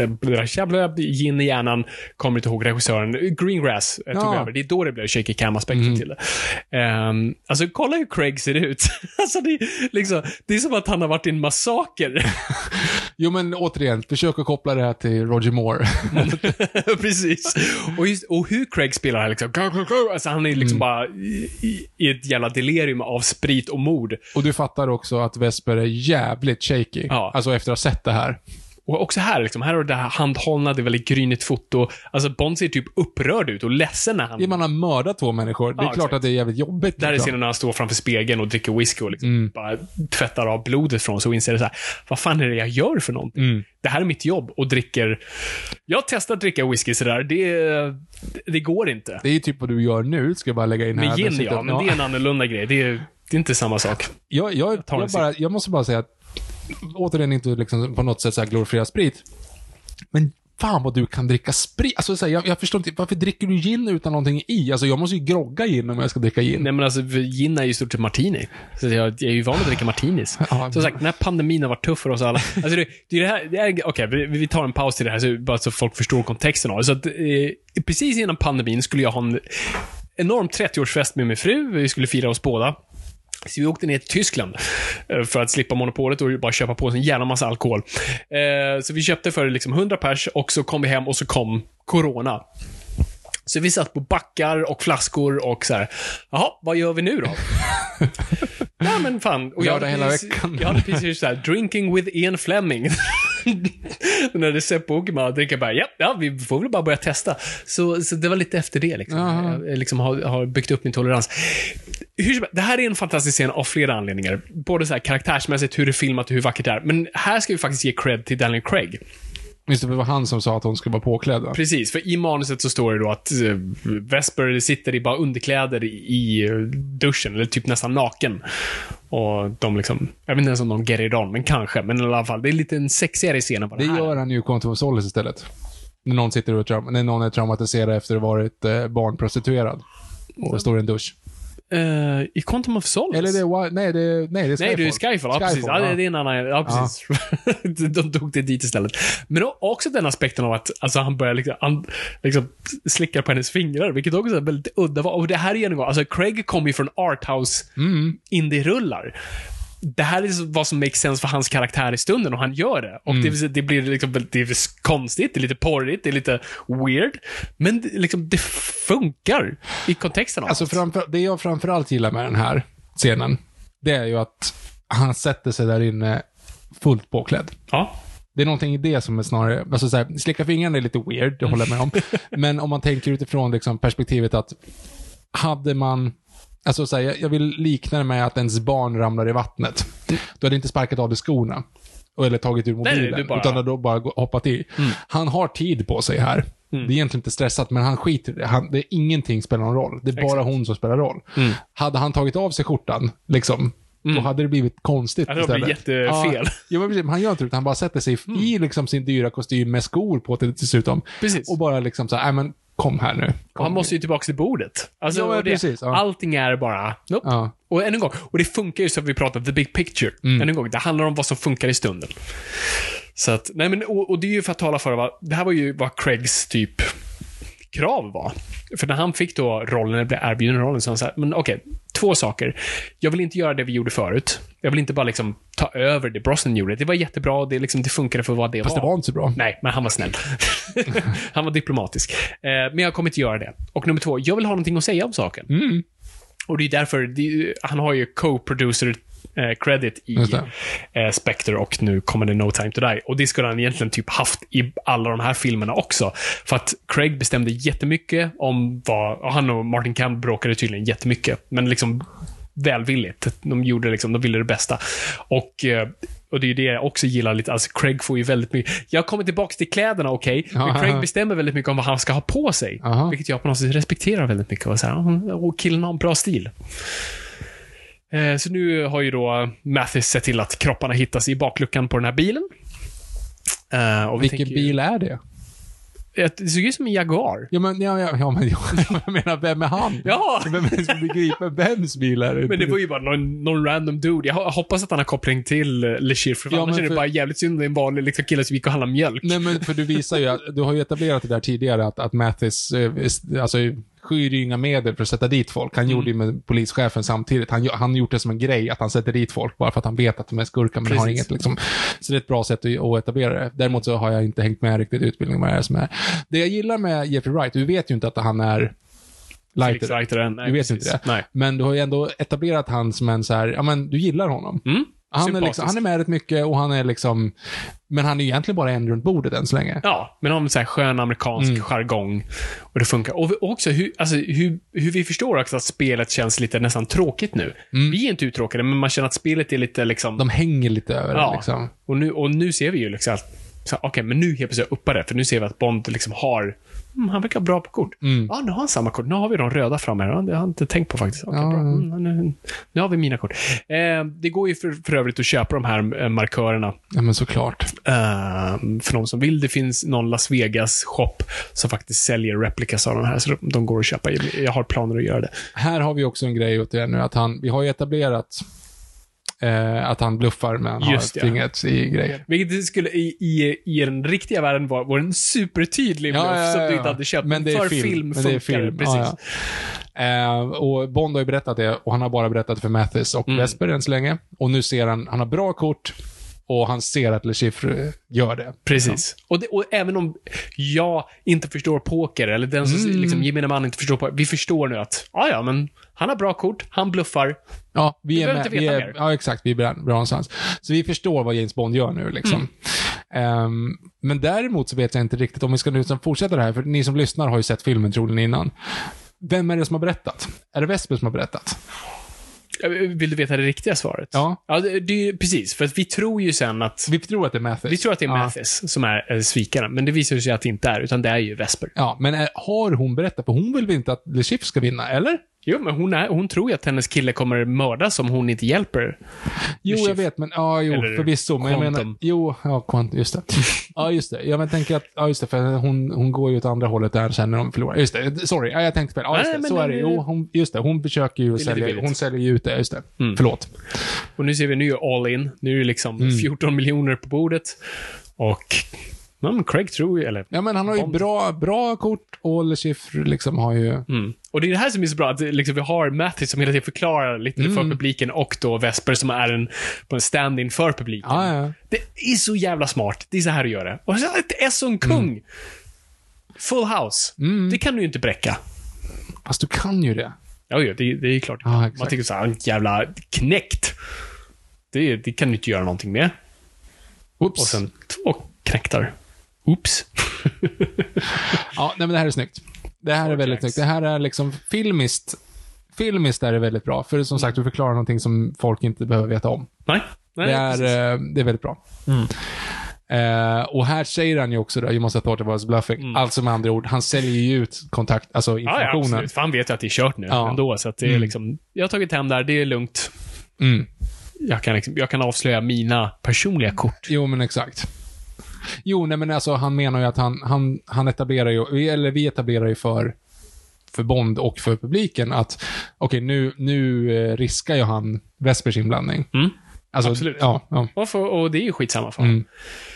äh, gin i hjärnan, kommer inte ihåg regissören, Greengrass äh, tog ja. över. Det är då det blev shaky cam-aspekten mm. till det. Um, alltså kolla hur Craig ser ut. alltså det, liksom, det är som att han har varit i en massaker. Jo, men återigen, försök att koppla det här till Roger Moore. Precis. Och, just, och hur Craig spelar här liksom, alltså han är liksom mm. bara i, i ett jävla delirium av sprit och mord. Och du fattar också att Vesper är jävligt shaky. Ja. Alltså efter att ha sett det här. och också här, liksom, här har det här handhållna, det är väldigt grynigt foto. Alltså Bond ser typ upprörd ut och ledsen när han... Ja, man har mördat två människor. Det är ja, klart exakt. att det är jävligt jobbigt. Där är liksom. scenen när han står framför spegeln och dricker whisky och liksom Mm. bara tvättar av blodet från så och inser det så här, vad fan är det jag gör för någonting? Mm. Det här är mitt jobb och dricker... Jag har testat att dricka whisky sådär, det, det går inte. Det är ju typ vad du gör nu, ska jag bara lägga in här. Med gin, Dessutom- ja, men det är en annorlunda grej. Det är, det är inte samma sak. Jag, jag, tar en jag, bara, jag måste bara säga att återigen inte liksom på något sätt så här glorifiera sprit. Men fan vad du kan dricka sprit. Alltså så här, jag, jag förstår inte, varför dricker du gin utan någonting i? Alltså jag måste ju grogga gin om jag ska dricka gin. Nej men alltså, gin är ju i stort sett martini. Så jag, jag är ju van att dricka martinis. Ja, Som sagt, den här pandemin har varit tuff för oss alla. Alltså det, det är det här, det är, okej, vi, vi tar en paus till det här så, bara så folk förstår kontexten av det. Så att, eh, precis innan pandemin skulle jag ha en enorm trettioårsfest med min fru. Vi skulle fira oss båda. Så vi åkte ner till Tyskland för att slippa monopolet och bara köpa på oss en jävla massa alkohol. Så vi köpte för liksom hundra pers och så kom vi hem och så kom corona. Så vi satt på backar och flaskor och så här. Jaha, vad gör vi nu då? Ja men fan. Och jag Gör det hela precis, veckan. jag hade precis så här, drinking with Ian Fleming. När det ser på man och dricker bara, ja, ja, vi får väl bara börja testa. Så, så det var lite efter det liksom. Aha. Jag liksom har, har byggt upp min tolerans. Hur, det här är en fantastisk scen av flera anledningar. Både så här karaktärsmässigt, hur det är filmat och hur vackert det är. Men här ska vi faktiskt ge cred till Daniel Craig. Just det, det var han som sa att hon skulle vara påklädd. Va? Precis, för i manuset så står det då att uh, Vesper sitter i bara underkläder i, i uh, duschen, eller typ nästan naken. Och de liksom, jag vet inte ens om de get it on, men kanske. Men i alla fall, det är lite en sexigare scen än vad Det det här. gör han ju i Quantum of Solace istället. När någon sitter och traum- när någon är traumatiserad efter att ha varit eh, barnprostituerad. Och står i en dusch. Uh, I Quantum of Solace? Eller det är, nej, det är, nej, det är Skyfall. Nej, det är Skyfall. Ja, precis. Ja, det, det är en annan... Ja, precis. De tog det dit istället. Men då, också den aspekten av att alltså, han börjar liksom, han, liksom slicka på hennes fingrar, vilket också är väldigt udda. Och det här är ju alltså, Craig kommer ju från arthouse Mm. indie-rullar. Det här är vad som makes sense för hans karaktär i stunden och han gör det. Och Mm. det, det blir liksom det är konstigt, det är lite porrigt, det är lite weird. Men det, liksom, det funkar i kontexten av Alltså allt. framför, det jag framförallt gillar med den här scenen, det är ju att han sätter sig där inne fullt påklädd. Ja. Det är någonting i det som är snarare, alltså så här, slicka fingrarna är lite weird, det håller jag med om. Men om man tänker utifrån liksom perspektivet att hade man, alltså så här, jag vill likna det med att ens barn ramlar i vattnet. Du hade inte sparkat av dig skorna. Eller tagit ur mobilen. Nej, nej, du bara- utan då bara gå- hoppat i. Mm. Han har tid på sig här. Det är egentligen inte stressat, men han skiter i det. Han, det är ingenting spelar någon roll. Det är bara Exakt. hon som spelar roll. Mm. Hade han tagit av sig skjortan, liksom, då hade det blivit konstigt Ja, det blir istället. jättefel. Ja, ja, men precis, men han gör inte det, utan han bara sätter sig i liksom sin dyra kostym med skor på till dessutom. Precis. Och bara liksom så här, nej men kom här nu. Och Kom han måste ju tillbaka till bordet. Alltså, Ja, och det, precis, ja. Allting är bara... Nope. Ja. Och än en gång, och det funkar ju så att vi pratar the big picture. Mm. Än en gång, det handlar om vad som funkar i stunden. Så att, nej men, och, och det är ju för att tala för vad, det här var ju vad Craigs typ krav var. För när han fick då rollen, eller blev erbjuden rollen, så han sa, men okej, två saker. Jag vill inte göra det vi gjorde förut. Jag vill inte bara liksom ta över det Brosnan gjorde. Det var jättebra, det, liksom, det funkade för vad det Fast var. det var inte så bra. Nej, men han var snäll. Han var diplomatisk. Eh, men jag kommer inte göra det. Och nummer två, jag vill ha någonting att säga om saken. Mm. Och det är därför, det, han har ju co-producer eh, credit i Just eh, Spectre och nu kommer det No Time to Die. Och det skulle han egentligen typ haft i alla de här filmerna också. För att Craig bestämde jättemycket om vad, och han och Martin Campbell bråkade tydligen jättemycket. Men liksom välvilligt. De gjorde liksom, de ville det bästa. Och eh, och det är ju det jag också gillar lite. Alltså Craig får ju väldigt mycket. Jag kommer tillbaka till kläderna, okej. Okay? Men Craig bestämmer väldigt mycket om vad han ska ha på sig. Aha. Vilket jag på något sätt respekterar väldigt mycket. Och, så här, och killen har en bra stil. Eh, så nu har ju då Mathis sett till att kropparna hittas i bakluckan på den här bilen. Eh, och vi Vilken tänker, bil är det? Det såg ut som en Jaguar. Ja, men, ja, ja, ja, men jag, jag menar, vem är han? Ja. Vem är det som begriper vems bil är det? Men det var ju bara någon, någon random dude. Jag hoppas att han har koppling till uh, Le Chiffre, för Ja, annars men är det för- bara jävligt synd. Det är en vanlig liksom, kille som gick och handlade mjölk. Nej, men för du visar ju, att, du har ju etablerat det där tidigare att, att Mathis, eh, alltså skyr ju inga medel för att sätta dit folk. Han Mm. gjorde ju med polischefen samtidigt. Han han gjort det som en grej att han sätter dit folk bara för att han vet att de är skurkar, men har Precis. inget liksom. Så det är ett bra sätt att, att etablera det. Däremot så har jag inte hängt med riktigt i utbildningen vad det är som är. Det jag gillar med Jeffrey Wright, du vet ju inte att han är Felix lighter. Leiter, nej, Du vet precis. inte det. Nej. Men du har ju ändå etablerat han som en så här, ja men du gillar honom. Mm. Han är, liksom, han är med rätt mycket och han är liksom... Men han är egentligen bara en runt bordet än så länge. Ja, men har en så här skön amerikansk mm. jargong. Och det funkar. Och också hur, alltså, hur, hur vi förstår också att spelet känns lite nästan tråkigt nu. Mm. Vi är inte uttråkade, men man känner att spelet är lite liksom... De hänger lite över ja. det liksom. Och nu, och nu ser vi ju liksom att... Okej, okay, men nu helt plötsligt uppar det. För nu ser vi att Bond liksom har... Mm, han verkar bra på kort. Mm. Ja, nu har han samma kort. Nu har vi de röda fram här. Det har jag inte tänkt på faktiskt. Okay, ja. Bra. Mm, nu, nu har vi mina kort. Eh, det går ju för, för övrigt att köpa de här eh, markörerna. Ja, men såklart. Eh, för de som vill. Det finns någon Las Vegas-shop som faktiskt säljer replikas av de här. Så de, de går att köpa. Jag har planer att göra det. Här har vi också en grej åt det nu. Att han, vi har ju etablerat... Eh, att han bluffar men han Just har fingret i grejer. Vilket skulle i, i, i den riktiga världen vara, var en supertydlig bluff ja, ja, ja, som du inte hade köpt. Men det är för film, film men det är film. Precis. Ja, ja. Eh, och Bond har ju berättat det och han har bara berättat för Mathis och mm. Vesper än så länge. Och nu ser han, han har bra kort och han ser att Le Chiffre gör det. Precis. Och, det, och även om jag inte förstår poker, eller den som mm. liksom, gemene man inte förstår poker, vi förstår nu att, ja ja, men han har bra kort, han bluffar. Ja, vi, vi är med, vi är, mer. Ja, exakt, vi är bra, bra någonstans. Så vi förstår vad James Bond gör nu liksom. Mm. Um, men däremot så vet jag inte riktigt om vi ska nu fortsätta det här, för ni som lyssnar har ju sett filmen troligen innan. Vem är det som har berättat? Är det Vesper som har berättat? Vill du veta det riktiga svaret? Ja. Ja, det, det är precis. För att vi tror ju sen att... Vi tror att det är Mathis. Vi tror att det är ja. Mathis som är, är svikaren. Men det visar sig att det inte är, utan det är ju Vesper. Ja, men är, har hon berättat? För hon vill väl inte att Le Chiffre ska vinna, eller? Jo, men hon, är, hon tror ju att hennes kille kommer mördas om hon inte hjälper. Jo, jag vet, men ja, jo, Eller förvisso. Men jag menar, jo, ja, Quantum, just det. Ja, just det. Jag men, tänker att, ja, just det, för hon, hon går ju åt andra hållet där sen när de förlorar. Just det, sorry, ja, jag tänkte fel. Ja, just det, Nej, så är det. Jo, hon, just det, hon försöker ju sälja, hon säljer ju ut det, just det. Mm. Förlåt. Och nu ser vi, nu är all in. Nu är det liksom mm. fjorton miljoner på bordet. Och... Men Craig tror ju, eller... Ja, men han har ju bra, bra kort och Le Chiffre liksom har ju... Mm. Och det är det här som är så bra, att liksom vi har Mathis som hela tiden förklarar lite mm. för publiken och då Vesper som är en, på en stand-in för publiken. Ja, ja. Det är så jävla smart. Det är så här att göra det. Och det är så en kung. Mm. Full house. Mm. Det kan du ju inte bräcka. Fast du kan ju det. Ja, ja det, det är klart. Ja, man tänker så här, en jävla knäckt. Det, det kan du inte göra någonting med. Oops. Och sen två knäktar. Oops. Ja, nej, men det här är snyggt. Det här är väldigt snyggt. Det här är liksom filmiskt. Filmiskt är det väldigt bra. För som sagt, du förklarar någonting som folk inte behöver veta om. Nej. nej det, är, det är väldigt bra. Mm. Uh, och här säger han ju också då, you must have thought it was bluffing. Mm. Alltså med andra ord, han säljer ju ut kontakt, alltså informationen. Ja, ja, absolut. För han vet ju att det är kört nu ja. ändå. Så att det är mm. liksom, jag har tagit hem där, det är lugnt. Mm. Jag, kan liksom, jag kan avslöja mina personliga kort. Jo, men exakt. Jo, nej men alltså han menar ju att han, han, han etablerar ju, eller vi etablerar ju för för Bond och för publiken att okej, okay, nu, nu riskar ju han Vespers inblandning. Mm. Alltså, absolut. Ja, ja. Och, för, och det är ju skitsamma för honom.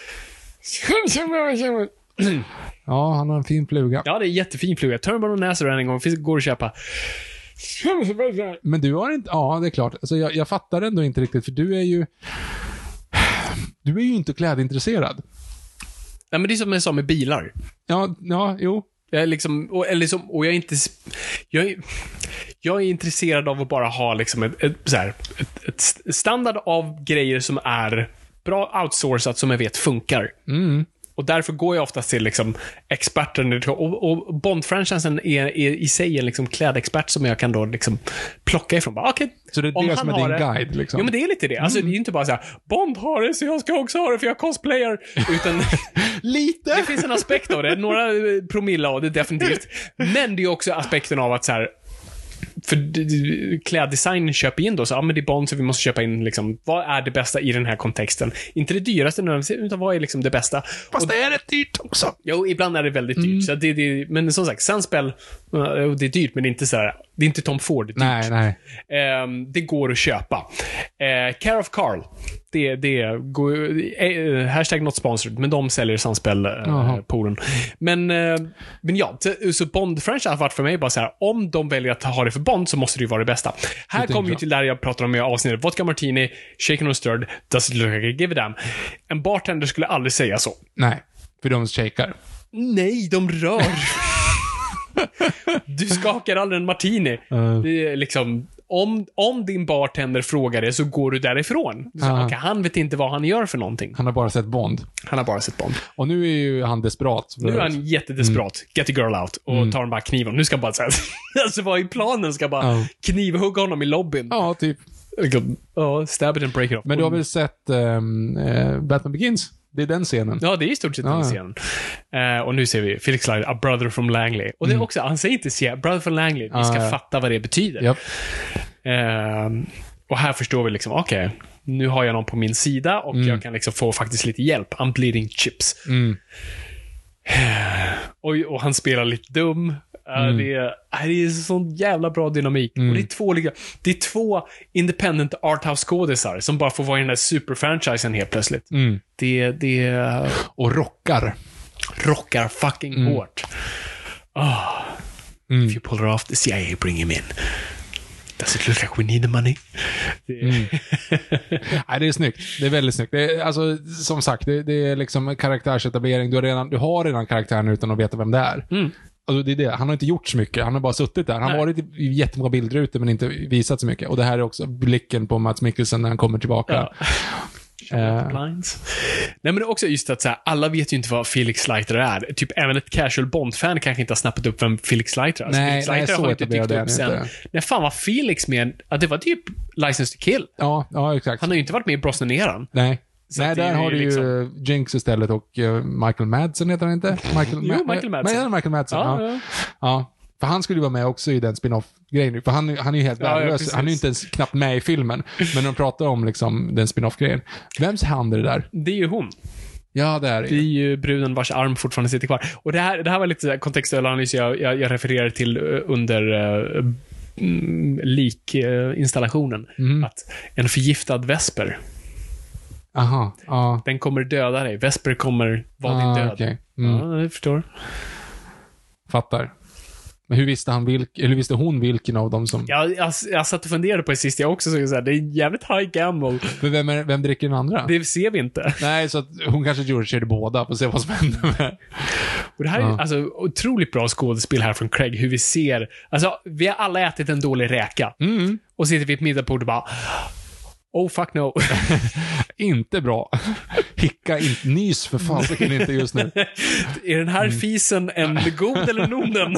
Mm. Ja, han har en fin fluga. Ja, det är jättefin fluga. Turban och näsor en gång, går att köpa. Men du har inte, ja det är klart. Alltså, jag, jag fattar ändå inte riktigt, för du är ju du är ju inte klädintresserad. Ja, men det är som jag sa med bilar. Ja, ja, jo. Jag är liksom, och, eller liksom, och jag är inte jag är, jag är intresserad av att bara ha liksom ett, ett, så här, ett, ett standard av grejer som är bra outsourcat, som jag vet funkar. Mm. Och därför går jag oftast till liksom experten, och, och Bond-franchisen är, är i sig en liksom klädexpert som jag kan då liksom plocka ifrån. Bara, okay, så det är det som är din det, guide liksom? Ja, men det är lite det. Alltså, mm. det är inte bara så här, Bond har det så jag ska också ha det för jag cosplayar. Utan lite. Det finns en aspekt av det. Några promille av det definitivt. Men det är också aspekten av att så här, för kläddesign köper in då, så ja, men det är Bond så vi måste köpa in liksom, vad är det bästa i den här kontexten, inte det dyraste utan vad är liksom det bästa. Fast och, det är rätt dyrt också. Jo, ibland är det väldigt dyrt. Mm. Så det, det, men som sagt, Sunspell, det är dyrt men det är inte så här, det är inte Tom Ford, det är dyrt. Nej, nej. Um, det går att köpa. Uh, Care of Carl, det, det går, uh, hashtag not sponsored, men de säljer Sunspell-polen. Uh, men, uh, men ja, så, så Bond-franchise har varit för mig bara så här, om de väljer att ha det för Bond så måste det ju vara det bästa. Här kommer vi till där jag pratar om i avsnittet. Vodka Martini, shaken or stirred, does it look like a give a damn. En bartender skulle aldrig säga så. Nej, för de shakar. Nej, de rör. Du skakar aldrig en martini. Uh. Det är liksom, om, om din bartender frågar det så går du därifrån. Så, Ah. okay, han vet inte vad han gör för någonting. Han har bara sett Bond. Han har bara sett Bond. Och nu är ju han desperat. Nu är han jättedesperat. Mm. Get the girl out. Och Mm. tar han bara kniven. Nu ska han bara säga alltså vad i planen ska bara Ja. knivhugga honom i lobbyn. Ja, typ. Ja, stab it and break it off. Men du har väl sett um, uh, Batman Begins? Det är den scenen. Ja, det är i stort sett Ja, den ja. scenen. Uh, och nu ser vi Felix Leiter, a brother from Langley. Och det är också, han säger inte se, brother from Langley. Vi ska Ah, ja. fatta vad det betyder. Japp. Uh, och här förstår vi liksom, okej, okay, nu har jag någon på min sida och Mm. jag kan liksom få faktiskt lite hjälp. I'm bleeding chips. Mm. Och, och han spelar lite dum. Uh, Mm. det, är, uh, det är sån jävla bra dynamik. Mm. Och det är två olika, det är två independent arthouse-skådisar som bara får vara i den där superfranchisen helt plötsligt. Mm. Det, det uh, Och rockar. rockar fucking Mm. hårt. Oh, Mm. if you pull her off, the C I A bring him in. Does it look like we need the money? Det, Mm. Nej, det är snyggt. Det är väldigt snyggt. Det är, alltså, som sagt, det, det är liksom karaktärsetablering. Du har, redan, du har redan karaktären utan att veta vem det är. Mm. Alltså, det är det. Han har inte gjort så mycket. Han har bara suttit där. Han har Nej. varit i jättemånga bilder ute men inte visat så mycket. Och det här är också blicken på Mats Mikkelsen när han kommer tillbaka. Ja. Eh. Blinds. Nej, men det är också just att så här, alla vet ju inte vad Felix Leiter är. Typ även ett casual Bond-fan kanske inte har snappat upp vem Felix Leiter är. Alltså, Nej, Felix nej, Leiter så har inte etablerad dykt är upp han sen. inte. Nej, fan var Felix med? Att det var typ License to Kill. Ja, ja, exakt. Han har ju inte varit med i Brosnan-eran. Nej. Så Nej, att det där är har du ju liksom- Jinx istället och uh, Michael Madsen heter han inte? Michael, Jo, Michael Madsen. Men, Michael Madsen, Ja, ja. ja. Ja. För han skulle ju vara med också i den spin-off-grejen. För han, han är ju helt Ja, ja, värdelös. precis. Han är ju inte ens knappt med i filmen. Men när de pratar om liksom, den spin-off-grejen. Vems hand är det där? Det är ju hon. Ja, det är det. Det är ju bruden vars arm fortfarande sitter kvar. Och det här, det här var lite så här kontextuell analys jag, jag, jag refererade till uh, under uh, mm, lik-installationen. Mhm. Att en förgiftad vesper, Aha, ja. den kommer döda dig. Vesper kommer vara Ah, din död. okej. Mm. Ja, jag förstår. Fattar. Men hur visste han vilk, eller hur visste hon vilken av dem som... Jag, jag, jag satt och funderade på det sist jag också, så jag så här, det är en jävligt high gamble. Men vem, är, vem dricker den andra? Det ser vi inte. Nej, så att hon kanske George båda för att se vad som händer med. Och det här Ja. är alltså otroligt bra skådespel här från Craig, hur vi ser, alltså vi har alla ätit en dålig räka. Mm. Och sitter vid ett middagsbord och bara oh fuck no. Inte bra. Hicka inte, nys för fan, det kan inte just nu. Är den här fisen en god eller en onden?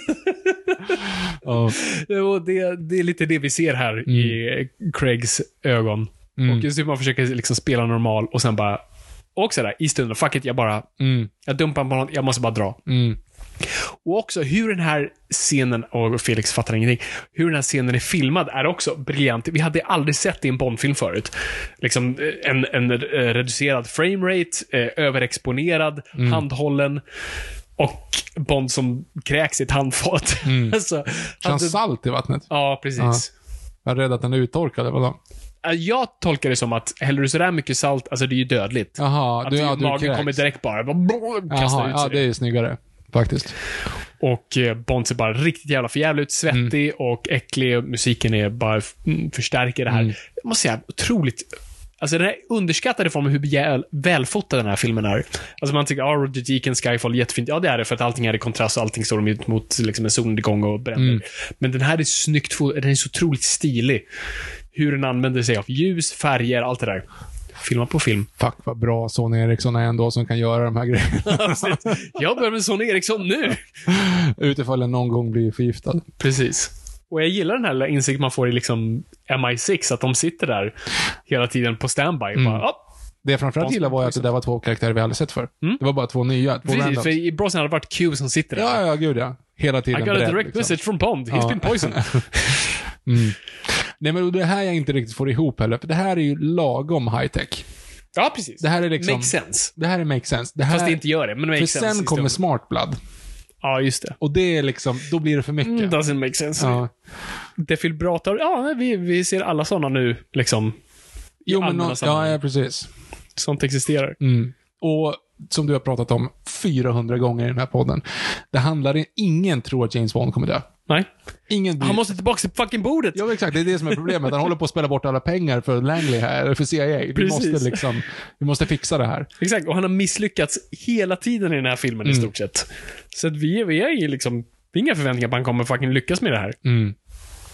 Ja. Och det, det är lite det vi ser här i Craigs ögon. Mm. Och just hur man försöker liksom spela normal och sen bara och sådär, i stunden, fuck it, jag bara Mm. jag dumpar på något, jag måste bara dra. Mm. Och också hur den här scenen, och Felix fattar ingenting, hur den här scenen är filmad är också briljant. Vi hade aldrig sett det i en Bond-film förut. Liksom en, en eh, reducerad framerate, eh, överexponerad, Mm. handhållen och Bond som kräks i ett handfat. Mm. alltså, Känns hade, salt i vattnet. ja, precis. Ja. Jag är rädd att den är uttorkad, eller vadå? Eh, Jag tolkar det som att häller du sådär mycket salt, alltså det är ju dödligt. Jaha, Att du, ja, du magen kräks. kommer direkt bara, bara kastar Jaha, ut ja, sig det är ju snyggare. Faktiskt. Och eh, Bond ser bara riktigt jävla förjävligt svettig Mm. och äcklig. Musiken är bara mm, förstärker det här. Mm. Jag måste säga, otroligt. Alltså den här underskattade formen hur väl, välfotad den här filmen är. Alltså man tycker, ah, Roger Deakins Skyfall, jättefint. Ja, det är det, för att allting är i kontrast och allting står ut mot liksom, en solnedgång och bränder. Mm. Men den här är snyggt, den är så otroligt stilig. Hur den använder sig av ljus, färger, allt det där. Filma på film. Fuck vad bra Sony Ericsson är ändå som kan göra de här grejerna. Jag börjar med Sony Ericsson nu. Utifall den någon gång blir förgiftad. Precis. Och jag gillar den här insikt man får i liksom M I sex, att de sitter där hela tiden på standby. Mm. Bara, oh. Det jag framförallt gillade var ju att det där var två karaktärer vi aldrig sett för. Mm. Det var bara två nya. Två Precis, randoms. för i Brosnan hade det varit Q som sitter där. Ja, ja, gud ja. Hela I tiden got a beredd, direct liksom. message from Bond. He's Ja. been poisoned. Mm. Nej, men det här jag inte riktigt får ihop heller. För det här är ju lagom high-tech. Ja, precis. Det här är liksom... Makes sense. Det här är make sense. Det här, Fast det inte gör det, men det för makes sense. sen i kommer stunden. Smart Blood. Ja, just det. Och det är liksom... Då blir det för mycket. Mm, doesn't make sense. Ja. Defibrillator, ja, vi, vi ser alla sådana nu, liksom. Jo, men allmänna nå- sammanhang. ja, ja, precis. Sånt existerar. Mm. Och som du har pratat om fyrahundra gånger i den här podden. Det handlar i... Ingen tror att James Bond kommer dö. Nej. Ingen blir... Han måste tillbaka till fucking bordet. Ja, exakt. Det är det som är problemet. Han håller på att spela bort alla pengar för Langley här, eller för C I A. Vi Precis. måste liksom... Vi måste fixa det här. Exakt, och han har misslyckats hela tiden i den här filmen Mm. i stort sett. Så att vi, vi är ju liksom, vi har inga förväntningar på att han kommer fucking lyckas med det här. Mm.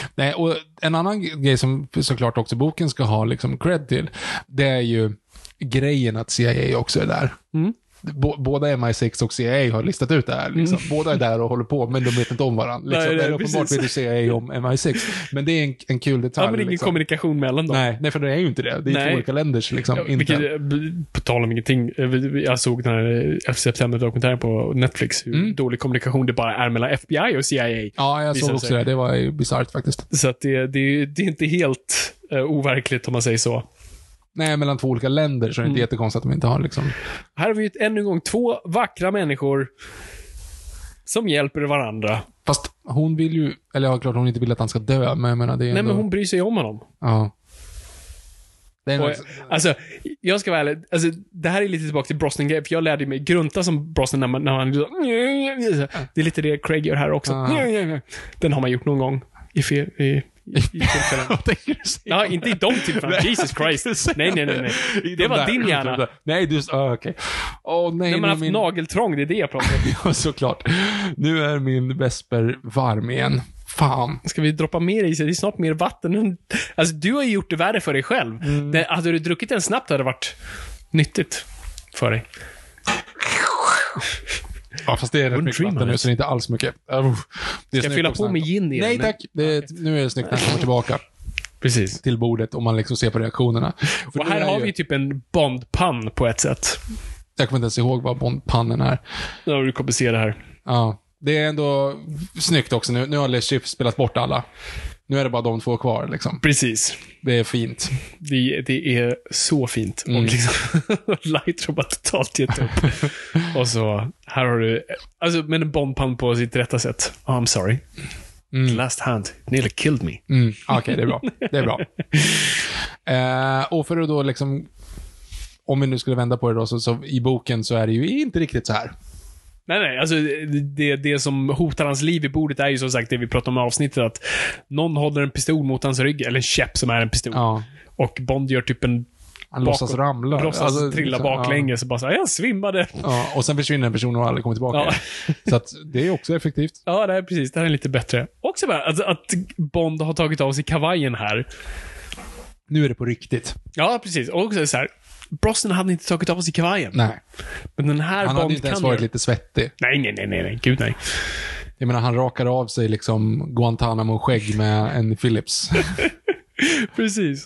Nej, och en annan grej som såklart också boken ska ha liksom cred till, det är ju grejen att C I A också är där. Mm. B- båda M I sex och C I A har listat ut det här. Liksom. Mm. Båda är där och håller på, men de vet inte om varandra. Liksom. Nej, det är uppenbart vet du C I A om M I sex. Men det är en, en kul detalj. Ja, men det är ingen liksom. kommunikation mellan dem. Nej, nej, för det är ju inte det. Det är nej. två olika länders. Liksom, ja, vilket, på tal om ingenting. Jag såg den här elfte september-dokumentären på Netflix. Hur mm. dålig kommunikation det bara är mellan F B I och C I A. Ja, jag såg också sig. det. Det var ju bizarrt faktiskt. Så att det, det, det är inte helt uh, overkligt om man säger så. Nej, mellan två olika länder så är det inte mm. jättekonstigt att de inte har liksom... Här har vi ett, ännu en gång två vackra människor som hjälper varandra. Fast hon vill ju, eller ja, klart hon inte vill att han ska dö, men jag menar det är Nej, ändå... men hon bryr sig om honom. Ja. Det, är och, alltså, jag ska vara ärlig, alltså, det här är lite tillbaka till Brosnan-grejen, för jag lärde mig grunta som Brosnan när, man, när han... Det är lite det Craig gör här också. Uh-huh. Den har man gjort någon gång i fel... I, I ja, inte i de tillfällen. Jesus Christ. Nej, nej, nej, nej. Det var där, din hjärna. Nej, du... Oh, okej. Okay. Oh, nej, när man har haft min... nageltrång, det är det jag pratar om. Ja, såklart. Nu är min vesper varm igen. Fan. Ska vi droppa mer i sig? Det är snart mer vatten. Alltså, du har ju gjort det värre för dig själv. Mm. Det, hade du druckit den snabbt hade det varit nyttigt för dig. Ja, fast det är rätt mycket vatten nu, så det är inte alls mycket. Uh, det är Ska jag fylla på med gin igen? Nej, tack. Det är, nu är det snyggt när han kommer tillbaka. Precis. Till bordet, om man liksom ser på reaktionerna. För och här har ju... vi typ en bondpann på ett sätt. Jag kommer inte ens ihåg vad bondpannen är. Ja, du kommer se det här. Ja, det är ändå snyggt också. Nu, nu har Le Chiffre spelat bort alla. Nu är det bara de två kvar liksom. Precis. Det är fint. Det, det är så fint. Mm. Och liksom Lightroom har totalt gett upp. Och så, här har du, alltså med en bombpann på sitt rätta sätt. Oh, I'm sorry. Mm. Last hand nearly killed me. Mm. Okej, okay, det är bra. Det är bra. uh, och för att då liksom, om vi nu skulle vända på det då, så, så i boken så är det ju inte riktigt så här. Nej, nej, alltså det, det som hotar hans liv i bordet är ju som sagt det vi pratade om i avsnittet, att någon håller en pistol mot hans rygg, eller en käpp som är en pistol. Ja. Och Bond gör typ en han låtsas ramla. Låtsas alltså, trilla liksom, baklänges ja. Och bara så här, jag svimmade. Ja, och sen försvinner en person och aldrig kommer tillbaka. Ja. Så att det är också effektivt. Ja, det är precis. Det här är lite bättre. Också bara att, att Bond har tagit av sig kavajen här. Nu är det på riktigt. Ja, precis. Och också så här, Brosnan hade inte tagit av sig kavajen. Nej. Men den här han Bond hade inte ens varit lite svettig. Nej, nej, nej, nej, nej. Gud nej. Jag menar, han rakar av sig liksom Guantanamo-skägg med en Philips. Precis.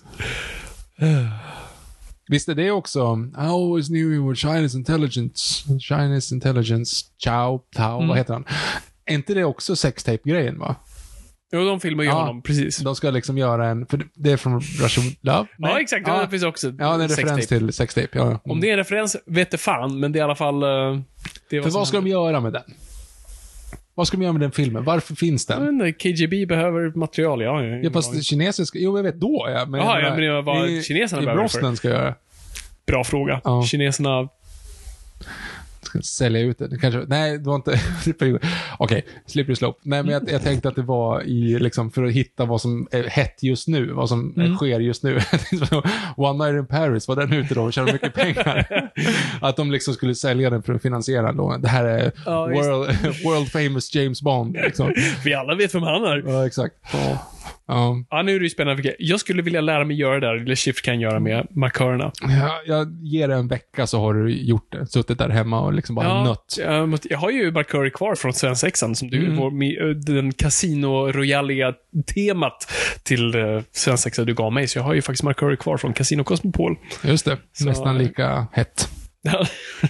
Visst är det också I always knew you were Chinese intelligence Chinese intelligence Chow, Tao, mm. vad heter han? Är inte det också sextape-grejen, va? Jo, de filmar ju ja, honom, precis. De ska liksom göra en, för det är från Russian Love? Nej. Ja, exakt, ja. Det finns också ja, det är en referens till sextape, ja. Mm. Om det är en referens, vet det fan, men det är i alla fall uh, det för vad ska händer. De göra med den? Vad ska de göra med den filmen? Varför finns den? Men, K G B behöver material, ja. Ja, fast kinesiska, jo jag vet då, ja. Men Jaha, jag menar vad i, kineserna i behöver för. Ska göra. Bra fråga. Ja. Kineserna ska sälja ut det. Kanske, nej, det var inte okej, okay, slippery slope. Nej, men jag, jag tänkte att det var i liksom för att hitta vad som är hett just nu, vad som mm. sker just nu. One Night in Paris, var den ute då och tjänade mycket pengar. Att de liksom skulle sälja den för att finansiera då. Det här är ja, world, world famous James Bond liksom. Vi alla vet vem han är. Ja, exakt. Ja. Ja. Ja, nu är det ju spännande. Jag skulle vilja lära mig göra det där, eller Shift kan göra med markörerna. Ja, jag ger det en vecka så har du gjort det. Suttit där hemma och liksom bara ja, nött. Jag, jag har ju markörer kvar från Svensexan som du, mm. vår, den Casino Royaliga temat till uh, Svensexa du gav mig. Så jag har ju faktiskt markörer kvar från Casino Cosmopol. Just det, så, nästan lika hett. Ja.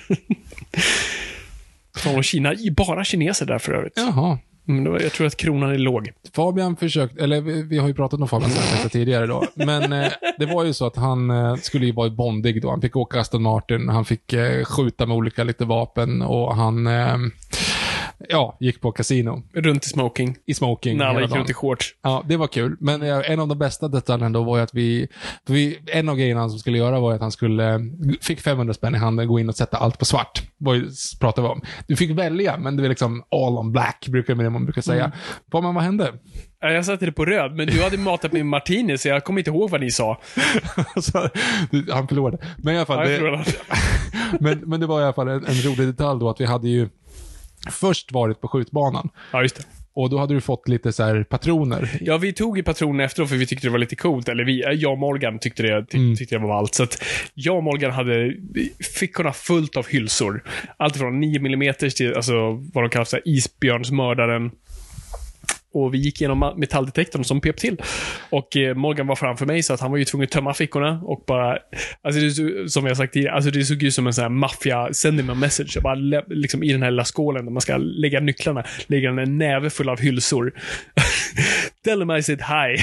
Från Kina, bara kineser där för övrigt. Jaha. Men jag tror att kronan är låg. Fabian försökte, eller vi, vi har ju pratat om Fabian tidigare då, men eh, det var ju så att han eh, skulle ju vara bondig då. Han fick åka Aston Martin, han fick eh, skjuta med olika lite vapen och han eh, ja, gick på kasino. Runt i smoking. I smoking. När alla gick runt i shorts. Ja, det var kul. Men eh, en av de bästa detaljerna då var ju att vi, vi en av grejerna han som skulle göra var att han skulle, fick femhundra spänn i handen, gå in och sätta allt på svart. Vad pratade vi om? Du fick välja, men det var liksom all on black, brukar det man brukar säga. Mm. Vad, man, vad hände? Jag satte det på röd, men du hade matat med martini, så jag kommer inte ihåg vad ni sa. Så, han förlorade. Men i alla fall, ja, det, men, men det var i alla fall en, en rolig detalj då, att vi hade ju först varit på skjutbanan. Ja, just det. Och då hade du fått lite så här patroner. Ja, vi tog ju patroner efteråt för vi tyckte det var lite coolt. Eller vi, jag och Morgan tyckte det, ty- Mm. tyckte det var allt. Så att jag och Morgan hade fickorna fullt av hylsor. Allt från nio millimeter till alltså, vad de kallar för isbjörnsmördaren. Och vi gick igenom metalldetektorn som pep till. Och eh, Morgan var framför mig så att han var ju tvungen att tömma fickorna och bara, alltså det så, som jag sagt tidigare, alltså det såg ut som en sån här maffia sending a message. Bara lä- liksom i den här lilla skålen där man ska lägga nycklarna, lägga en näve full av hylsor. Tell them I said hi.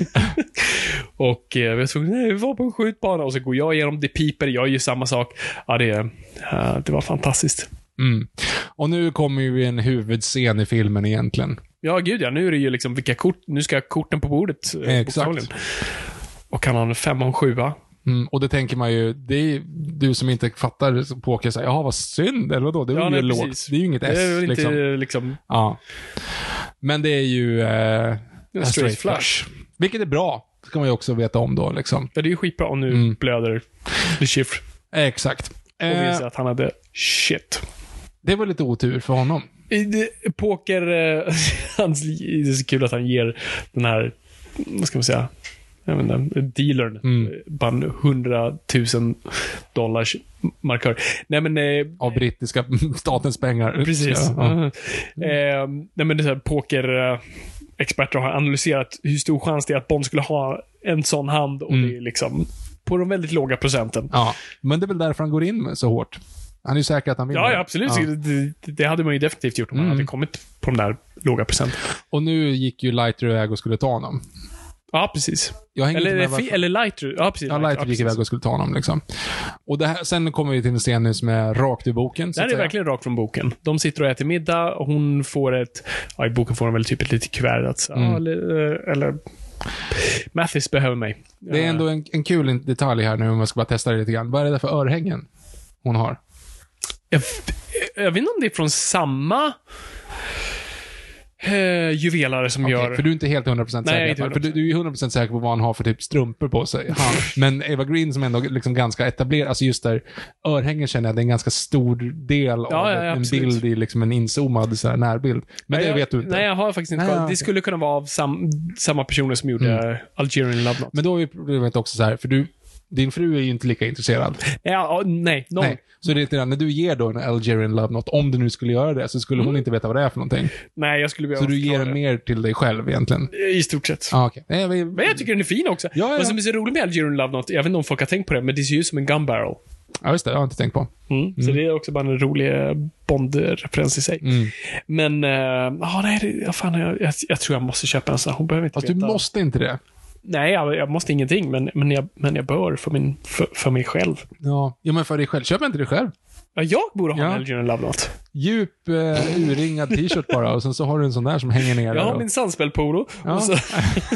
Och eh, vi såg, nej, vi var på en skjutbana och så går jag igenom, det piper, jag gör samma sak. Ja, det, uh, det var fantastiskt. Mm. Och nu kommer ju en huvudscen i filmen egentligen. Ja, gud ja. Nu är det ju liksom vilka kort, nu ska korten på bordet. Eh, Exakt. Och kan han en femma och en sjua? Mm, och det tänker man ju, det är du som inte fattar poker säger, jaha vad synd, eller vadå? Det är Ja, ju nej, lågt. precis. Det är ju inget S. Det är väl inte liksom. liksom... Ja. Men det är ju eh, En a straight flush. Vilket är bra. Det ska man ju också veta om då liksom. Ja, det är ju skitbra om nu Mm. blöder The Chiffre. Exakt. Och Eh, visar att han hade shit. det var lite otur för honom. I det, poker... Eh, hans, det är så kul att han ger den här, vad ska man säga, jag vet inte, dealern Mm. bara en hundratusen dollars markör. Nej men... Eh, Av brittiska statens pengar. Precis. Ja, ja. Eh, nej men det är så här, poker eh, experter har analyserat hur stor chans det är att Bond skulle ha en sån hand och Mm. det är liksom på de väldigt låga procenten. Ja, men det är väl därför han går in med så hårt. Han är ju säker att han vinner. Ja, ja absolut. Ja. Det, det hade man ju definitivt gjort om man Mm. hade kommit på de där låga procenten. Och nu gick ju Lighter iväg och skulle ta honom. Ja, precis. Jag hänger Eller, inte med fi, varför. eller Lighter. Ja, precis. Ja, Lighter gick iväg och skulle ta honom liksom. Och det här, sen kommer vi till en scen nu som är rakt ur boken. Det här är verkligen rakt från boken. De sitter och äter middag och hon får ett... Ja, i boken får hon väl typ ett litet kuvert. Att, Mm. ja, eller... eller Mathis behöver mig. Det är ändå en, en kul detalj här nu om jag ska bara testa det lite grann. Vad är det för örhängen hon har? Jag, jag vet inte om det är från samma eh, juvelare som Okej, gör... för du är inte helt hundra procent Nej, säker. inte För hundra procent. du, du är hundra procent säker på vad han har för typ strumpor på sig. Han. Men Eva Green som ändå liksom ganska etablerad, alltså just där örhängen känner jag, det är en ganska stor del av Ja, ja, ja, en absolut. bild i liksom en inzoomad så här, närbild. Men nej, det jag, vet du inte. Nej, jag har faktiskt inte Nej, koll. ja. Det skulle kunna vara av sam, samma personer som gjorde Mm. Algerian Love Note. Men då är ju problemet också så här, för du, din fru är ju inte lika intresserad. Ja, ja, nej, noll. Nej. Så det är lite grann, när du ger då en Algerian Love Note, om du nu skulle göra det, så skulle hon inte veta vad det är för någonting. Nej, jag skulle Så behöva du ger förklara den det. mer till dig själv egentligen. I stort sett. Ah, okej. Nej, vi- Men jag tycker den är fin också. Ja, ja. Vad som är så roligt med Algerian Love Note, jag vet inte om folk har tänkt på det, men det ser ju ut som en gun barrel. Ja, just det. Jag har inte tänkt på. Mm. Så det är också bara en rolig eh, Bond-referens i sig. Mm. Men, ja uh, nej, det, ja, fan, jag, jag, jag tror jag måste köpa en sån. Hon behöver inte Fast veta. du måste inte det. Nej, jag, jag måste ingenting, men, men, jag, men jag bör för, min, för, för mig själv. Ja. Ja, men för dig själv. Köp inte det själv. Ja, jag borde ha Ja. en Algerian Love Note. Djup, eh, urringad t-shirt bara. Och sen så har du en sån där som hänger ner. Jag där har och- min Sunspell-polo. Ja. Och så...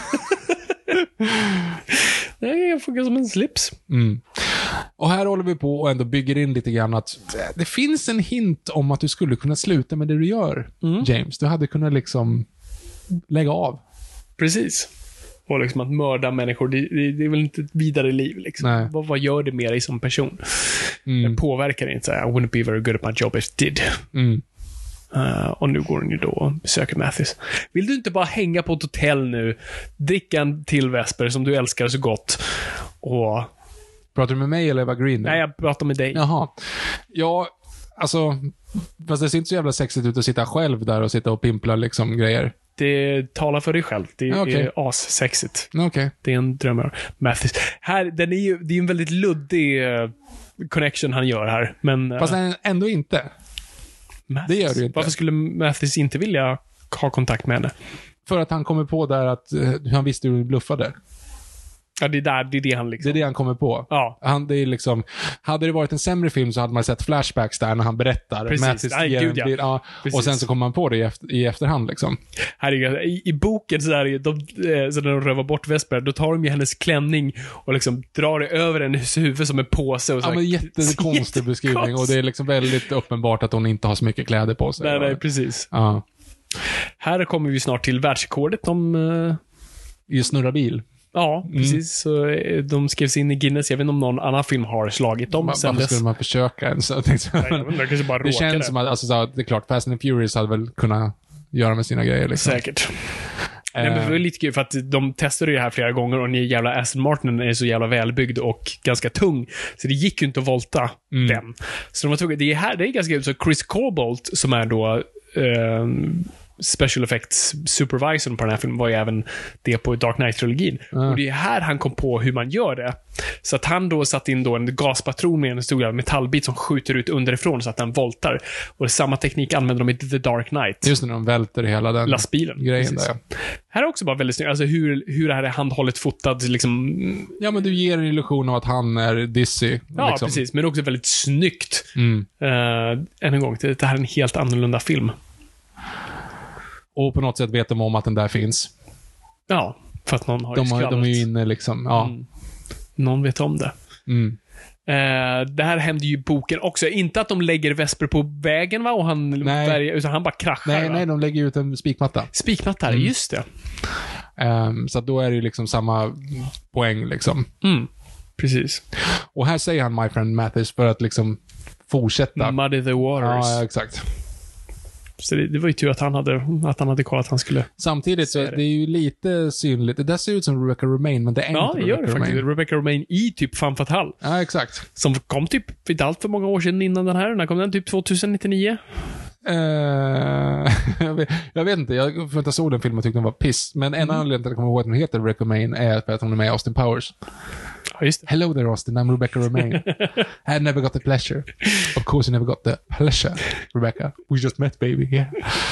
Nej, jag funkar som en slips. Mm. Och här håller vi på och ändå bygger in lite grann att det finns en hint om att du skulle kunna sluta med det du gör, Mm. James. Du hade kunnat liksom lägga av. Precis. Och liksom att mörda människor, det, det, det är väl inte ett vidare liv liksom. Nej. Vad, vad gör det med dig som person? Mm. Det påverkar inte så här, I wouldn't be very good at my job if it did. Mm. Uh, och nu går den ju då och besöker Mathis. Vill du inte bara hänga på ett hotell nu, dricka en till vesper som du älskar så gott och... Pratar du med mig eller Eva Green nu? Nej, jag pratar med dig. Jaha. Ja, alltså... Fast det ser inte så jävla sexigt ut att sitta själv där och sitta och pimpla liksom grejer. Det talar för dig själv. Det Ja, okej. är assexigt. Okej. Okay. Det är en drömmare. Mathis. Här, den är ju, det är en väldigt luddig uh, connection han gör här. Men, uh, Fast ändå inte. Mathis. det gör det ju inte. Varför skulle Mathis inte vilja ha kontakt med henne? För att han kommer på där att uh, han visste hur du bluffade. Ja, det är, där, det är det han Det liksom... är det han kommer på. Ja. Han, det är liksom, hade det varit en sämre film så hade man sett flashbacks där när han berättar. Precis. Mathis Nej, ger gud, en ja. bild, ja. Precis. Och sen så kommer man på det i, efter, i efterhand liksom. Herregud, i, i boken så, är de, eh, så när de rövar bort Vesper, då tar de ju hennes klänning och liksom drar det över hennes huvud som en påse. Och så Ja, men jättekonstig beskrivning. Och det är liksom väldigt uppenbart att hon inte har så mycket kläder på sig. Nej, nej, precis. Ja. Här kommer vi snart till världsrekordet om... Eh, Just snurra bil. ja, precis. Så eh, de skrevs in i Guinness. Jag vet inte om någon annan film har slagit dem Va- sen Varför dess. skulle man försöka ens? Jag tänkte, Nej, jag vet inte, jag kanske bara det råkade. känns som att, alltså, så, det är klart, Fast and Furious hade väl kunnat göra med sina grejer. Liksom. Säkert. Nej, men det var lite kul för att de testade det här flera gånger och ni jävla Aston Martin är så jävla välbyggd och ganska tung så det gick ju inte att volta mm. den. Så de var tvungna, det är här det är ganska kul så Chris Cobalt som är då eh, special effects supervisor på den här filmen var ju även det på Dark Knight-trilogin. Mm. Och det är här han kom på hur man gör det. Så att han då satt in då en gaspatron med en stor metallbit som skjuter ut underifrån så att den voltar. Och samma teknik använder de i The Dark Knight. Just när de välter hela den lastbilen. Grejen där. Här är också bara väldigt snyggt. Alltså hur, hur det här är handhållet fotad liksom... Ja, men du ger en illusion av att han är dizzy. Ja, liksom. Precis. Men också väldigt snyggt. Mm. Uh, än en gång, det, det här är en helt annorlunda film. Och på något sätt vet de om att den där finns. Ja, för att någon har de, ju har, de är ju inne liksom, ja. Mm. Någon vet om det. Mm. Uh, det här händer ju i boken också. Inte att de lägger Vesper på vägen va? Och han bärgar, utan han bara kraschar. Nej, va? nej, de lägger ut en spikmatta. Spikmatta, mm. just det. Um, så då är det ju liksom samma poäng liksom. Mm. Precis. Och här säger han My Friend Mathis för att liksom fortsätta. Muddy the waters. Ja, exakt. Så det, det var ju tur att han hade, att han hade kollat att han skulle... Samtidigt så det. det är ju lite synligt. Det där ser ut som Rebecca Romaine, men det är ja, inte det Rebecca gör det Romaine. faktiskt. Rebecca Romaine i typ Femme Fatale. Ja, exakt. Som kom typ inte allt för många år sedan innan den här. När kom den? Typ tjugonittionio? Uh, jag, vet, jag vet inte. Jag, för att jag såg den filmen och tyckte den var piss. Men en mm. anledning till att jag kommer ihåg att den heter Rebecca Romaine är för att hon är med i Austin Powers. Ja, just det. Hello there Austin, I'm Rebecca Romaine. I never got the pleasure. Of course you never got the pleasure, Rebecca. We just met, baby. Yeah.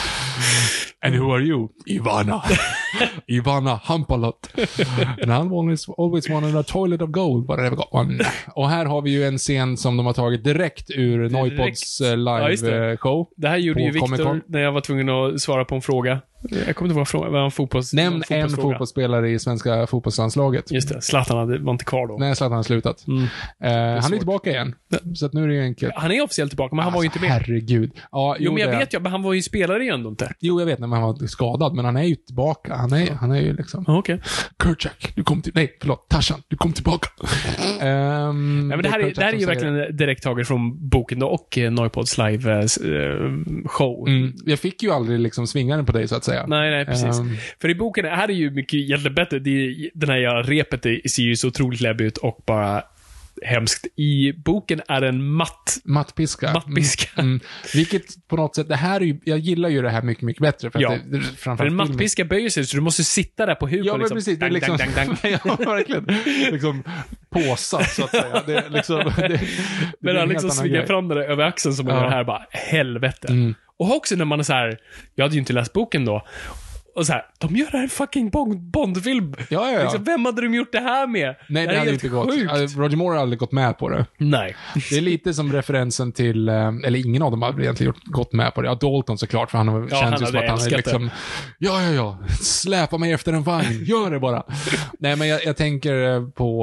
And who are you? Ivana. Ivana Hampalot. And I'm always, always wanted a toilet of gold, but I never got one. Och här har vi ju en scen som de har tagit direkt ur Noipods uh, live-show. Ja, det här gjorde ju Victor när jag var tvungen att svara på en fråga. Jag kommer inte ihåg frågan, vad en fotbolls... Nämn en fotbollsspelare i svenska fotbollslandslaget. Just det, Zlatan hade, var inte kvar då. Nej, Zlatan har slutat. Mm. Uh, är han är tillbaka igen. Så att nu är det enkelt. Han är officiellt tillbaka, men han alltså, var ju inte med. Herregud. Ja, jo, jo, men jag vet ju, men han var ju spelare igen då inte. Jo, jag vet, men han var skadad, men han är ju tillbaka. Han är, han är ju liksom... Okej. Okay. Kurczak, du kom till... Nej, förlåt. Tarzan, du kom tillbaka. um, ja, men det här är, det här är ju verkligen direkt taget från boken då, och uh, Noipods live-show. Uh, mm. Jag fick ju aldrig liksom svinga den på dig, så att säga. Nej, nej, precis. Um, För i boken här är ju mycket jättebättre. Det, den här repet det ser ju så otroligt läbb ut och bara hemskt. I boken är en matt... Mattpiska. Mattpiska. Mm. Mm. Vilket på något sätt, det här är ju, jag gillar ju det här mycket, mycket bättre. För, ja. att det, för en mattpiska böjer sig så du måste sitta där på huvudet. Ja, men liksom, precis. Dang, det är liksom, dang, dang, dang. ja, verkligen. Liksom påsatt, så att säga. Det är liksom... Det, det men han liksom svingar fram det över axeln som man ja. gör här, bara helvete. Mm. Och också när man är så här, jag hade ju inte läst boken då, och så här, de gör det här fucking Bond-film. Ja, ja, ja. Liksom, vem hade de gjort det här med? Nej, det, det hade inte gått. Roger Moore har aldrig gått med på det. Nej. Det är lite som referensen till, eller ingen av dem har egentligen gått med på det. Ja, Dalton såklart, för han har, ja, känns ju som att han är liksom, det. ja, ja, ja, släpa mig efter en vagn, gör det bara. Nej, men jag, jag tänker på,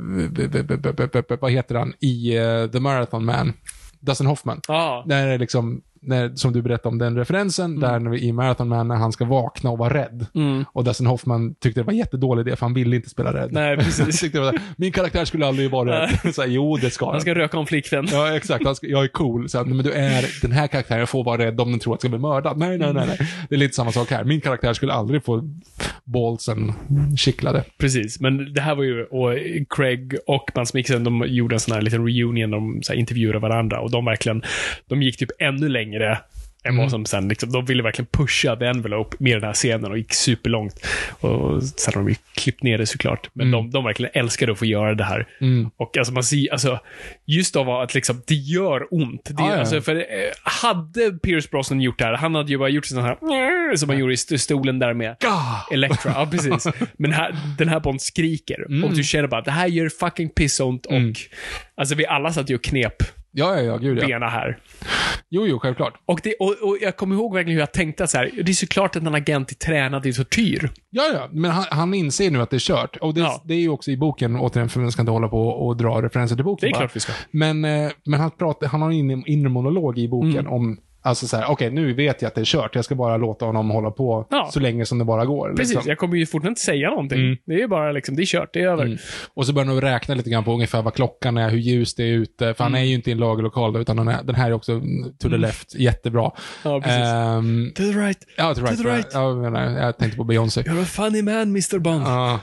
vad heter han, i uh, The Marathon Man, Dustin Hoffman. Ah. Där är liksom, när, som du berättade om den referensen, mm. där när vi, i Marathon Man, när han ska vakna och vara rädd. Mm. Och Dustin Hoffman tyckte det var jättedålig idé, för han ville inte spela rädd. Nej, precis. det var, min karaktär skulle aldrig vara rädd. Så här, jo, det ska han. ska röka om flickvän. Ja, exakt. Han ska, jag är cool. Så här, men du är, den här karaktären får vara rädd om den tror att ska bli mördad. Nej, nej, nej, nej. Det är lite samma sak här. Min karaktär skulle aldrig få ballsen kittlade. Precis, men det här var ju, och Craig och Mads Mikkelsen, de gjorde en sån här liten reunion, de så här, intervjuade varandra, och de verkligen, de gick typ ännu längre än mm. vad som sen, liksom, de ville verkligen pusha the envelope med den här scenen och gick superlångt, och sen har de ju klippt ner det såklart, men mm. de, de verkligen älskade att få göra det här. Mm. Och alltså man ser, alltså just av att liksom, det gör ont. Det, ah, ja. Alltså, för hade Pierce Brosnan gjort det här, han hade ju bara gjort sån här som man gjorde i stolen där med Gah! Elektra, ja precis. Men här, den här Bond skriker, mm. och du känner bara, det här gör fucking pissont, och mm. alltså vi alla satt ju och knep Ja, ja, ja, gud ja. bena här. Jo, jo, självklart. Och, det, och, och jag kommer ihåg verkligen hur jag tänkte så här, det är såklart att en agent är tränad i tortyr. Ja, ja, men han, han inser nu att det är kört. Och det, ja. det är ju också i boken, återigen, för man ska inte hålla på och dra referenser till boken. Det är bara. klart vi ska. Men, men han, pratar, han har en inre monolog i boken mm. om Alltså så här, okej, okay, nu vet jag att det är kört. Jag ska bara låta honom hålla på ja. så länge som det bara går. Precis, liksom. Jag kommer ju fortfarande inte säga någonting. Mm. Det är bara liksom, det är kört, det är över. Mm. Och så börjar de räkna lite grann på ungefär vad klockan är, hur ljus det är ute. För mm. han är ju inte i en lagerlokal då, utan den, är, den här är också to the left, mm. jättebra. Ja, precis. Um, to the right. Ja, to the right. To the right. Jag, jag, jag tänkte på Beyoncé. You're a funny man, mister Bond. Ja.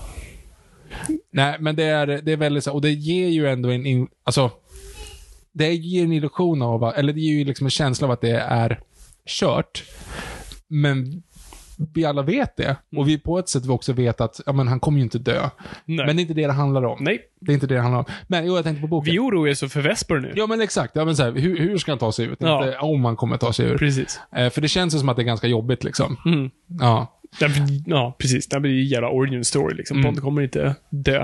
Nej, men det är, det är väldigt så, och det ger ju ändå en, in, alltså, det ger en illusion av, eller det ger ju liksom en känsla av att det är kört. Men vi alla vet det. Och vi på ett sätt vi också vet att ja, men han kommer ju inte dö. Nej. Men det är inte det det handlar om. Nej. Det är inte det det handlar om. Men jo, jag tänkte på boken. Vi oroar oss för Vesper nu. Ja, men exakt. Ja, men så här, hur, hur ska han ta sig ut? Ja. Inte om han kommer ta sig ur. Precis. Eh, för det känns som att det är ganska jobbigt liksom. Mm. Ja. Ja, precis. Det blir ju jävla origin story liksom. Mm. Bond kommer inte dö.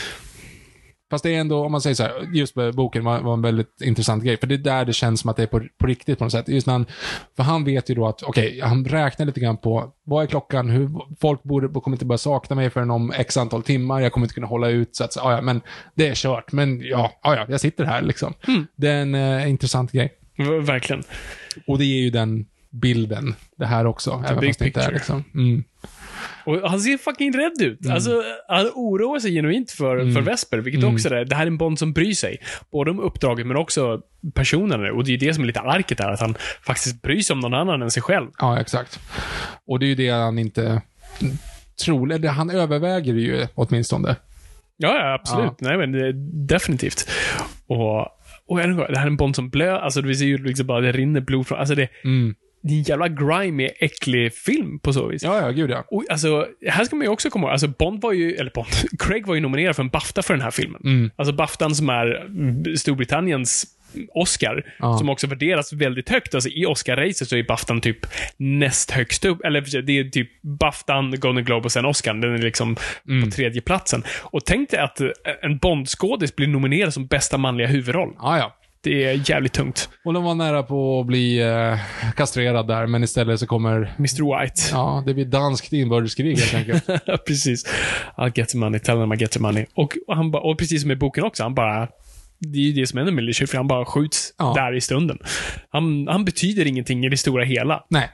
Fast det är ändå, om man säger så här, just med boken var, var en väldigt intressant grej. För det är där det känns som att det är på, på riktigt på något sätt. Just när han, för han vet ju då att, okej, okay, han räknar lite grann på vad är klockan, hur folk borde, kommer inte börja sakna mig förrän om x antal timmar, jag kommer inte kunna hålla ut så att, ja, men det är kört. Men ja, ja, jag sitter här liksom. Mm. Det är en uh, intressant grej. Verkligen. Och det ger ju den bilden, det här också. The big picture. Är, liksom. Mm. Och han ser fucking rädd ut. Mm. Alltså, han oroar sig genuint för, mm. för Vesper, vilket mm. också är, det här är en Bond som bryr sig. Både om uppdraget men också personerna. Och det är det som är lite arket där, att han faktiskt bryr sig om någon annan än sig själv. Ja, exakt. Och det är ju det han inte tror, eller han överväger ju åtminstone. Ja, ja absolut. Ja. Nej, men det är definitivt. Och, och det här är en Bond som blöd, alltså det ser ju liksom bara, det rinner blod från, alltså det mm. det är en jävla grimy, äcklig film på så vis. Ja, ja, gud ja. Och alltså, här ska man ju också komma ihåg, alltså Bond var ju, eller Bond, Craig var ju nominerad för en BAFTA för den här filmen. Mm. Alltså BAFTAn som är Storbritanniens Oscar, ja. som också värderas väldigt högt. Alltså i Oscar-racet så är BAFTAn typ näst högst upp, eller det är typ BAFTAn, Golden Globe och sen Oscar. Den är liksom mm. på tredje platsen. Och tänk dig att en Bond-skådis blir nominerad som bästa manliga huvudroll. Ja, ja. Det är jävligt tungt. Och de var nära på att bli eh, kastrerad där, men istället så kommer mister White. Ja, det blir danskt inbördeskrig helt enkelt. Precis. I'll get the money, tell them I get the money. Och, och, han ba, och precis som i boken också, han bara, det är ju det som händer med Militia, för han bara skjuts ja. där i stunden. Han, han betyder ingenting i det stora hela. Nej.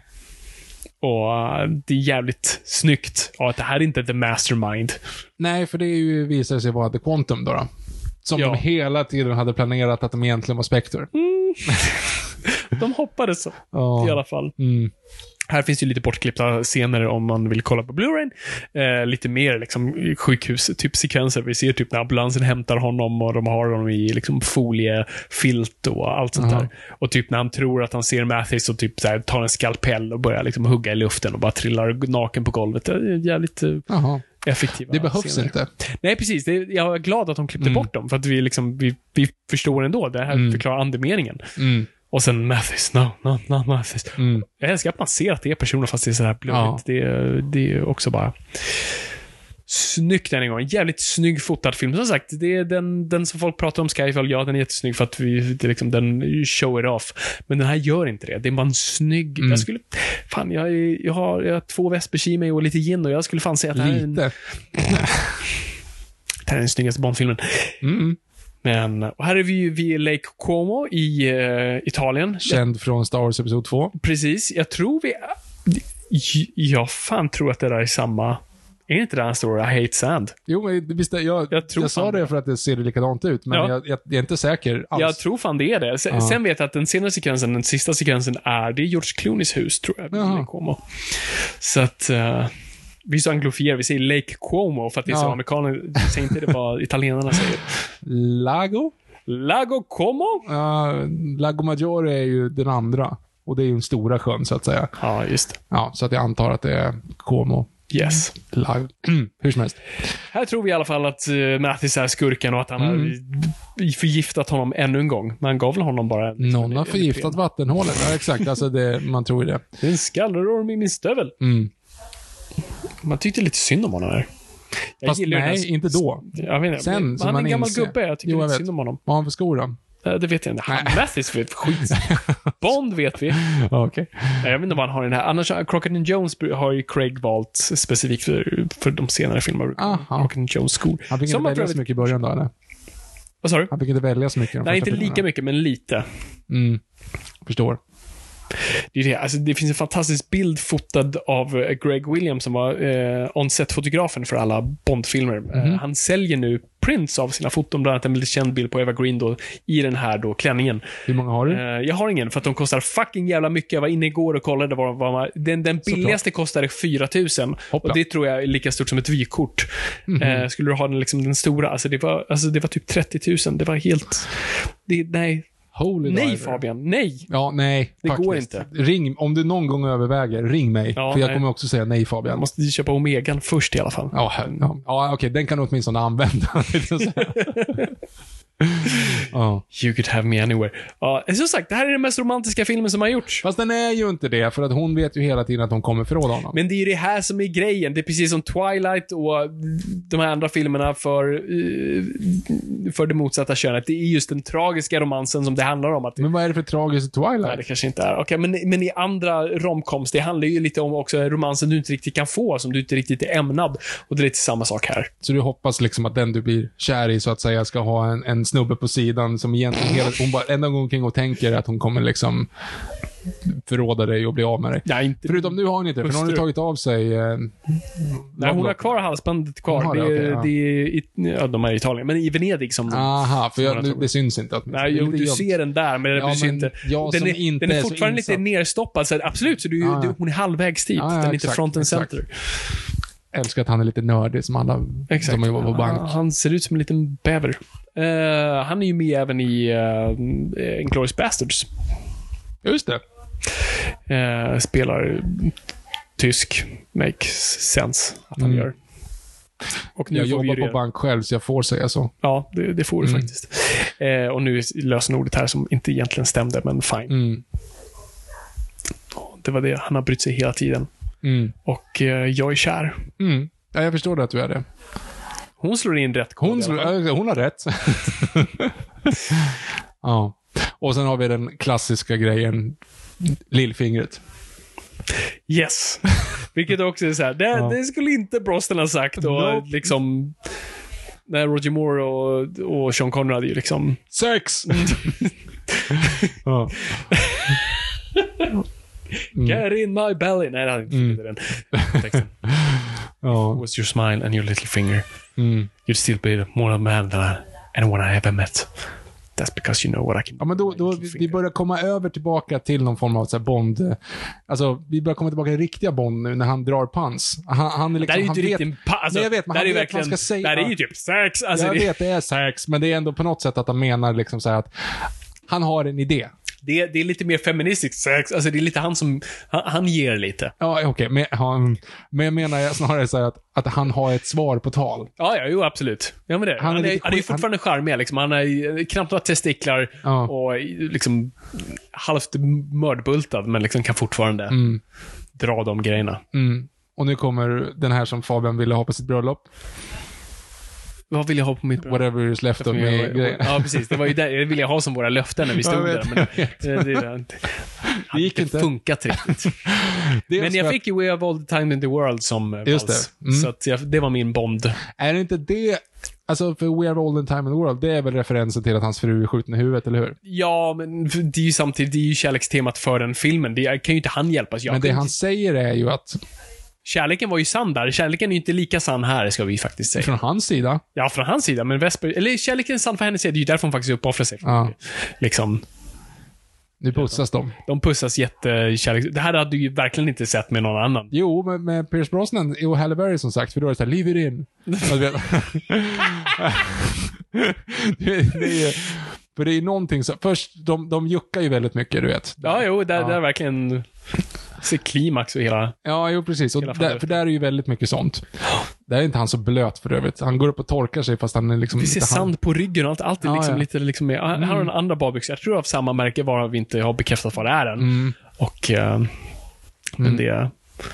Och det är jävligt snyggt. Och att det här är inte the mastermind. Nej, för det är ju, visar sig vara The Quantum då. då. Som ja. de hela tiden hade planerat att de egentligen var Spectre. Mm. De hoppades så. Ja. I alla fall. Mm. Här finns ju lite bortklippta scener om man vill kolla på Blu-ray. Eh, lite mer liksom sjukhus typ sekvenser. Vi ser typ när ambulansen hämtar honom och de har honom i liksom foliefilt och allt sånt uh-huh. där. Och typ när han tror att han ser Mathis och typ så här, tar en skalpell och börjar liksom hugga i luften och bara trillar naken på golvet. Det är jävligt uh-huh. effektiva. Det behövs scener. inte. Nej, precis. Det, jag är glad att de klippte mm. bort dem för att vi liksom vi, vi förstår ändå. Det här mm. förklarar andemeningen. Mm. Och sen Mathis, no, no, no Mathis. Mm. Jag älskar att man ser att det är personer fast det är så här blödigt. Ja. Det, det är också bara snyggt än en gång. Jävligt snygg fotad film. Som sagt, det är den, den som folk pratar om Skyfall. Ja, den är jättesnygg för att vi, det är liksom, den show it off. Men den här gör inte det. Det är bara en snygg... Mm. Jag skulle... Fan, jag, är, jag, har, jag har två Vespers i mig och lite gin och jag skulle fan säga att det här är en... det här är den snyggaste Bond-filmen. Mm. Men, och här är vi vid Lake Como i uh, Italien. Känd från Star Wars Episod två. Precis, jag tror vi jag fan tror att det där är samma. Är inte det där står I hate sand? Jo, men visst, jag, jag, tror jag sa det för att det ser likadant ut, men ja. jag, jag, jag är inte säker alls. Jag tror fan det är det. Sen, sen vet jag att den senare sekvensen, den sista sekvensen är, det är George Clooneys hus, tror jag. Lake Como. Så att... Uh, vi så anglofierar, vi säger Lake Como för att det är så ja. amerikaner, säger inte det vad italienarna säger. Lago? Lago Como? Uh, Lago Maggiore är ju den andra. Och det är ju en stora sjön så att säga. Ja, just det. Ja, så att jag antar att det är Como. Yes. Lago. Hur som helst. Här tror vi i alla fall att uh, Mathis är skurken och att han mm. har förgiftat honom ännu en gång. Men han gav väl honom bara... Någon har förgiftat vattenhålet. Ja, exakt. Alltså det, man tror ju det. Det är en skallrorm i min stövel. Mm. Man tyckte lite synd om honom här. Jag Fast nej, här... inte då. Jag vet inte. Sen, han är en gammal inser. gubbe, jag tycker jo, jag lite synd om honom. Vad har han för skor då? Det vet jag inte. Han Mathis vet skit. Bond vet vi. Okej. Jag vet inte vad han har i den här. Annars Crockett and Jones har ju Craig valt specifikt för, för de senare filmer. Crockett and Jones skor. Han fick inte välja så mycket i början då, eller? Vad sa du? Han fick inte välja så mycket. Nej, inte lika mycket, men lite. Mm. Förstår. Det, är det. Alltså, det finns en fantastisk bild fotad av Greg Williams som var eh, on-set-fotografen för alla Bond-filmer. Mm-hmm. Eh, han säljer nu prints av sina foton, bland annat en väldigt känd bild på Eva Green då, i den här då klänningen. Hur många har du? Eh, jag har ingen, för att de kostar fucking jävla mycket. Jag var inne igår och kollade. Var, var man, den, den billigaste kostade fyra tusen. Och det tror jag är lika stort som ett vykort. Mm-hmm. Eh, skulle du ha den, liksom, den stora, alltså det, var, alltså det var typ trettio tusen. Det var helt... Det, nej... Holy nej, diver. Fabian, nej. Ja, nej. Det faktiskt. går inte. Ring, om du någon gång överväger, ring mig. Ja, för jag nej. kommer också säga nej, Fabian. Jag måste köpa Omegan först i alla fall. Ja, ja, ja okej. Den kan du åtminstone använda. Ja. You could have me anywhere. Ja, som sagt, det här är den mest romantiska filmen som har gjorts. Fast den är ju inte det, för att hon vet ju hela tiden att hon kommer från honom. Men det är ju det här som är grejen. Det är precis som Twilight och de här andra filmerna för, för det motsatta könet. Det är just den tragiska romansen som det handlar om. Att det... Men vad är det för tragiskt i Twilight? Nej, det kanske inte är. Okay, men, men i andra romcoms, det handlar ju lite om också romansen du inte riktigt kan få, som du inte riktigt är ämnad. Och det är lite samma sak här. Så du hoppas liksom att den du blir kär i, så att säga, ska ha en, en snubbe på sidan som egentligen hela, hon bara enda gång kring och tänker att hon kommer liksom förråda dig och bli av med dig. Nej, inte. Förutom nu har hon inte, för nu har hon tagit av sig eh, nej, hon har kvar halsbandet kvar. Har det, det, det, okay, ja. det är i, ja, de är i Italien, men i Venedig som aha, för som jag, nu, det syns inte att nej, jo, du ser den där, men, ja, det men inte. Jag den, som är, inte den är är fortfarande så lite nerstoppad, så absolut, så du, ja, ja. du, hon är halvvägs dit. Ja, ja, den är exakt, inte front and exakt. center. Älskar att han är lite nördig som alla Exakt. som jobbar på bank. Han, han ser ut som en liten bäver. Uh, han är ju med även i uh, Inglourious Bastards. Just det. Uh, spelar tysk. Makes sense att han Mm. gör. Och nu Jag får vi jobbar ju på bank själv, så jag får säga så. Ja, det, det får du Mm. faktiskt. Uh, och nu är lösenordet här som inte egentligen stämde, men fine. Mm. Det var det. Han har brytt sig hela tiden. Mm. Och uh, jag är kär. Mm. Ja, jag förstår det att du är det. Hon slår in rätt kod. Hon, slår, hon har rätt. Ja. Och sen har vi den klassiska grejen, lillfingret. Yes. Vilket också är så här, det, Ja. det skulle inte Brosnan ha sagt. Och Nope. liksom, när Roger Moore och, och Sean Connery ju liksom... Sex! Ja. Mm. Get in my belly. Nej, det hade inte mm. den texten. Ja. Was your smile and your little finger. Mm. You'd still be more of a man than anyone I ever met. That's because you know what I can do. Ja, men då, då vi börjar komma över tillbaka till någon form av så här Bond. Alltså, vi börjar komma tillbaka till riktiga Bond nu när han drar pans. Han, han är liksom, det är ju han inte vet, riktigt en pa- alltså, nej, jag vet, men det han är vet verkligen, vad han ska säga. det är ju typ sex. Alltså, jag det, vet, det är sex, men det är ändå på något sätt att han menar liksom så här att han har en idé. det, det är lite mer feministiskt sex. Alltså det är lite han som, han, han ger lite. Ja, okej, okay, men, han, men jag menar snarare så här att, att han har ett svar på tal. Ja, ja, jo, absolut. Ja, men det. Han, Han är han, är, lite han är ju skit- fortfarande charmig, liksom. Han har knappt några testiklar Ja. och liksom halvt mördbultad, men liksom kan fortfarande Mm. dra de grejerna. Mm. Och nu kommer den här som Fabian ville ha på sitt bröllop. Vad vill jag ha på mitt bröllop? Whatever is left of me. grejen. Ja, precis. Det var ju det jag ville ha som våra löften när vi stod Jag där. vet, Men jag vet. det, det, det, Det gick inte. funkat riktigt. Dels Men jag för fick ju We Have All the Time in the World som eh, Just vals. det. Mm. Så att jag, det var min Bond. att, är det inte det... Alltså, för We Have All the Time in the World, det är väl referensen till att hans fru är skjuten i huvudet, eller hur? Ja, men det är ju samtidigt, det är ju kärlekstemat för den filmen. Det kan ju inte han hjälpas. Jag Men det kan han inte- säger är ju att, Kärleken var ju sann där. Kärleken är ju inte lika sann här, ska vi faktiskt säga. från hans sida, Ja, från hans sida. Men Vesper... Eller kärleken är sann för hennes sida. Det är ju därför hon faktiskt uppoffrar sig. Ja. Liksom, nu pussas de. de pussas jättekärlek. Det här hade du ju verkligen inte sett med någon annan. Jo, med, med Pierce Brosnan och Halle Berry som sagt, för då är det såhär, leave it in. Alltså, vet- det, det är, för det är någonting så, först, de, de juckar ju väldigt mycket, du vet. Ja, jo, där, Ja. där verkligen ser klimax och hela... Ja, jo, precis. Och Hela fallet. där, för där är ju väldigt mycket sånt. Där är inte han så blöt för övrigt. Han går upp och torkar sig fast han är liksom... Vi ser inte han. sand på ryggen och allt. Allt är Ja, liksom ja. lite liksom med... Han har en andra badbyxor. Jag tror av samma märke, bara vi inte har bekräftat vad det är än. Mm. Och... eh, men Mm. det...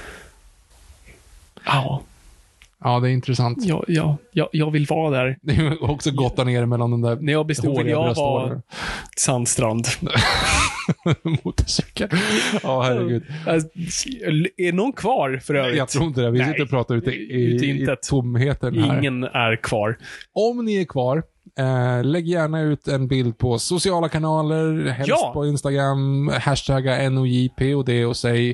Ja, Ja, det är intressant. ja, ja, ja, jag vill vara där. Det är ju också gott där nere mellan den där När jag bestod vill håriga jag vara brösthåren. Sandstrand. Motorcykel. Ja, herregud. Alltså, är någon kvar för övrigt? Jag tror inte det. Vi Nej. sitter och pratar ute i, Ute i i, i intet. tomheten här. Ingen är kvar. Om ni är kvar, Eh, lägg gärna ut en bild på sociala kanaler, helst Ja. på Instagram, hashtagga N O J P O D och säg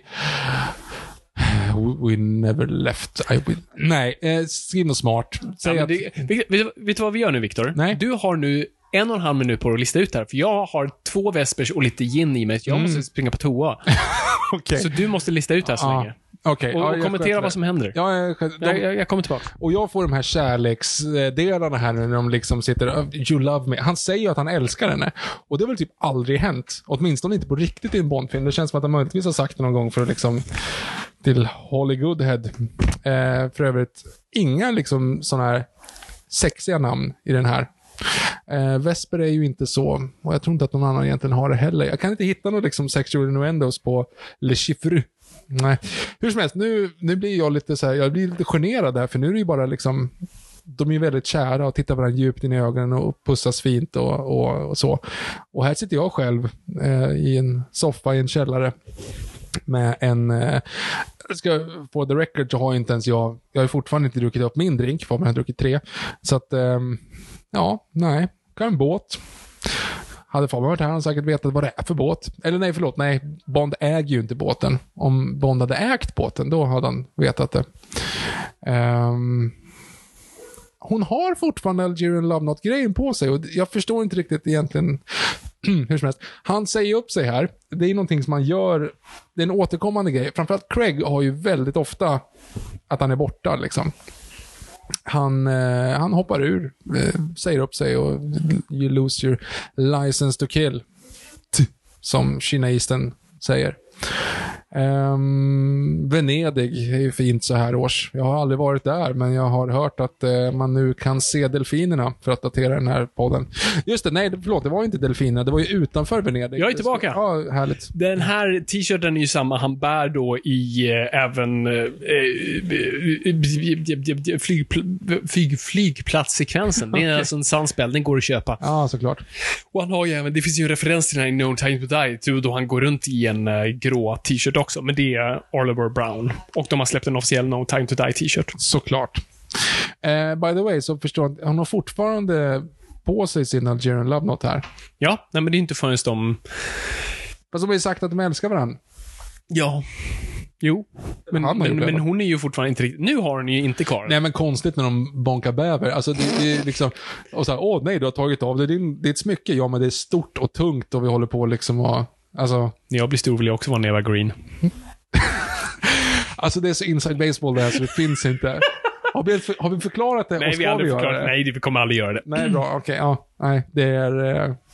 We never left. I will. Nej, eh, skriv något smart. Säg Ja, att, det, vet, vet, vet du vad vi gör nu, Viktor? Nej. Du har nu en och en halv minut på att lista ut här, för jag har två Vespers och lite gin i mig. Jag Mm. måste springa på toa. Okej. Så du måste lista ut det här så Ja. länge. Okej, Och, ja, och jag kommentera sköter vad det. som händer. Ja, jag, sköter- de, jag, jag, jag kommer tillbaka. och jag får de här kärleksdelarna här nu när de liksom sitter, you love me. Han säger ju att han älskar henne. Och det har väl typ aldrig hänt. Åtminstone inte på riktigt i en Bond-film. Det känns som att han möjligtvis har sagt det någon gång för att liksom till Holly Goodhead. Eh, för övrigt, inga liksom sådana här sexiga namn i den här. Eh, Vesper är ju inte så, och jag tror inte att någon annan egentligen har det heller. Jag kan inte hitta någon liksom sexual innuendos på Le Chiffre. Nej. Hur som helst, nu, nu blir jag lite så här, jag blir lite generad där, för nu är det ju bara liksom, de är ju väldigt kära och tittar varandra djupt in i ögonen och pussas fint och, och, och så. Och här sitter jag själv eh, i en soffa i en källare med en, eh, ska få the record så har inte ens jag, jag har fortfarande inte druckit upp min drink, för man har druckit tre. Så att, eh, ja, nej, kan en båt. Hade Fabian varit här hade han säkert vetat vad det är för båt. Eller nej, förlåt, nej, Bond äger ju inte båten. Om Bond hade ägt båten, då hade han vetat det. Um, hon har fortfarande Algerian Love Not-grejen på sig, och jag förstår inte riktigt egentligen hur som helst. Han säger upp sig här. Det är någonting som man gör, det är en återkommande grej. Framförallt Craig har ju väldigt ofta att han är borta liksom. Han, eh, han hoppar ur, eh, säger upp sig och you lose your license to kill, T- som kinesen säger. Um, Venedig är ju fint så här års. Jag har aldrig varit där, men jag har hört att uh, man nu kan se delfinerna, för att datera den här podden. Just det, nej, förlåt, det var inte delfinerna, det var ju utanför Venedig. Jag är tillbaka. Ja, härligt. Den här t-shirten är ju samma han bär då i eh, även eh, eh, flygpl- flyg, flygplatssekvensen. Det är Okej. alltså en sandspel, den går att köpa. Ja, såklart. Och han har ju även, det finns ju en referens till den här i No Time to Die, till då han går runt i en eh, grå t-shirt också, men det är Oliver Brown. Och de har släppt en officiell No Time to Die t-shirt. Såklart. Uh, by the way, så förstår jag, han har fortfarande på sig sin Algerian Love Not här. Ja, nej men det är inte förrän de... Fast de har ju sagt att de älskar varandra. Ja. Jo. Men, Han har men, gjort det, men va? hon är ju fortfarande inte riktigt... Nu har hon ju inte kvar. Nej, men konstigt när de bonkar bäver. Alltså det, det är liksom, och så här, åh nej, du har tagit av det. Det är, det är ett smycke. Ja, men det är stort och tungt och vi håller på liksom och, alltså, När jag blir stor vill jag också vara Neva Green. alltså det är så inside baseball det här så det finns inte. Har vi, har vi förklarat det? Nej, och vi ska har aldrig göra förklarat. det? Nej, vi kommer aldrig göra det. Nej, bra. Okej, okay, ja. Nej, det är... eh,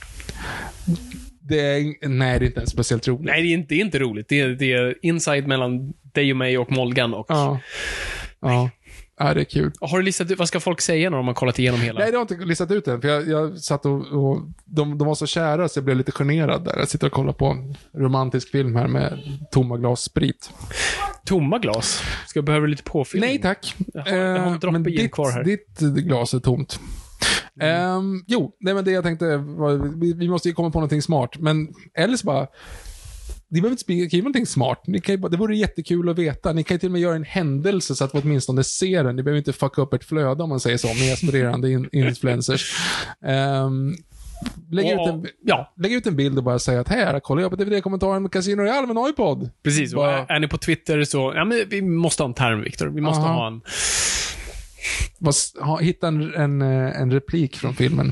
Det är... Nej, det är inte ens speciellt roligt. Nej, det är inte, det är inte roligt. Det är, det är inside mellan dig och mig och Molgan. Och... Ja. Ja. Ja, det är kul. Har du listat ut, vad ska folk säga när de har kollat igenom hela? Nej, det har inte listat ut än. För jag, jag satt och... och de, de var så kära så jag blev lite generad där. Jag sitter och kollar på en romantisk film här med tomma glas sprit. Tomma glas? Ska jag behöva lite påfyllning? Nej, tack. Jag har, jag har en Eh, droppe men gin ditt, kvar här. ditt glas är tomt. Mm. Um, jo, nej, men det jag tänkte var, vi, vi måste ju komma på någonting smart. Men eller så bara, ni behöver inte skriva någonting smart. Ni kan ju bara, det vore jättekul att veta. Ni kan ju till och med göra en händelse så att vi åtminstone ser den. Ni behöver inte fucka upp ett flöde om man säger så, med aspirerande in, influencers. Um, lägg, Ja, ut en, ja. lägg ut en bild och bara säga att här, kolla jag på D V D-kommentaren med Casino Royale med en iPod. Precis, och Bara- är ni på Twitter så... Ja, men vi måste ha en term, Victor. Vi måste Aha. ha en... Vad, ha, hitta en, en, eh, en replik från filmen.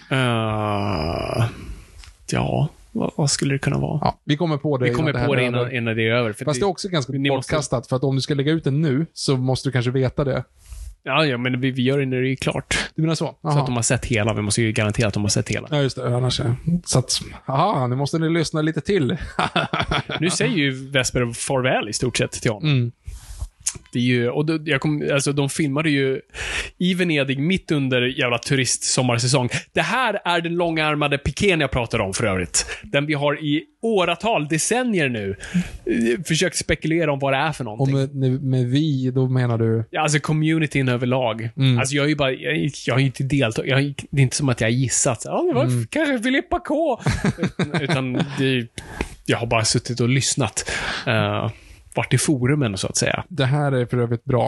Uh, ja, vad, vad skulle det kunna vara? Ja, vi kommer på det vi kommer innan här på det är innan, över. innan det är över. För Fast det är också ganska ni måste- bortkastat, för att om du ska lägga ut den nu så måste du kanske veta det. Ja, ja, men vi, vi gör det när det är klart. Du menar så? Så att de har sett hela. Vi måste ju garantera att de har sett hela. Ja, just det. Annars är så att, aha, nu måste ni lyssna lite till. Nu säger ju Vesper farväl i stort sett till honom. Mm. Det är ju, och då, jag kom, alltså, de filmade ju i Venedig mitt under jävla turistsommarsäsong. Det här är den långärmade piken jag pratar om för övrigt. Den vi har i åratal, decennier nu eh, försökt spekulera om vad det är för Och någonting. med, med vi, då menar du? Ja, alltså communityn överlag. Mm. Alltså jag är ju bara, jag, jag har ju inte deltagit. Jag, har- det är inte som att jag har gissat. Ja, det var Mm. kanske Filippa K. utan utan det, jag har bara suttit och lyssnat. Uh, varit i forumen så att säga. Det här är för övrigt bra.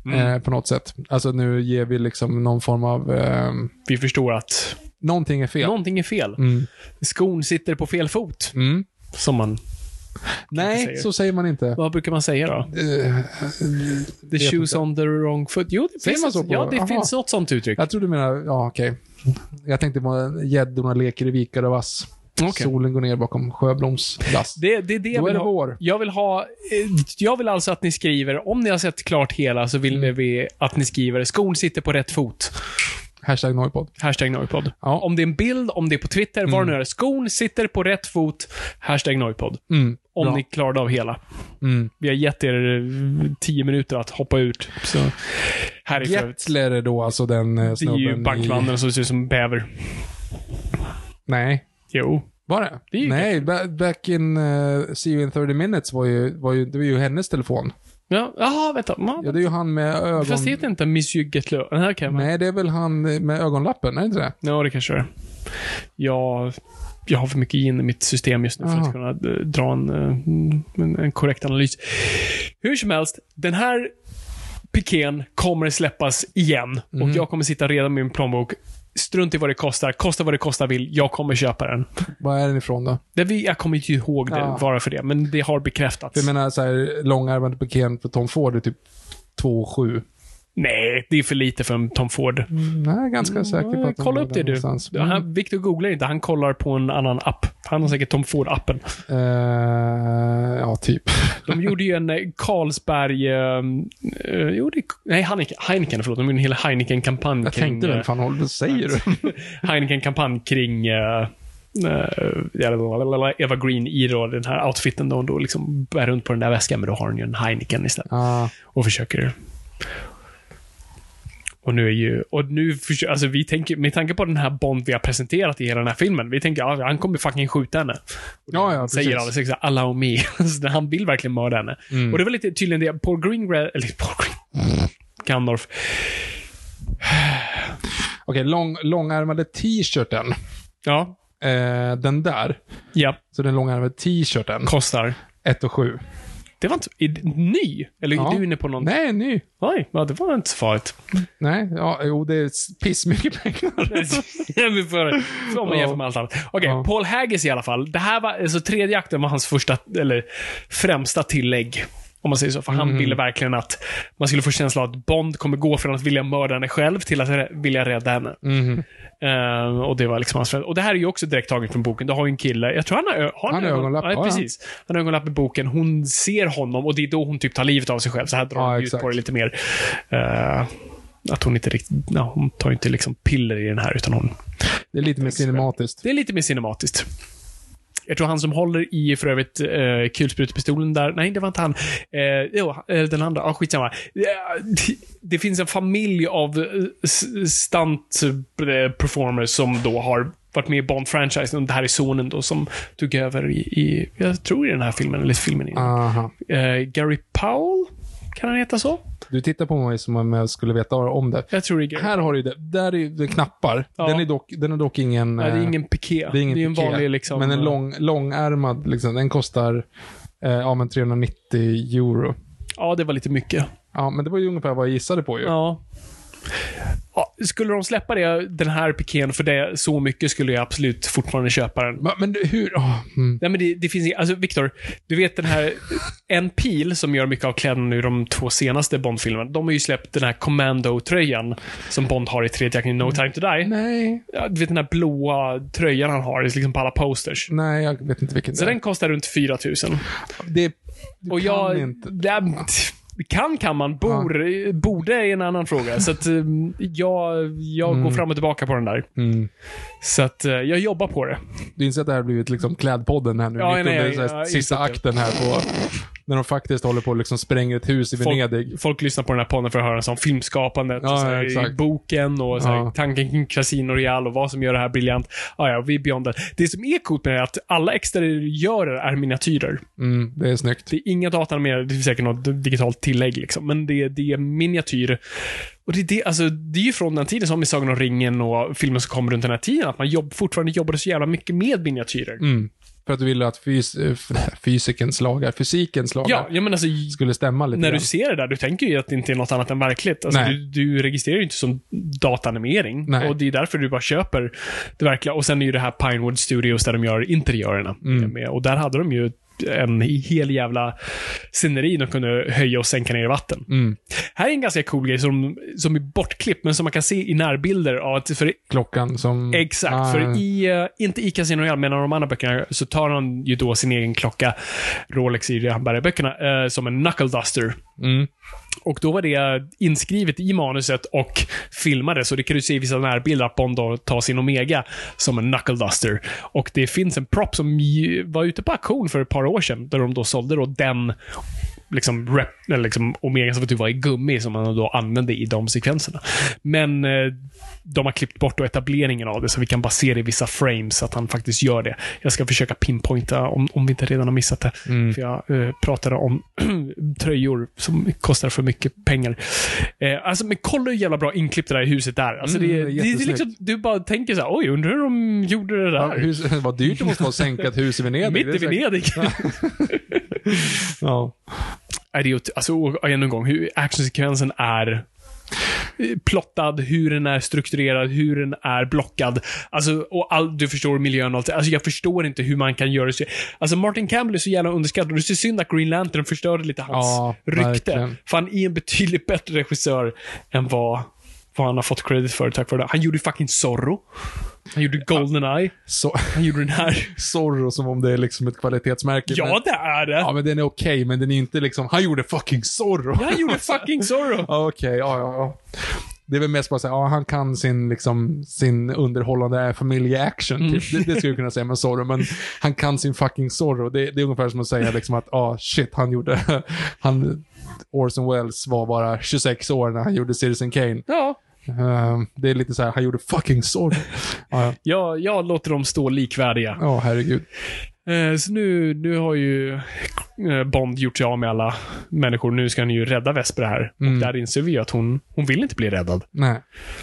mm. eh, på något sätt. Alltså nu ger vi liksom någon form av... Eh, vi förstår att... Någonting är fel. Någonting är fel. Mm. Skon sitter på fel fot. Mm. Som man... Nej, säger. Så säger man inte. Vad brukar man säga då? Uh, the shoes inte. On the wrong foot. Jo, det, finns, man så på? Ja, det finns något sånt uttryck. Jag tror du menar... Ja, okej. Okay. Jag tänkte på gäddorna leker i vikar och vass. Okay. Solen går ner bakom Sjöblomsdass. Det, det, det Då är det ha. vår. Jag vill ha... Jag vill alltså att ni skriver... Om ni har sett klart hela så vill mm. vi att ni skriver skon sitter på rätt fot. Hashtag Noipod. Hashtag Noipod. Ja. Om det är en bild, om det är på Twitter, mm. var nu är. Skon sitter på rätt fot. Hashtag Noipod. Mm. Om Bra. ni klarade av hela. Mm. Vi har gett er tio minuter att hoppa ut. Så här är Gettler är då alltså den uh, snubben. Det är ju bankmannen i... som ser ut som bäver. Nej. Jo. Var det? det är Nej, ba- back in uh, See You in thirty minutes var ju, var ju, det var ju hennes telefon. Ja, jaha, vänta. Man, ja, det är ju han med ögon... Fast det heter inte Monsieur Gettler. Nej, okay, man... Nej, det är väl han med ögonlappen, är det inte det? Ja, det kanske är. Jag, jag har för mycket in i mitt system just nu för Aha. att kunna uh, dra en, uh, en, en korrekt analys. Hur som helst, den här pikén kommer släppas igen. Mm. Och jag kommer sitta redan med min plånbok. Strunt i vad det kostar. Kostar vad det kostar vill. Jag kommer köpa den. Vad är den ifrån då? Det vi, jag kommer inte ihåg det, ja. Vara för det. Men det har bekräftats. Jag menar så här, långärmad piken för Tom Ford är typ två komma sju. Nej, det är för lite för en Tom Ford. Mm, nej, jag är ganska säker på att... Kolla upp det du. Mm. Han, Victor googlar inte. Han kollar på en annan app. Han har säkert Tom Ford-appen. Uh, ja, typ. De gjorde ju en Carlsberg... Uh, uh, jo, det, nej, Heineken, Heineken, förlåt. De gjorde en hel Heineken-kampanj jag kring... Jag tänkte väl, fan håller du säger du? Heineken-kampanj kring... Uh, Uh, Eva Green i då, den här outfiten då hon då liksom bär runt på den där väskan, men då har hon ju en Heineken istället. Ah. Och försöker och nu är ju och nu försöker, alltså vi tänker med tanke på den här Bond vi har presenterat i hela den här filmen, vi tänker ja, han kommer fucking skjuta henne. Ja, ja, säger alldeles exakt allow me. Så han vill verkligen mörda henne. Mm. Och det var lite tydligen det Paul Greengrass eller Paul Green Gandalf. Okej, okay, lång, långärmade t-shirten. Ja. Eh, den där. Ja. Så den långärmade t-shirten kostar ett komma sju. Det var inte är, ny eller ja. Är du inne på någon? Nej, ny. Oj, ja, det var inte så farligt. Nej, ja, jo, det är piss mycket pengar. Vi får får man jämföra med allt annat. Okej, okay, ja. Paul Haggis i alla fall. Det här var alltså tredje akten var hans första eller främsta tillägg. Om man säger så, för han mm. ville verkligen att man skulle få känsla av att Bond kommer gå från att vilja mörda henne själv till att rä- vilja rädda henne. Mm. Uh, och det var liksom hans och det här är ju också direkt taget från boken. Det har ju en kille, jag tror han har, har han ögon, ögonlapp. ja, precis. Han har ögonlapp i boken. Hon ser honom och det är då hon typ tar livet av sig själv. Så här drar hon ja, ut på det lite mer. Uh, att hon inte riktigt, no, hon tar inte liksom piller i den här utan hon... Det är lite mer cinematiskt. Det är lite mer cinematiskt. Jag tror han som håller i för övrigt eh, kulsprutepistolen där. Nej, det var inte han. Eh, jo, den andra. Ja, ah, skitsamma. Det, det finns en familj av stunt performers som då har varit med i Bond-franchisen. Och det här är sonen då som tog över i, i jag tror i den här filmen, eller filmen. Eh, Gary Powell? Kan han heta så? Du tittar på mig som om jag skulle veta om det. Jag tror det är här har du det. Där är det knappar. Ja. Den är dock, den är dock ingen... Nej, det är ingen piké. Det är, ingen det är en piké, vanlig liksom... Men en lång, långärmad, liksom, den kostar eh, ja, men trehundranittio euro. Ja, det var lite mycket. Ja, men det var ju ungefär vad jag gissade på ju. Ja. Ja, skulle de släppa det, den här pikén för det så mycket skulle jag absolut fortfarande köpa den. Men, men hur? Oh, mm. Nej, men det, det finns alltså Victor, du vet den här en pil som gör mycket av kläderna i de två senaste Bond-filmerna. De har ju släppt den här Commando-tröjan som Bond har i tredje akten No Time to Die. Nej. Ja, du vet den här blåa tröjan han har liksom på alla posters. Nej, jag vet inte vilken. Så det är. Den kostar runt fyra tusen. Det, det och jag kan inte. Det, Kan kan man, bor, ja. Borde är en annan fråga. Så att um, jag, jag mm. går fram och tillbaka på den där. Mm. Så att uh, jag jobbar på det. Du inser att det här har blivit liksom klädpodden här nu. Ja, mitt nej, under jag, så här, jag, sista akten här på... När de faktiskt håller på att liksom spränga ett hus i Venedig. Folk, folk lyssnar på den här podden för att höra om filmskapandet ja, och så här, ja, i boken och så här, ja. tanken kring Casino Royale och vad som gör det här briljant. Ah, ja, vi är beyond that. Det som är coolt med det är att alla exteriörer är miniatyrer. Mm, det är snyggt. Det är inga datanimerade, det är säkert något digitalt tillägg liksom, men det, det är miniatyr. Och det är, det, alltså, det är ju från den tiden som i Sagan om ringen och filmen som kom runt den här tiden att man jobb, fortfarande jobbade så jävla mycket med miniatyrer. Mm. För att du ville att fys- fysikens lagar, fysikens lagar Ja, ja men alltså, skulle stämma lite när grann. du ser det där, du tänker ju att det inte är något annat än verkligt. Alltså, du, du registrerar ju inte som dataanimering. Nej. Och det är därför du bara köper det verkliga. Och sen är ju det här Pinewood Studios där de gör interiörerna. Mm. Med. Och där hade de ju en hel jävla sceneri de kunde höja och sänka ner i vatten. Mm. Här är en ganska cool grej som, som är bortklippt, men som man kan se i närbilder av att för Klockan som... exakt, Ah, för i, uh, inte i Casino Royale, men av de andra böckerna så tar han ju då sin egen klocka, Rolex i de här böckerna, uh, som en knuckle duster. Mm. Och då var det inskrivet i manuset och filmade, så det kan du se i vissa närbilder att Bond då tar sin Omega som en knuckle duster. Och det finns en prop som var ute på auktion för ett par år sedan, där de då sålde då den liksom, rep, eller liksom Omega som typ var i gummi som man då använde i de sekvenserna. Men eh, de har klippt bort då etableringen av det, så vi kan bara se det i vissa frames att han faktiskt gör det. Jag ska försöka pinpointa om, om vi inte redan har missat det. Mm. För jag eh, pratade om tröjor som kostar för mycket pengar. Eh, alltså, men kolla hur jävla bra inklippt det där i huset där. Alltså, Mm, det, det det, är det är jättesnyggt. liksom, du bara tänker så här: oj, undrar hur de gjorde det där. Ja, hus, vad dyrt det måste vara att sänka ett hus i Venedig. Mitt Det i är säkert- Venedig. Ja. Är det ju, alltså, och ännu en gång, hur actionsekvensen är eh, plottad, hur den är strukturerad, hur den är blockad. Alltså, och all, du förstår miljön och allt. Alltså, jag förstår inte hur man kan göra så. Alltså, Martin Campbell är så jävla underskattad. Och det är så synd att Green Lantern förstörde lite hans Ja, rykte. verkligen. För han är en betydligt bättre regissör än vad, vad han har fått credit för, tack för det. Han gjorde fucking Zorro. Han gjorde GoldenEye. Så, Han gjorde den här. Zorro som om det är liksom ett kvalitetsmärke. Ja, men, det är det. ja, men den är okej, men den är inte liksom, han gjorde fucking Zorro. Han gjorde fucking Zorro. Ja, okej, ja, ja, ja. Det är väl mest bara säga, ja, han kan sin, liksom, sin underhållande familjeaction, typ. det, det skulle jag kunna säga med Zorro, men han kan sin fucking Zorro. Det, det är ungefär som att säga liksom att, ja, oh, shit, han gjorde, han, Orson Welles var bara tjugosex år när han gjorde Citizen Kane. Ja. Uh, det är lite så här, han gjorde fucking Zorro. Ja, ja. Ja, jag låter dem stå likvärdiga. Ja, herregud. Eh, så nu, nu har ju eh, Bond gjort sig av med alla människor. Nu ska han ju rädda Vesper här. Mm. Och där inser vi att hon, hon vill inte bli räddad. Nej.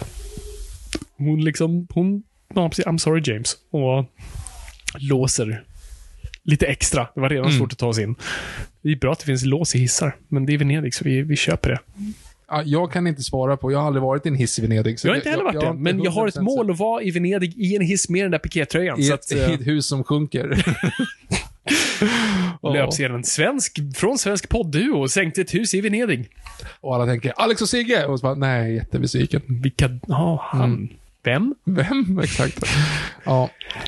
Hon liksom, hon, ja, precis, I'm sorry James. Och låser lite extra. Det var redan Mm. svårt att ta sig in. Det är bra att det finns lås i hissar. Men det är Venedig, så vi, vi köper det. Ja, jag kan inte svara på, jag har aldrig varit i en hiss i Venedig. Så Jag har inte heller varit det. Men jag har ett mål att vara i Venedig i en hiss med den där pikétröjan. i Så ett, att, eh, i ett hus som sjunker. löpsedeln svensk, från svensk poddduo sänkte ett hus i Venedig. Och alla tänker, Alex och Sigge! Och så bara, nej, jättebesviken. Vilka, ja, han. Mm. Vem? Vem? Exakt. Ja.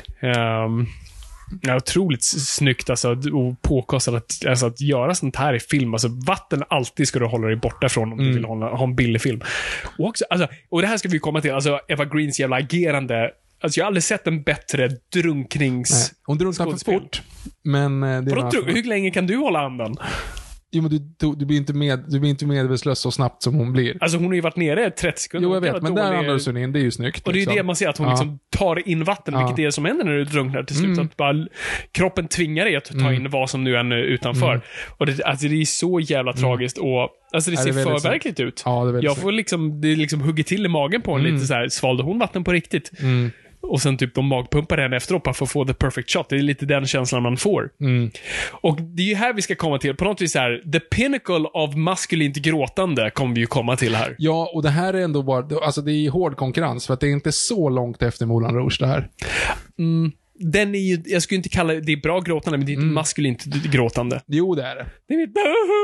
Um, ja, otroligt snyggt alltså, och påkostat att, alltså, att göra sånt här i film. Alltså, vatten alltid ska du hålla dig borta från om Mm. du vill ha, ha en billig film. Och, också, alltså, och det här ska vi komma till, alltså Eva Greens jävla agerande. Alltså, jag har aldrig sett en bättre drunknings... Nej. Hon drunknar för skådespel. fort. Men eh, det är Vadå, några- dru- hur länge kan du hålla andan? Jo, men du, du, du blir inte med, du blir inte medvetslös så snabbt som hon blir. Alltså, hon har ju varit nere trettio sekunder. Jo, jag Hon kan vet, vara men där dålig. andas hon in, det är ju snyggt. Och det är ju liksom. det man ser, att hon Ja. liksom tar in vatten, Ja. vilket är det som händer när du drunknar till slut. Mm. Att bara, kroppen tvingar dig att ta Mm. in vad som nu än är utanför. Mm. Och det, alltså, det är så jävla tragiskt och alltså, det Ja, ser det är väldigt för verkligt ut. Ja, det är väldigt Jag får liksom, det är liksom hugger till i magen på henne Mm. lite så här. Svalde hon vatten på riktigt? Mm. Och sen typ de magpumpar henne efteråt bara för att få the perfect shot. Det är lite den känslan man får. Mm. Och det är ju här vi ska komma till. På något vis här, the pinnacle of maskulint gråtande kommer vi ju komma till här. Ja, och det här är ändå bara, alltså det är hård konkurrens, för att det är inte så långt efter Moulin Rouge det här. Mm. Den är ju, jag skulle inte kalla det, det är bra gråtande, men det är inte Mm. maskulint gråtande. Jo, det är det. Det är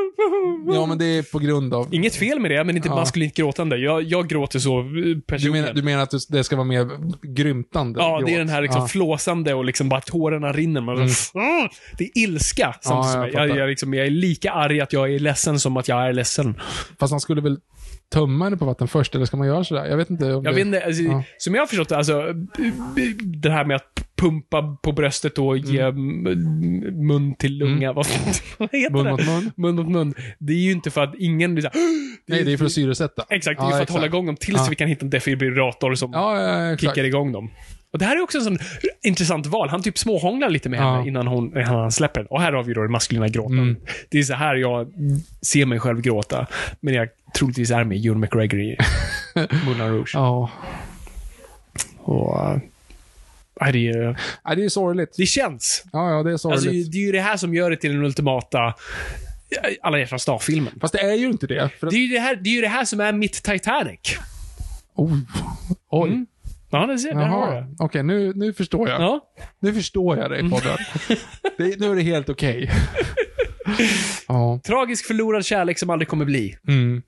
Ja, men det är på grund av... Inget fel med det, men inte Ja. maskulint gråtande. Jag, jag gråter så eh, Du personligen. menar, du menar att det ska vara mer grymtande? Ja, gråt? det är den här liksom Ja. flåsande och liksom bara tårarna rinner. Man Mm. mm. Det är ilska. Samtidigt Ja, som jag jag, jag, fattar. jag, liksom, jag är lika arg att jag är ledsen som att jag är ledsen. Fast han skulle väl tömma henne på vatten först, eller ska man göra sådär? Jag vet inte. Om Jag det... vet inte, alltså, Ja. som jag har förstått det, alltså, det här med att pumpa på bröstet och ge mm. mun till lunga. Mm. Vad, vad heter Mun det? mot mun? Mun mot mun. Det är ju inte för att ingen blir så här, Nej, det är för att syresätta. Exakt, det är Ja, för att exakt. hålla igång dem tills Ja. vi kan hitta en defibrillator som Ja, ja, exakt. kickar igång dem. Och det här är också en sån intressant val. Han typ småhånglar lite med Ja. henne innan, hon, innan han släpper den. Och här har vi då det maskulina gråten. Mm. Det är så här jag ser mig själv gråta. Men jag troligtvis är med Ewan McGregor i Moulin Rouge. Ja. Och, uh, Ja, det, är, Ja, det är sorgligt. det känns. Ja, ja, det är sorgligt. Alltså, det är ju det här som gör det till den ultimata alla hjärtans dag-filmen. Fast det är ju inte det. För att... Det är ju det här, det är ju det här som är mitt Titanic. Oh. Oj. Mm. Ja, det ser, där har jag. Okej, okay, nu, nu förstår jag. Ja. Nu förstår jag dig, podden. det, nu är det helt okej. Okay. Ja. Tragisk förlorad kärlek som aldrig kommer bli. Mm.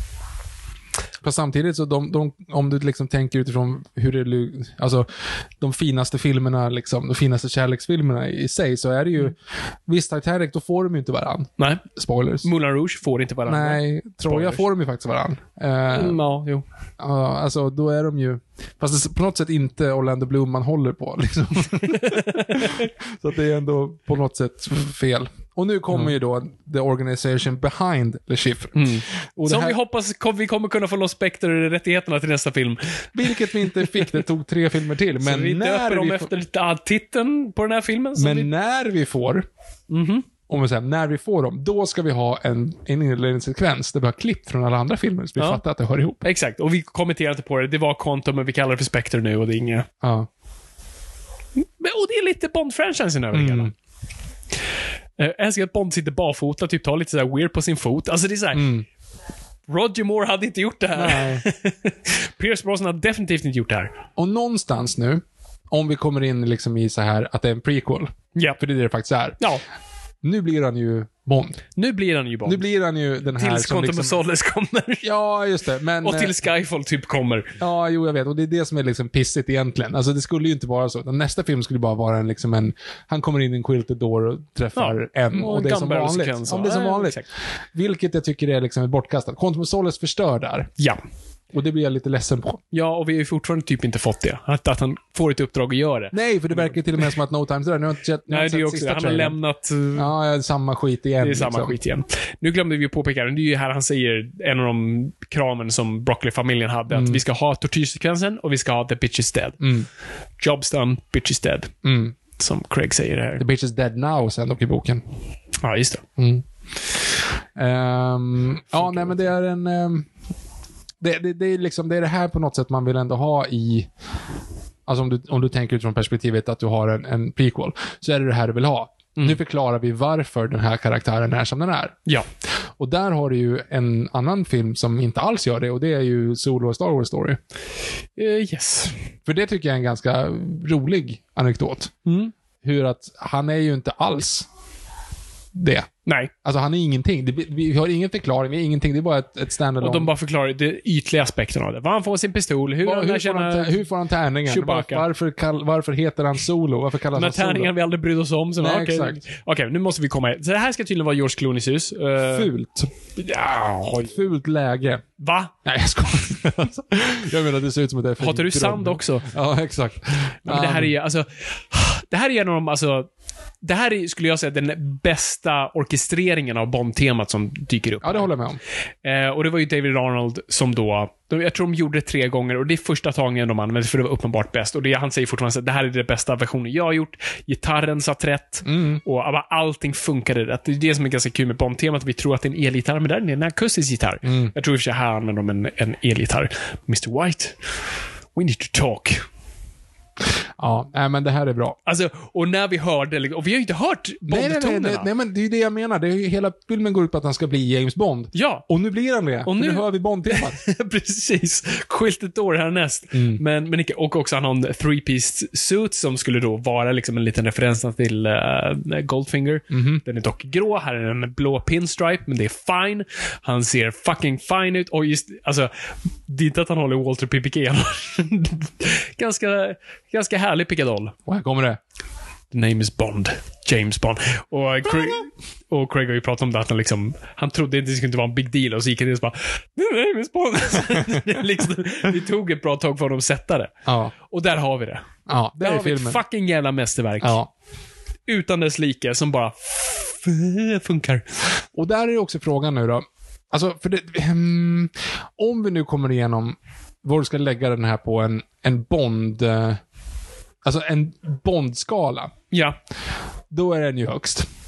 Fast samtidigt så de, de, om du liksom tänker utifrån hur det, alltså de finaste filmerna liksom, de finaste kärleksfilmerna i sig, så är det ju mm. visst, Titanic, då får de ju inte varann. Nej. Spoilers. Moulin Rouge får inte varann. Nej, Troja får de ju faktiskt varann. Uh, mm, ja, jo. Uh, alltså då är de ju, fast det är på något sätt inte Orlando Bloom man håller på liksom. Så att det är ändå på något sätt fel. Och nu kommer mm. ju då the organization behind Le Chiffre. Mm. Och som här... vi hoppas kom, vi kommer kunna få loss Spectre-rättigheterna till nästa film. Vilket vi inte fick, det tog tre filmer till. Men så vi när döper dem vi efter f- titeln på den här filmen. Men vi... när vi får, mm-hmm. om vi säger, när vi får dem, då ska vi ha en, en inledningssekvens där vi har klippt från alla andra filmer, så vi ja. fattar att det hör ihop. Exakt, och vi kommenterar inte på det. Det var Quantum, men vi kallar det för Spectre nu, och det är inga... Ja. Och det är lite Bond-franchisen över det hela. Mm. Jag älskar att Bond sitter barfota, typ tar lite så här weird på sin fot. Alltså det är så här, mm. Roger Moore hade inte gjort det här. Nej. Pierce Brosnan hade definitivt inte gjort det här. Och någonstans nu, om vi kommer in liksom i så här att det är en prequel. Ja. För det är det det faktiskt är. Ja. Nu blir han ju Bond. Nu blir han ju Bond. Nu blir han ju den här tills som Quantum liksom... of Solace kommer. Ja, just det. Men, och till Skyfall typ kommer. Ja, jo, jag vet. Och det är det som är liksom pissigt egentligen. Alltså det skulle ju inte vara så. Den nästa film skulle bara vara en liksom en... Han kommer in i en quilted door och träffar ja. en. Och, och det är som vanligt. Ja, det är som vanligt. Ja, vilket jag tycker är liksom bortkastat. Quantum of Solace förstör där. Ja. Och det blir jag lite ledsen på. Ja, och vi har ju fortfarande typ inte fått det. Att, att han får ett uppdrag att göra det. Nej, för det verkar till och med som att No Time där. Nu har inte sett, Nej, det är också det. Han har lämnat... Uh, ja, samma skit igen. Det är samma liksom. skit igen. Nu glömde vi påpeka, det är ju här han säger en av de kraven som Broccoli-familjen hade. Mm. Att vi ska ha tortyrsekvensen och vi ska ha The Bitch is Dead. Mm. Job's done, Bitch is Dead. Mm. Som Craig säger här. The Bitch is Dead now, sen dock i boken. Ja, just det. Mm. Um, ja, nej, men det är en... Um, Det, det, det, är liksom, det är det här på något sätt man vill ändå ha i... Alltså om du, om du tänker utifrån perspektivet att du har en, en prequel, så är det det här du vill ha. Mm. Nu förklarar vi varför den här karaktären är som den är. Ja. Och där har du ju en annan film som inte alls gör det, och det är ju Solo och Star Wars Story. Uh, yes. För det tycker jag är en ganska rolig anekdot. Mm. Hur att han är ju inte alls det. Nej. Alltså han är ingenting. Det, vi har ingen förklaring, vi har ingenting. Det är bara ett, ett stand-alone. Och de bara förklarar det ytliga aspekten av det. Var han får sin pistol, hur, Var, han hur, känner... får, han, hur får han tärningen? Var, varför, kall, varför heter han Solo? Varför kallas han Solo? Den tärningen vi aldrig brydde oss om. Så Nej, okay. exakt. Okej, okay, nu måste vi komma här. Så det här ska tydligen vara George Clooney's hus. Uh... Fult. Ja. Fult läge. Va? Nej, jag skojar. Jag menar, det ser ut som att det är för hatar du sand också? Ja, exakt. Ja, men det här är alltså... Det här är en av de, alltså... Det här är, skulle jag säga, den bästa orkestreringen av Bond-temat som dyker upp. Ja, det håller jag med om. Eh, och det var ju David Arnold som då... De, jag tror de gjorde det tre gånger, och det är första tagningen de använde, för det var uppenbart bäst. Och det, han säger fortfarande att det här är den bästa versionen jag har gjort. Gitarren satt rätt. Mm. Och allting funkade rätt. Det är det som är ganska kul med Bond-temat. Vi tror att det är en elgitarr, men där är det en akustisk gitarr. Mm. Jag tror i och för sig här använder de en, en elgitarr. mister White, we need to talk. Ja, nej, men det här är bra. Alltså, och när vi hörde, och vi har ju inte hört Bond-tonerna. Nej, nej, nej, nej, men det är ju det jag menar. Det är ju, hela filmen går ut på att han ska bli James Bond. Ja. Och nu blir han det. Och nu, nu hör vi Bond-temat. Precis. Skiltet år härnäst. Mm. Men, men inte, och också han har en three-piece suit som skulle då vara liksom en liten referens till uh, Goldfinger. Mm-hmm. Den är dock grå. Här är en blå pinstripe, men det är fine. Han ser fucking fine ut. Och just, alltså, det är inte att han håller Walter P P K. ganska, ganska härlig pickadoll. Och här kommer det. The name is Bond. James Bond. Och Craig, och Craig har ju pratat om det att han liksom, han trodde inte det skulle inte vara en big deal, och så gick han in och bara, The name is Bond. det, liksom, det tog ett bra tag för dem att sätta det. Ja. Och där har vi det. Ja, där är har filmen. vi ett fucking jävla mästerverk. Ja. Utan dess like, som bara f- funkar. Och där är det också frågan nu då. Alltså, för det, um, om vi nu kommer igenom var du ska lägga den här på en, en Bond... Uh, alltså en Bond-skala. Ja. Då är den ju högst.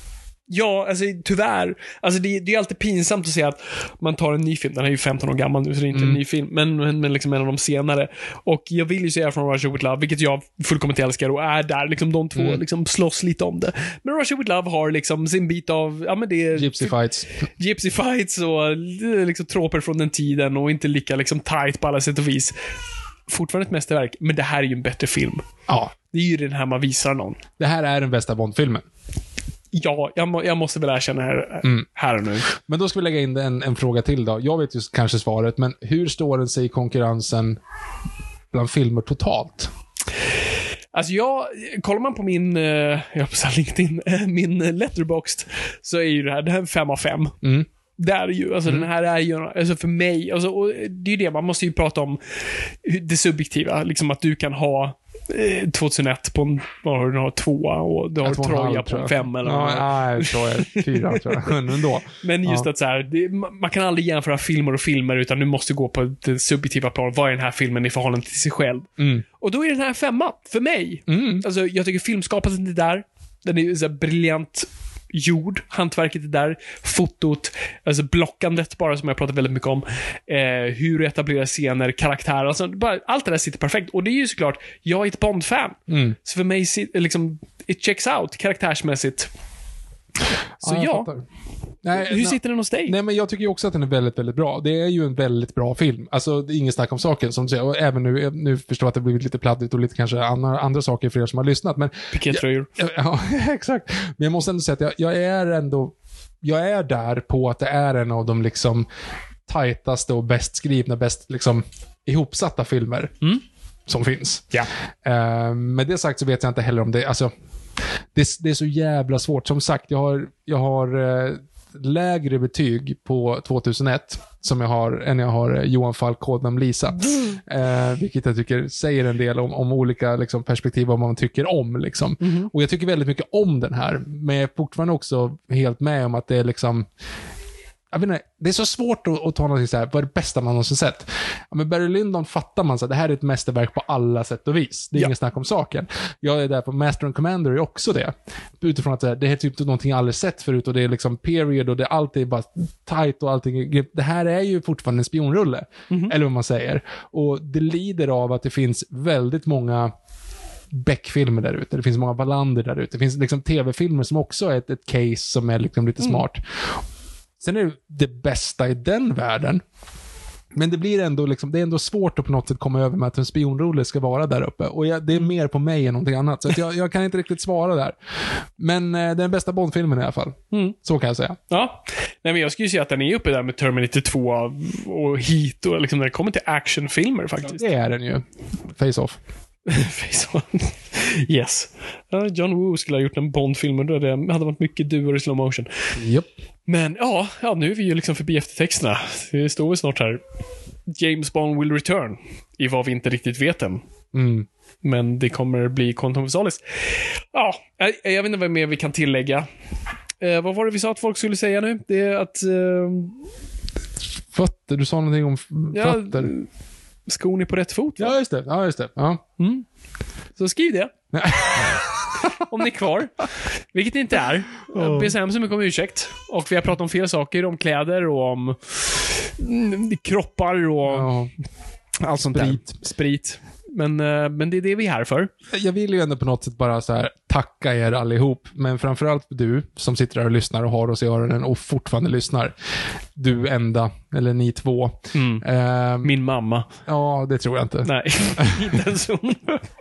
Ja, alltså tyvärr. Alltså det, det är alltid pinsamt att se att man tar en ny film. Den är ju femton år gammal nu, så det är inte mm. en ny film. Men, men, men liksom en av de senare. Och jag vill ju säga från Russia With Love, vilket jag fullkomligt älskar och är där. Liksom de två mm. liksom slåss lite om det. Men Russia With Love har liksom sin bit av, ja men det är Gypsy fights. Gypsy fights och liksom tråper från den tiden och inte lika liksom tight på alla sätt och vis. Fortfarande ett mästerverk, men det här är ju en bättre film. Ja. Det är ju den här man visar någon. Det här är den bästa Bond-filmen. Ja, jag, må, jag måste väl erkänna här, mm. här och nu. Men då ska vi lägga in en, en fråga till då. Jag vet ju kanske svaret, men hur står den sig i konkurrensen bland filmer totalt? Alltså jag, kollar man på min, jag hoppas jag LinkedIn, min Letterboxd, så är ju det här, det här en fem av fem. Mm. Det är ju, alltså mm. den här är ju, alltså för mig, alltså, och det är ju det, man måste ju prata om det subjektiva, liksom att du kan ha tjugohundraett på en, vad har du, har tvåa och du har Troja på en fem eller ja, nej, Troja fyra tror jag. Men ändå. Men just ja. att så här, det, man kan aldrig jämföra filmer och filmer, utan du måste gå på det subjektiva plan. Vad är den här filmen i förhållande till sig själv? Mm. Och då är den här femma för mig. Mm. Alltså jag tycker filmskapet är där. Den är så här briljant gjord, hantverket är där, fotot, alltså blockandet bara, som jag pratat väldigt mycket om, eh, hur du etablerar scener, karaktärer, alltså bara, allt det där sitter perfekt. Och det är ju såklart, jag är ett Bond-fan, mm. så för mig liksom, it checks out karaktärsmässigt. Så ja, ja. Nej, hur sitter den hos dig? Nej, men jag tycker ju också att den är väldigt, väldigt bra. Det är ju en väldigt bra film. Alltså, det är ingen snack om saken, som du säger. Och även nu, nu förstår jag att det blivit lite pladdigt och lite kanske andra, andra saker för er som har lyssnat. Men Pikétröjor. Ja, ja, exakt. Men jag måste ändå säga att jag, jag är ändå, jag är där på att det är en av de liksom tajtaste och bäst skrivna, bäst liksom ihopsatta filmer mm. som finns. Ja. Uh, med det sagt så vet jag inte heller om det, alltså det, det är så jävla svårt. Som sagt, jag har, jag har uh, lägre betyg på tjugohundraett som jag har än jag har Johan Falk kodnamn Lisa. Mm. Eh, vilket jag tycker säger en del om, om olika liksom, perspektiv vad man tycker om. Liksom. Mm. Och jag tycker väldigt mycket om den här. Men jag är fortfarande också helt med om att det är liksom... Jag vet inte, det är så svårt att, att ta något så här, vad är det bästa man någonsin sett? Ja, men Barry Lyndon fattar man så att det här är ett mästerverk på alla sätt och vis. Det är ja. ingen snack om saken. Jag är där på Master and Commander är också det. Utifrån att det är typ någonting jag aldrig sett förut och det är liksom period och det alltid är bara tight och allting. Det här är ju fortfarande en spionrulle. Mm-hmm. Eller vad man säger. Och det lider av att det finns väldigt många Beck-filmer där ute. Det finns många Wallander där ute. Det finns liksom tv-filmer som också är ett, ett case som är liksom lite mm. smart. Sen är det det bästa i den världen. Men det blir ändå liksom, det är ändå svårt att på något sätt komma över med att en spionrulle ska vara där uppe. Och jag, det är mer på mig än någonting annat. Så att jag, jag kan inte riktigt svara där. Men eh, det är den bästa Bond-filmen i alla fall. Mm. Så kan jag säga. Ja. Nej, men jag skulle ju säga att den är uppe där med Terminator två och Heat och liksom när det kommer till actionfilmer faktiskt. Ja, det är den ju. Face-Off. Face-Off. Yes. John Woo skulle ha gjort en Bond-film och det hade varit mycket duor i slow motion. Japp. Men ja, ja, nu är vi ju liksom förbi eftertexterna. Det står ju snart här. James Bond will return. I vad vi inte riktigt vet än. Mm. Men det kommer bli Quantum of Solace. Ja, jag, jag vet inte vad mer vi kan tillägga. Eh, vad var det vi sa att folk skulle säga nu? Det är att... Eh... Fötter, du sa någonting om fötter. Ja, skon är på rätt fot, va? Ja, just det. Ja, just det. Ja. Mm. Så skriv det. Om ni är kvar. Vilket ni inte är. Jag ber så hemskt mycket om ursäkt. Och vi har pratat om fel saker. Om kläder och om mm, kroppar och ja. allt sånt Sprit. där. Sprit. Men, men det är det vi är här för. Jag vill ju ändå på något sätt bara så här tacka er allihop. Men framförallt du som sitter där och lyssnar och har oss i öronen och fortfarande lyssnar. Du enda, eller ni två. Mm. Uh, Min mamma. Ja, det tror jag inte. Nej, inte ens hon.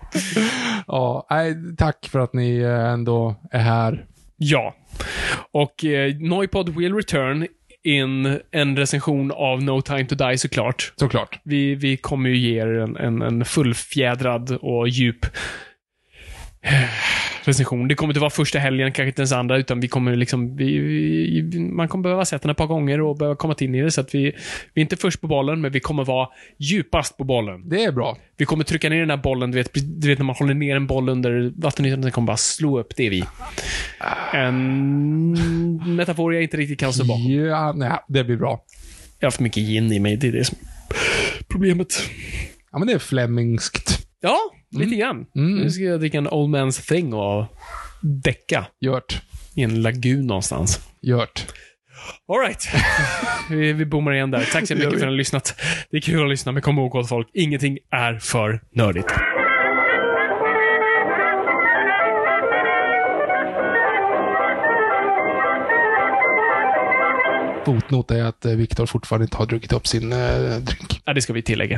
Ja, nej, tack för att ni ändå är här. Ja. Och eh, Noipod will return in en recension av No Time to Die, såklart. Såklart. Vi, vi kommer ju ge er en, en, en fullfjädrad och djup recension. Det kommer inte vara första helgen, kanske inte ens andra, utan vi kommer liksom vi, vi, man kommer behöva sätta den ett par gånger och behöva komma in i det, så att vi, vi är inte först på bollen, men vi kommer vara djupast på bollen. Det är bra. Vi kommer trycka ner den här bollen, du vet, du vet när man håller ner en boll under vattenytan, den kommer bara slå upp, det är vi. En metafor jag inte riktigt kan stå bakom. Ja, nej, det blir bra. Jag har haft mycket gin i mig, det är det som problemet. Ja, men det är flemmingskt. Ja, lite grann. Mm. Nu ska jag dricka en old man's thing och däcka. Gjort. I en lagun någonstans. Gjort. All right. vi, vi boomar igen där. Tack så mycket för att ni har lyssnat. Det är kul att lyssna, men kom ihåg folk. Ingenting är för nördigt. Fotnot är att Viktor fortfarande inte har druckit upp sin äh, drink. Ja, det ska vi tillägga.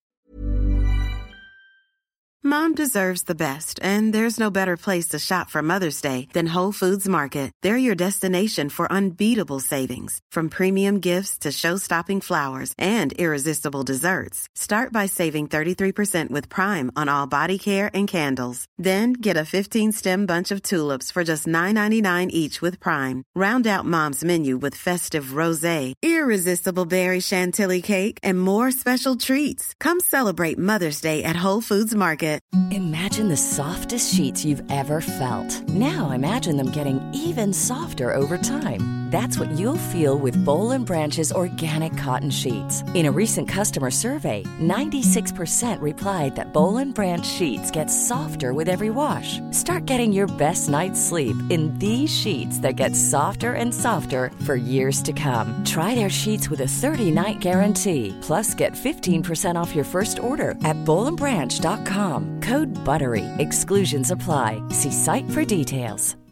Mom deserves the best, and there's no better place to shop for Mother's Day than Whole Foods Market. They're your destination for unbeatable savings, from premium gifts to show-stopping flowers and irresistible desserts. Start by saving thirty-three percent with Prime on all body care and candles. Then get a fifteen-stem bunch of tulips for just nine ninety-nine each with Prime. Round out Mom's menu with festive rosé, irresistible berry chantilly cake, and more special treats. Come celebrate Mother's Day at Whole Foods Market. Imagine the softest sheets you've ever felt. Now imagine them getting even softer over time. That's what you'll feel with Boll and Branch's organic cotton sheets. In a recent customer survey, ninety-six percent replied that Boll and Branch sheets get softer with every wash. Start getting your best night's sleep in these sheets that get softer and softer for years to come. Try their sheets with a thirty-night guarantee. Plus, get fifteen percent off your first order at boll and branch dot com. Code BUTTERY. Exclusions apply. See site for details.